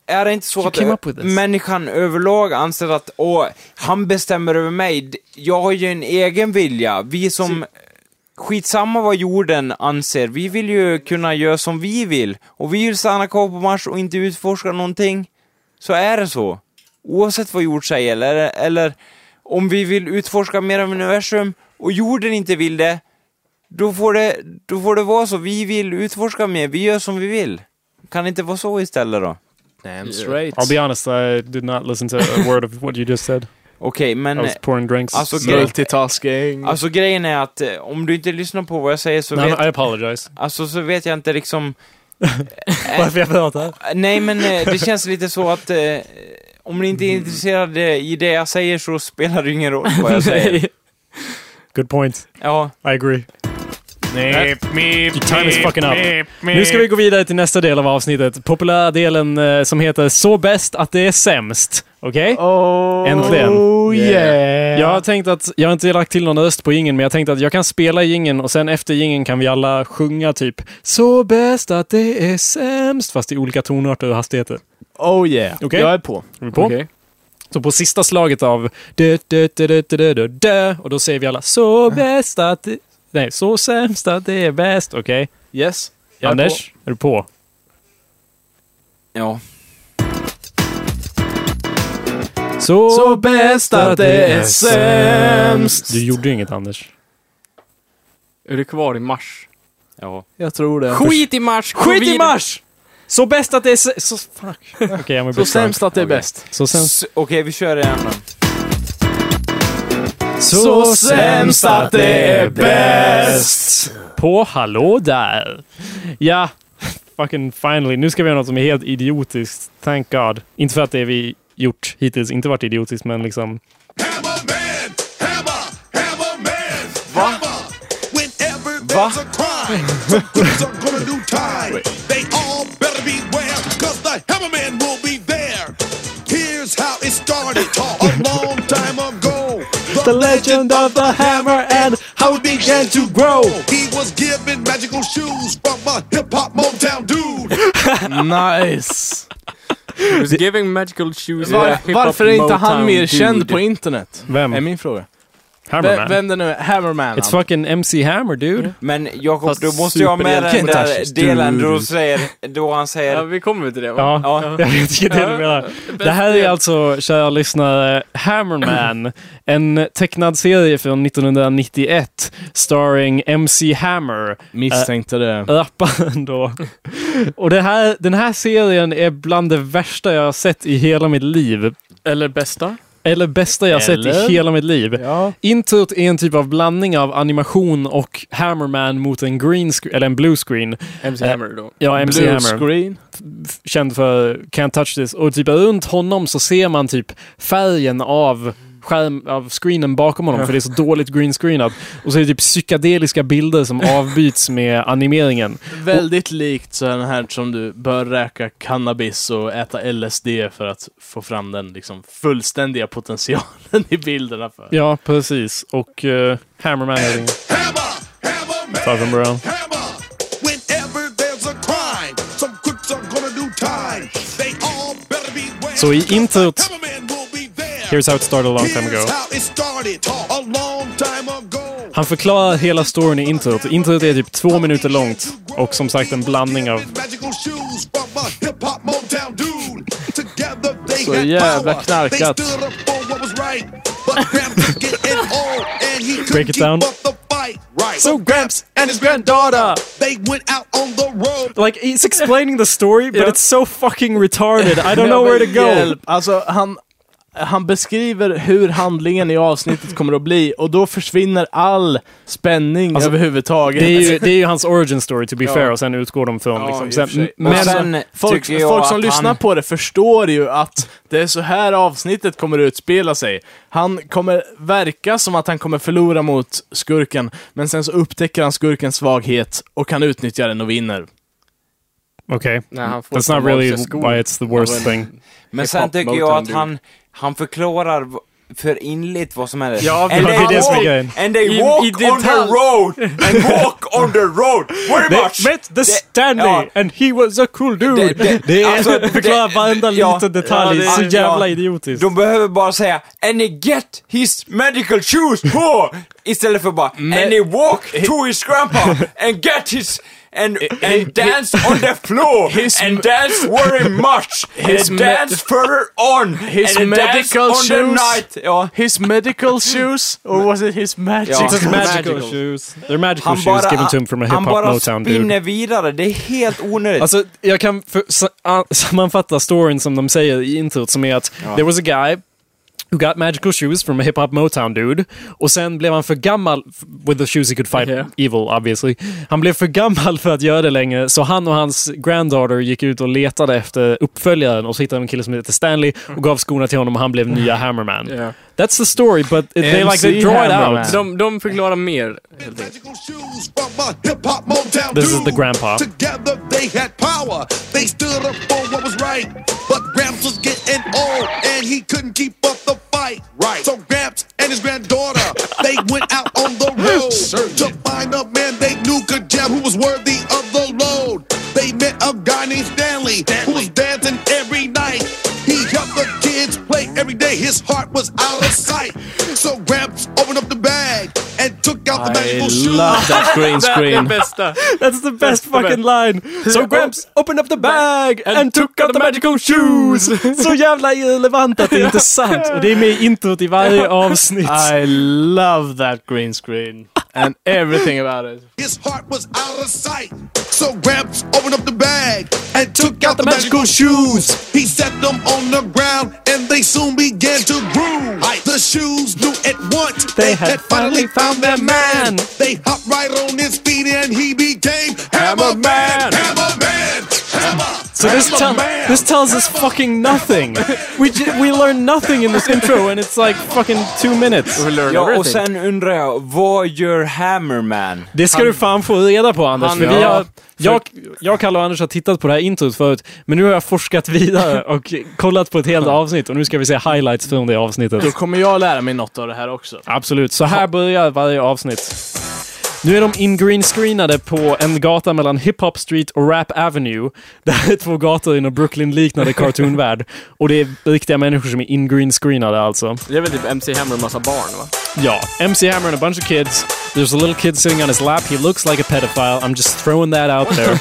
är det inte så came att up with this? människan överlag anser att han bestämmer över mig, jag har ju en egen vilja, vi som skitsamma vad jorden anser, vi vill ju kunna göra som vi vill, och vi vill stanna kvar på Mars och inte utforska någonting, så är det så, oavsett vad jord säger, eller om vi vill utforska mer av universum och jorden inte vill det, då får det vara så, vi vill utforska mer, vi gör som vi vill. Kan det inte vara så istället då? Damn straight. I'll be honest, I did not listen to a word of what you just said. Okej, men I was pouring drinks. alltså, Multitasking. alltså grejen är att om du inte lyssnar på vad jag säger så No, I apologize. så vet jag inte liksom Varför jag pratar? nej, men det känns lite så att om ni inte är intresserade i det jag säger så spelar det ingen roll vad jag säger. Good point. Ja, I agree. Your time is fucking up. Nu ska vi gå vidare till nästa del av avsnittet. Populära delen som heter Så bäst att det är sämst. Okej? Äntligen. Yeah. Jag har tänkt att, jag har inte lagt till någon röst på ingen, men jag tänkte att jag kan spela ingen och sen efter ingen kan vi alla sjunga typ Så bäst att det är sämst, fast i olika tonarter och hastigheter. Oh yeah. Okej. Jag är på. Är vi på? Okej. Så på sista slaget av och då säger vi alla Så bäst att det... Nej, så sämst att det är bäst. Okej? Yes. Jag är Anders, är du på? ja. Så bäst att det är sämst. Du gjorde inget, Anders. Är du kvar i mars? Ja. Jag tror det. Skit i mars! Skit i mars! Så bäst att det är så fuck. Okej, I'm a Så bit sämst att det är Okej. bäst. Så sämst. Okej, vi kör det igen då. Så sämst att det är bäst. På hallå där. Ja, fucking finally. Nu ska vi göra något som är helt idiotiskt. Thank God. Inte för att det vi gjort hittills inte varit idiotiskt, men liksom... Va? Va? The legend of the hammer and how it began to grow. He was given magical shoes from a hip-hop Motown dude. Nice. Who's giving magical shoes? Varför är inte han mer känd på internet? Vem? Är min fråga. Hammerman. Vem det nu är? Hammerman. It's fucking MC Hammer, dude. Men Jakob, Fast du måste ju ha med den superhjälte. där delen då han säger... Ja, vi kommer till det, va? Ja, jag vet vilket det du menar. Det här är alltså, kära lyssnare, Hammerman. En tecknad serie från 1991 starring MC Hammer. Misstänkte det. Rapparen då. Och den här serien är bland det värsta jag har sett i hela mitt liv. Eller bästa? Eller bästa jag har sett i hela mitt liv. Ja. Introt är en typ av blandning av animation och Hammerman mot en green screen, eller en blue screen. MC Hammer då. Ja, MC Blue Hammer. screen. Känd för Can't Touch This. Och typ runt honom så ser man typ färgen av screenen bakom honom, för det är så dåligt greenscreenat. Och så är det typ psykedeliska bilder som avbyts med animeringen. Väldigt likt så här som du bör räka cannabis och äta LSD för att få fram den liksom fullständiga potentialen i bilderna för. Ja, precis. Och Hammerman är det. Ta från början. Så i introt, here's how it started a long time ago. Han förklarar hela storyn i introt. Introt är typ 2 minuter långt. Och som sagt en blandning av... Så jävla knarkat. Break it down. So Gramps and his granddaughter, they went out on the road. like he's explaining the story, but it's so fucking retarded. I don't know where to go. Hjälp. Alltså han beskriver hur handlingen i avsnittet kommer att bli, och då försvinner all spänning Alltså, överhuvudtaget. Det är ju hans origin story, to be fair, och sen utgår de från liksom. Sen, Men Folk som lyssnar på det förstår ju att det är så här avsnittet kommer att utspela sig. Han kommer verka som att han kommer förlora mot skurken, men sen så upptäcker han skurkens svaghet och kan utnyttja den och vinner. okay. Nej, han får That's not really why it's the worst thing. Men sen tycker jag att han förklarar för inligt vad som helst. Ja, and det är det som är grejen. And they walk on the road. And walk on the road. Very much. They met the Stanley and he was a cool dude. Det är alltså, förklara varenda liten detalj. Så jävla idiotiskt. De behöver bara säga and he get his medical shoes. Istället för bara and he walk to his grandpa and get his and dance on the floor and dance very much and dance further on his and medical dance on shoes. the night. His medical shoes, or was it his magic? It's his magical shoes. They're magical shoes given to him from a hip-hop Motown dude. Han bara spinner vidare, det är helt onödigt. Alltså, jag kan sammanfatta storyn som de säger i introt som är att there was a guy who got magical shoes from a hip-hop Motown dude. Och sen blev han för gammal with the shoes he could fight evil, obviously. Han blev för gammal för att göra det längre, så han och hans granddaughter gick ut och letade efter uppföljaren och så hittade de en kille som heter Stanley och gav skorna till honom och han blev nya Hammerman. Yeah. That's the story, but they draw it out. De förklarar mer. This is the grandpa. Together they had power. They stood up for what was right. But Gramps was getting old and he couldn't keep up the fight. Right. So Gramps and his granddaughter, they went out on the road to find a man they knew could jam, who was worthy of the load. They met a guy named Stanley who was dancing every night. He helped the kids play every day. His heart was out of sight. So Gramps opened up the bag and took out the magical shoes. I love that green screen. That's the best fucking line. So Gramps opened up the bag and took out the magical shoes. Så jävla irrelevant att det är inte sant. Och det är med i introt i varje avsnitt. I love that green screen. And everything about it. His heart was out of sight. So Gramps opened up the bag and took out the magical shoes. He set them on the ground and they soon began to groove. The shoes knew at once they had finally found their man. They hopped right on his feet and he became Hammerman. Hammerman. Hammer. So this tells us fucking nothing. We learn nothing in this intro and it's like fucking 2 minutes. Ja, och sen undrar jag, vad gör Hammerman? Det ska du fan få reda på, Anders. För jag, Kalle och Anders har tittat på det här introt förut, men nu har jag forskat vidare och kollat på ett helt avsnitt och nu ska vi se highlights från det avsnittet. Då kommer jag lära mig något av det här också. Absolut, så här börjar varje avsnitt. Nu är de in-green-screenade på en gata mellan Hip Hop Street och Rap Avenue. Det här är 2 gator i en Brooklyn-liknande cartoonvärld. Och det är riktiga människor som är in-green-screenade alltså. Det är väl typ MC Hammer och massa barn, va? Ja, MC Hammer and a bunch of kids. There's a little kid sitting on his lap. He looks like a pedophile. I'm just throwing that out there.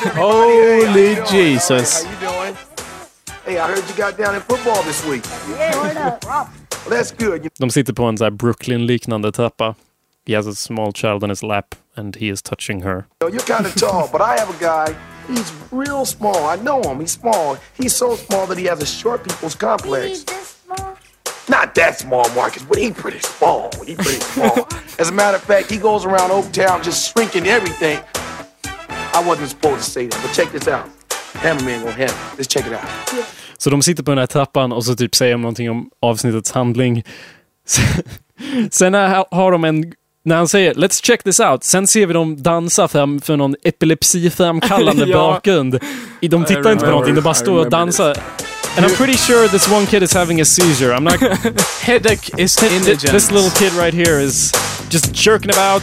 Holy Jesus. How you doing? Hey, I heard you got down in football this week. Yeah, word up. Well, that's good. De sitter på en så här Brooklyn-liknande trappa. He has a small child on his lap and he is touching her. You're kind of tall, but I have a guy. He's real small. I know him. He's small. He's so small that he has a short people's complex. He's this small? Not that small, Marcus, but he's pretty small. He's pretty small. As a matter of fact, he goes around Oaktown just shrinking everything. I wasn't supposed to say that, but check this out. Hammerman gonna have it. Let's check it out. Så de sitter på den här trappan och så typ säger de någonting om avsnittets handling. Sen har de en... När han säger let's check this out, sen ser vi dem dansa för någon epilepsiframkallande bakgrund. De tittar inte på någonting, de bara står och dansar. And I'm pretty sure this one kid is having a seizure. I'm not... Headache is indigent. This little kid right here is just jerking about.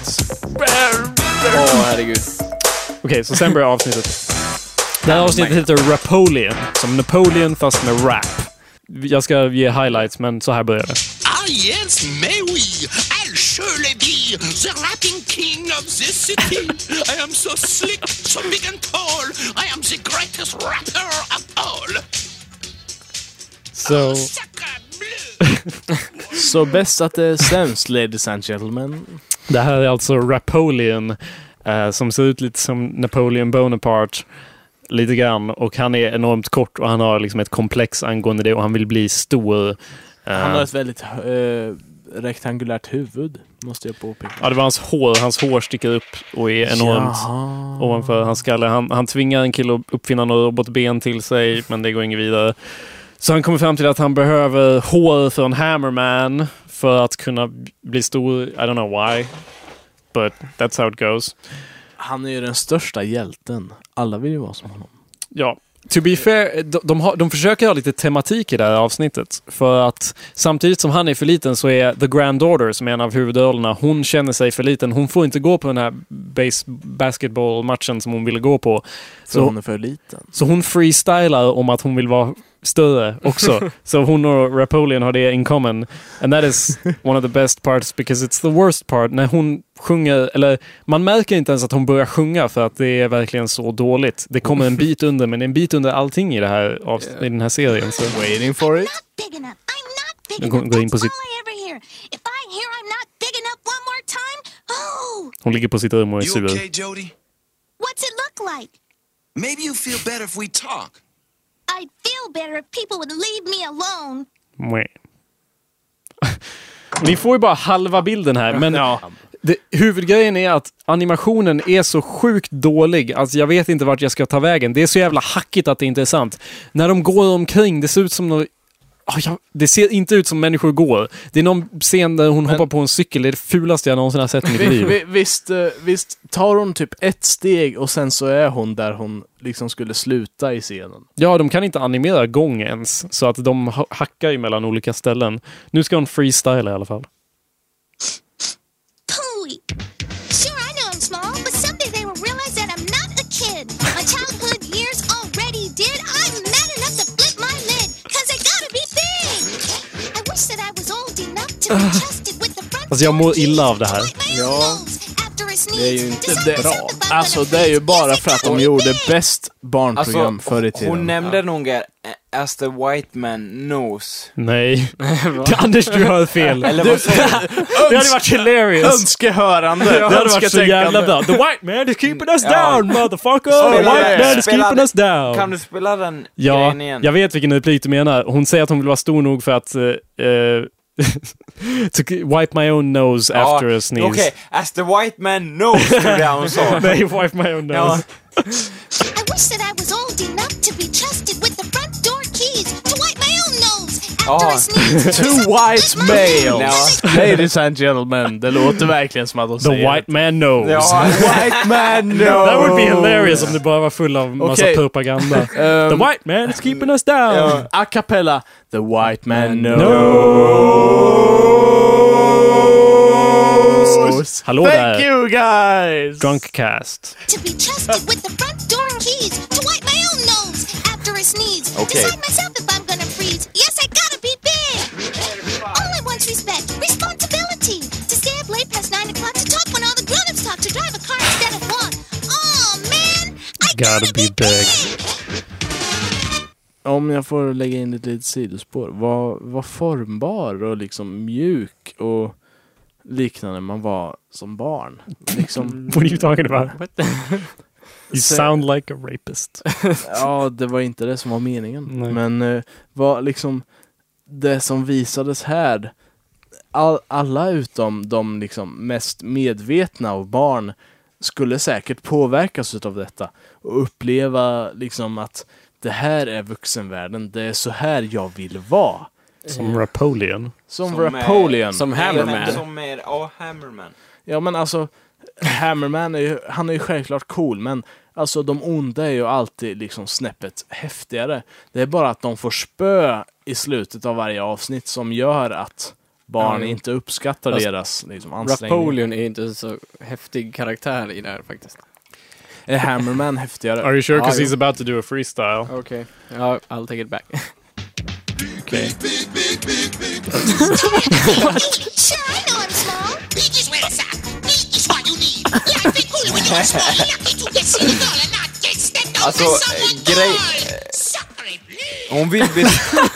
Herregud. Okej, så sen börjar avsnittet. Det här avsnittet heter Rapolian, som Napoleon fast med rap. Jag ska ge highlights, men så här börjar det. Ah yes, may we. I'll surely be the rapping king of this city. I am so slick, so big and tall. I am the greatest rapper of all. So... Så bäst att det är sämst, ladies and gentlemen. Det här är alltså Rapolian, som ser ut lite som Napoleon Bonaparte. Lite grann. Och han är enormt kort och han har liksom ett komplex angående det och han vill bli stor. Han har ett väldigt rektangulärt huvud, måste jag påpeka. Ja, det var hans hår. Hans hår sticker upp och är enormt ovanför hans skalle. Han tvingar en kille att uppfinna några robotben till sig, men det går inget vidare. Så han kommer fram till att han behöver hår från Hammerman för att kunna bli stor. I don't know why, but that's how it goes. Han är ju den största hjälten. Alla vill ju vara som honom. Ja, To be fair, de försöker ha lite tematik i det här avsnittet. För att samtidigt som han är för liten så är The Granddaughter, som är en av huvudrollerna, hon känner sig för liten. Hon får inte gå på den här basketball-matchen som hon ville gå på. Så hon är för liten. Så hon freestylar om att hon vill vara större också. Så hon och Rapolian har det in common. And that is one of the best parts, because it's the worst part. När hon sjunger, eller man märker inte ens att hon börjar sjunga för att det är verkligen så dåligt. Det kommer en bit under, men en bit under allting i det här i den här serien. Så. Waiting for it. Går in på sitt... Hon ligger på sitt rum och är sur. You okay, Jody? What's it look like? Maybe you feel better if we talk. I'd feel better if people would leave me alone. Ni får ju bara halva bilden här, men huvudgrejen är att animationen är så sjukt dålig. Alltså jag vet inte vart jag ska ta vägen. Det är så jävla hackigt att det är intressant. När de går omkring, det ser ut som något... det ser inte ut som människor går. Det är någon scen där hon hoppar på en cykel. Det är det fulaste jag någonsin har sett i mitt liv. Visst tar hon typ ett steg och sen så är hon där hon liksom skulle sluta i scenen. Ja, de kan inte animera gång ens. Så att de hackar ju mellan olika ställen. Nu ska hon freestyle i alla fall. Pooey. Sure, I know I'm small, but someday they will realize that I'm not a kid. My childhood years already did. I'm mad enough to flip my lid, cause I gotta be big. I wish that I was old enough to be trusted with the front. Alltså jag mår illa av det här. Ja, det är ju inte bra. Alltså det är ju bara för att de gjorde bäst barnprogram förr i tiden. Hon nämnde nog As the White Man Knows. Nej. Anders, du hör fel. Eller vad det hade varit hilarious. Önskehörande. Det hade varit så jävla bra. The White Man is keeping us down, motherfucker. The White Man is keeping us down. Kan du spela den grejen igen? Jag vet vilken replik du menar. Hon säger att hon vill vara stor nog för att... to wipe my own nose after a sneeze. Okay, as the white man knows, tror jag hon sa. Nej, wipe my own nose. I wish that I was old enough to be trusted with the front door keys to wipe my own nose after a sneeze. Two white males. Ladies and gentlemen, det låter verkligen som att de säger The white man knows. White man knows. That would be hilarious om det bara var full av massa propaganda. The white man is keeping us down. A cappella. The white man knows. Hallå Thank you guys. Drunkcast. To be trusted with the front door keys to wipe my own nose after a sneeze. Okay. Decide myself if I'm gonna freeze. Yes, I gotta be big. All I want's respect, responsibility. To stay up late past 9 o'clock to talk when all the grown-ups talk. To drive a car instead of one. Oh man, I gotta be big. Om jag får lägga in ett litet sidospår. Var formbar och liksom mjuk och liknande man var som barn. Liksom, what are you talking about? You sound like a rapist. Ja, det var inte det som var meningen. Nej. Men var liksom det som visades här, alla utom de liksom mest medvetna av barn skulle säkert påverkas av detta och uppleva liksom att det här är vuxenvärlden, det är så här jag vill vara. Som Rapolian. Som Rapolian. Som Hammerman. Hammerman. Ja, men alltså Hammerman han är ju självklart cool, men alltså de onda är ju alltid liksom snäppet häftigare. Det är bara att de får spö i slutet av varje avsnitt som gör att barn inte uppskattar deras liksom, ansträngning. Rapolian är inte så häftig karaktär i det här faktiskt. Är Hammerman häftigare? Are you sure? Because he's about to do a freestyle. Okay. Yeah, I'll take it back. Okay. Sure, I know I'm small. Big is where it's at. Big is what you need. Life ain't cool when you're small. You're lucky to get seen girl and not get stepped on Alltså, by someone grej... tall. Hon vill bli...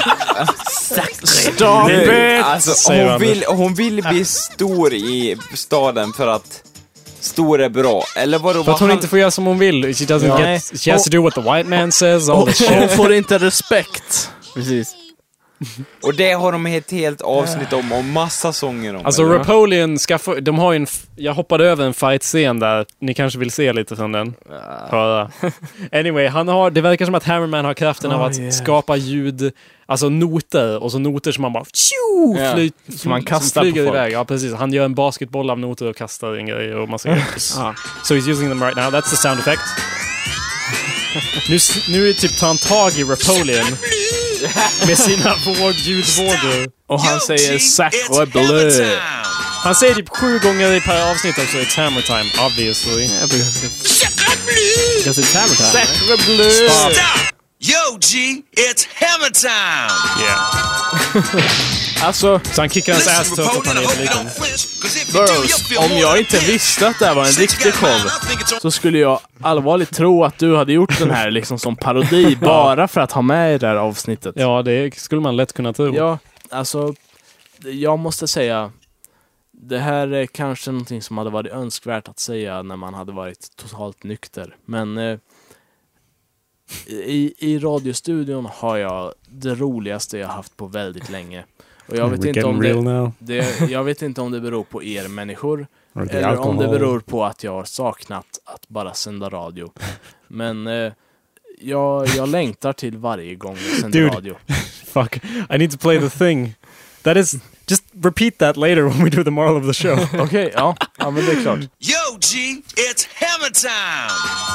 hon vill bli stor i staden för att stor är bra. Eller vadå? För att hon inte får göra som hon vill. She doesn't get... She has to do what the white man says. All this shit. Hon får inte respekt. Precis. Och det har de ett helt avsnitt om och massa sånger om. Alltså eller? Rapolian de har ju en... Jag hoppade över en fight-scen där. Ni kanske vill se lite från den. Höra. Anyway, det verkar som att Hammerman har kraften av att skapa ljud, alltså noter, och så noter som man bara som man kastar som flyger på iväg. Ja, precis. Han gör en basketboll av noter och kastar en grej och massa grejer. So he's using them right now. That's the sound effect. Nu är typ tar han tag i Rapolian med sina ljudvågor. Och han säger Sacre bleu. Han säger typ 7 gånger per avsnitt också. It's hammer time, obviously. Because it's hammer time. Sacre bleu! Stop! Yo, G, it's hammer time! Yeah. Alltså, Så han kickar hans ass trots att han är liten. Burroughs, om jag inte visste att det här var en riktig show så skulle jag allvarligt tro att du hade gjort den här liksom som parodi bara för att ha med i det här avsnittet. Ja, det skulle man lätt kunna tro. Ja, alltså, jag måste säga, det här är kanske någonting som hade varit önskvärt att säga när man hade varit totalt nykter. Men i radiostudion har jag det roligaste jag haft på väldigt länge. Och jag vet inte om det beror på er människor eller om det beror på att jag har saknat att bara sända radio. Men jag längtar till varje gång jag sänder radio. Fuck, I need to play the thing. That is, just repeat that later when we do the moral of the show. Okej, ja, men det är klart. Yo, G, it's hammer time!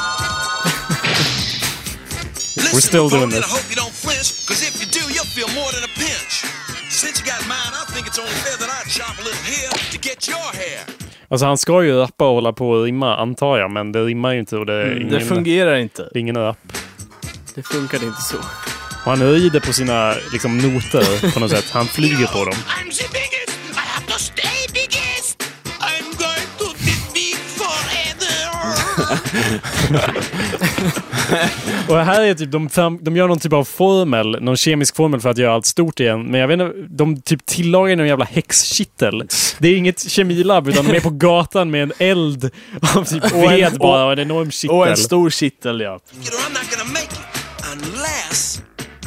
We're still doing this. I hope you don't flinch, because if you do, you'll feel more than a pinch. Since you got mine, I think it's only fair that I chop a little hair to get your hair. Alltså han ska ju rappa och hålla på och rimma, antar jag, men det rimmar ju inte och det fungerar inte. Det är ingen rap. Det funkar inte så. Och han rider på sina liksom noter på något sätt. Han flyger på dem. I'm the biggest, I have to stay biggest. I'm going to be big forever. Och här är typ, de gör någon typ av formel, någon kemisk formel för att göra allt stort igen. Men jag vet inte, de typ tillagar någon jävla häxkittel. Det är inget kemilab, utan de är på gatan med en eld av typ ved bara och en enorm kittel. Och en stor kittel, ja. I'm not gonna make it unless...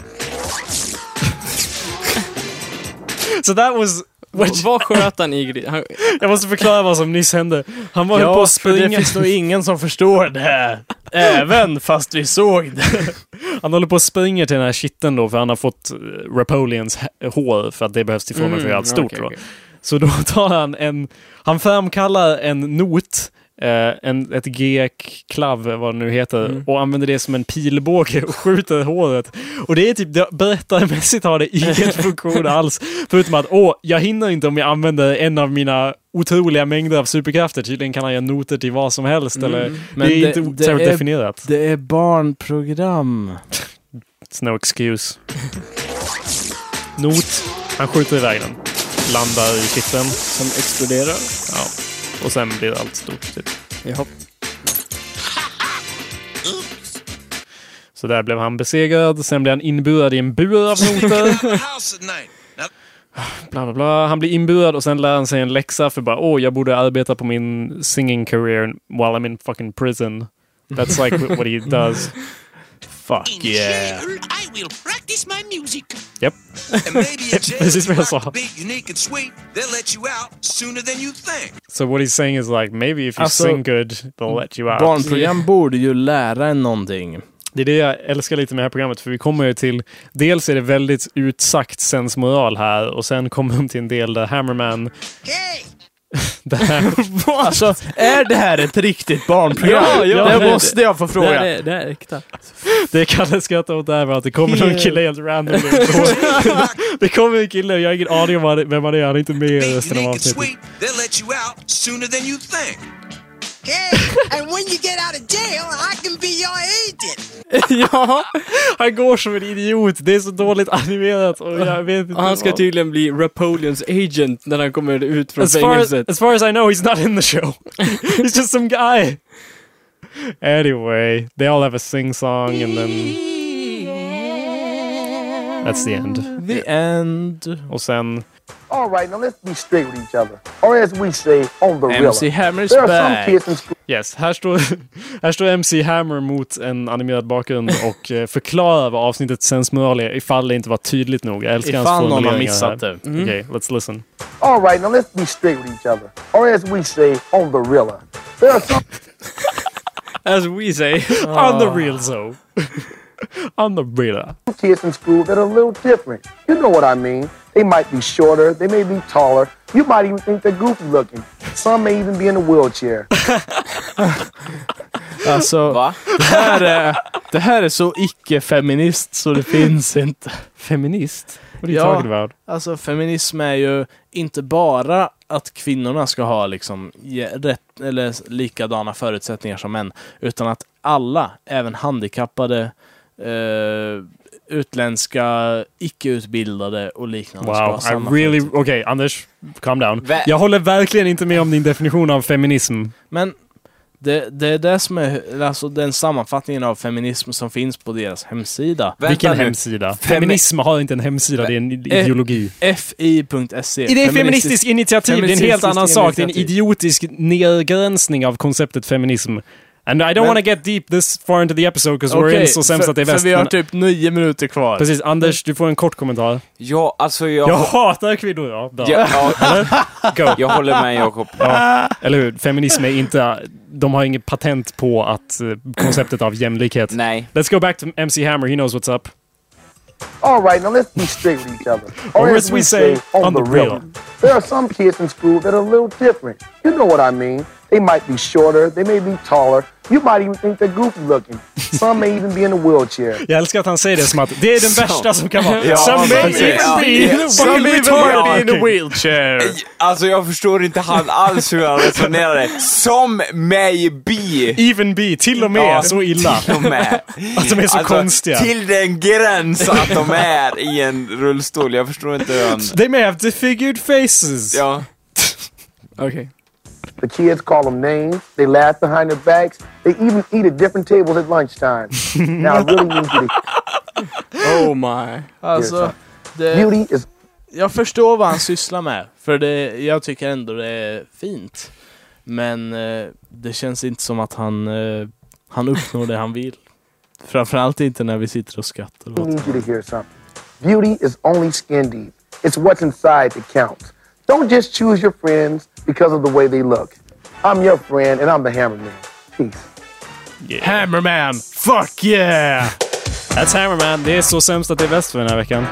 So that was... Vad sköt han i? Jag måste förklara vad som nyss hände. Han var på att springa. Det finns nog ingen som förstår det här. Även fast vi såg det. Han håller på att springa till den här kitteln då, för han har fått Rapolians hår för att det behövs till formen för allt stort. Okay. Så då tar han framkallar en not, ett G-klav, vad det nu heter, och använder det som en pilbåge och skjuter håret. Och det är typ, berättarmässigt har det ingen funktion alls, förutom att jag hinner inte om jag använder en av mina otroliga mängder av superkrafter. Tydligen kan han göra noter till vad som helst, eller men det är inte särskilt definierat. Det är barnprogram. It's no excuse. Not, han skjuter iväg den, landar i kitteln som exploderar. Ja. Och sen blir allt stort typ. Jaha. Så där blev han besegrad. Sen blev han inburad i en bur av noter. Bla bla bla. Han blir inburad och sen lär han sig en läxa för bara, jag borde arbeta på min singing career while I'm in fucking prison. That's like what he does. Fuck yeah. I will practice my music. Yep. Precis vad jag sa. So what he's saying is like, maybe if you sing good, they'll let you out. Barnprogram borde ju lära en någonting. Det är det jag älskar lite med det här programmet, för vi kommer ju till, dels är det väldigt utsagt sensmoral här, och sen kommer de till en del där Hammerman alltså, är det här ett riktigt barnprogram? Ja, det måste jag få fråga. Det är äkta. Det kan jag skratta åt där, att det kommer någon kille helt random. Det kommer en kille, jag har ingen aning om vem man är, han är inte med i resten av avsnittet. And when you get out of jail, I can be your agent. Ja, han går som en idiot. Det är så dåligt animerat och jag vet inte. Han ska tydligen bli Rapolians agent när han kommer ut från fängelset. As far as I know, he's not in the show. He's just some guy. Anyway, they all have a sing-song and then that's the end. The end. Och sen... All right, now let's be straight with each other. Or as we say, on the real. MC Hammer's back. Yes, här står MC Hammer mot en animerad bakgrund och förklarar vad avsnittet sensmoral är, ifall det inte var tydligt nog. Jag älskar hans formuleringar har missat det. Okay, let's listen. All right, now let's be straight with each other. Or as we say, on the real. There are some... As we say. On the real, so. On the real. Kids in school that are a little different. You know what I mean. They might be shorter, they may be taller. You might even think they're goofy looking. Some may even be in a wheelchair. Alltså, Det här är så icke-feminist så det finns inte. Feminist? What are you talking about? Alltså feminism är ju inte bara att kvinnorna ska ha liksom rätt eller likadana förutsättningar som män, utan att alla, även handikappade, utländska, icke-utbildade och liknande ska ha Wow, samma Okej, Anders, calm down. Jag håller verkligen inte med om din definition av feminism. Men det är det som är alltså den sammanfattningen av feminism som finns på deras hemsida. Vilken hemsida? Feminism har inte en hemsida, det är en ideologi. fi.se. Det är feministiskt initiativ, det är en helt annan sak. Det är en idiotisk nedgränsning av konceptet feminism. And I don't want to get deep this far into the episode because we're in så sämst att det är väst. För vi har typ 9 minuter kvar. Precis, Anders, du får en kort kommentar. Ja, alltså jag hatar kvinnor, ja. Bra. Go. Jag håller med Jakob. Ja, eller hur? Feminism är inte... De har inget patent på att konceptet av jämlikhet. Nej. Let's go back to MC Hammer, he knows what's up. All right, now let's be straight with each other. Or as we say, on the real. There are some kids in school that are a little different. You know what I mean. They might be shorter, they may be taller. You might even think they're goofy looking. Some may even be in a wheelchair. Jag älskar att han säger det som att det är den värsta som kan vara. Ja, Some may even be in a wheelchair. Alltså jag förstår inte han alls hur han resonerade. Som may be. Even be, till och med så illa. Till och med. Att de är så konstiga. Till den gräns att de är i en rullstol. Jag förstår inte hur han... They may have disfigured faces. Ja. Okej. The kids call them names. They laugh behind their backs. They even eat at different tables at lunchtime. Now, I really need you to... Oh my. Alltså, Beauty is... Jag förstår vad han sysslar med. För jag tycker ändå det är fint. Men det känns inte som att han uppnår det han vill. Framförallt inte när vi sitter och skrattar. I need you to hear something. Beauty is only skin deep. It's what's inside that counts. Don't just choose your friends because of the way they look. I'm your friend and I'm the Hammerman. Peace. Yeah. Hammerman! Fuck yeah! That's Hammerman. Det är så sämst att det är väst för den här veckan.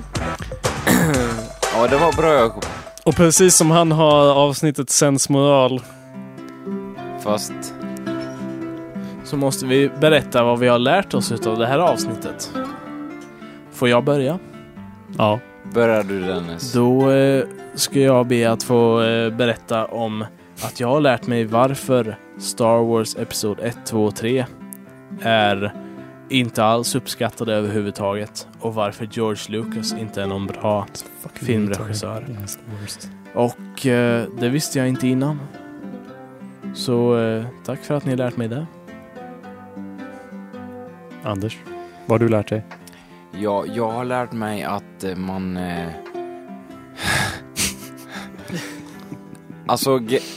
Ja, det var bra, Jakob. Och precis som han har avsnittet sensmoral. Fast... Så måste vi berätta vad vi har lärt oss av det här avsnittet. Får jag börja? Ja. Börjar du, Dennis? Då ska jag be att få berätta om att jag har lärt mig varför Star Wars Episod 1, 2 och 3 är inte alls uppskattade överhuvudtaget och varför George Lucas inte är någon bra filmregissör. Och det visste jag inte innan. Så tack för att ni har lärt mig det. Anders, vad har du lärt dig? Ja, jag har lärt mig att man... Alltså...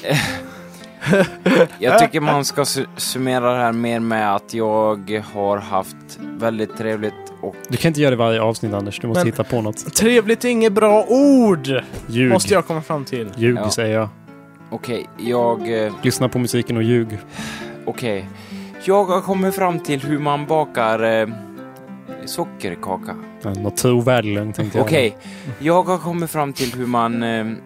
jag tycker man ska summera det här mer med att jag har haft väldigt trevligt och... Du kan inte göra det varje avsnitt, Anders. Du måste hitta på något. Trevligt är inget bra ord! Ljug. Måste jag komma fram till. Ljug, säger jag. Okej, jag... Lyssna på musiken och ljug. Okej. Jag har kommit fram till hur man bakar... sockerkaka. Något trovärdig lögn, tänkte jag. Okej, jag har kommit fram till hur man...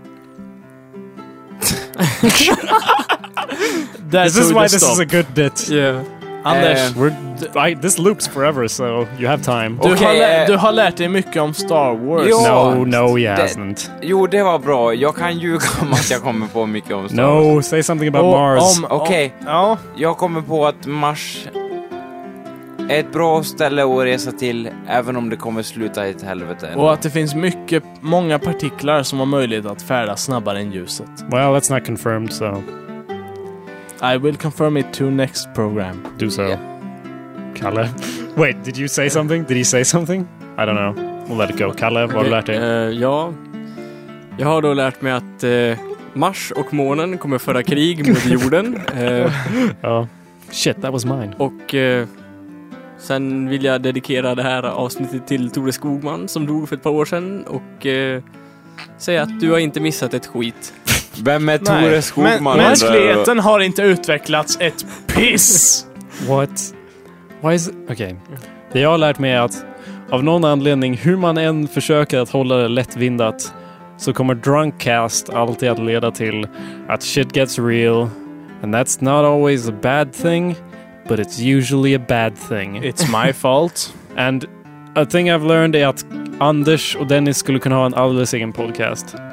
This is why this is a good bit. Yeah. Anders, this loops forever, so you have time. Du har lärt dig mycket om Star Wars. Ja, no, he hasn't. Jo, det var bra. Jag kan ljuga om att jag kommer på mycket om Star Wars. No, say something about Mars. Okej, jag kommer på att Mars är ett bra ställe att resa till, även om det kommer sluta i ett helvete. Och att det finns många partiklar som har möjlighet att färdas snabbare än ljuset. Well, that's not confirmed, so... I will confirm it to next program. Do so. Yeah. Kalle. Wait, did you say something? Did he say something? I don't know. We'll let it go. Kalle, vad har du lärt dig? Ja. Jag har då lärt mig att Mars och månen kommer föra krig mot jorden. Shit, that was mine. Och sen vill jag dedikera det här avsnittet till Tore Skogman som dog för ett par år sedan. Och säga att du har inte missat ett skit. Vem är Tore Skogman? Mänskligheten har inte utvecklats ett piss! What? Why is it? Okay. Det jag har lärt mig är att av någon anledning, hur man än försöker att hålla det lättvindat, så kommer Drunkcast alltid att leda till att shit gets real. And that's not always a bad thing. but it's usually a bad thing. It's my fault. And a thing I've learned är att Anders och Dennis skulle kunna ha en alldeles egen podcast.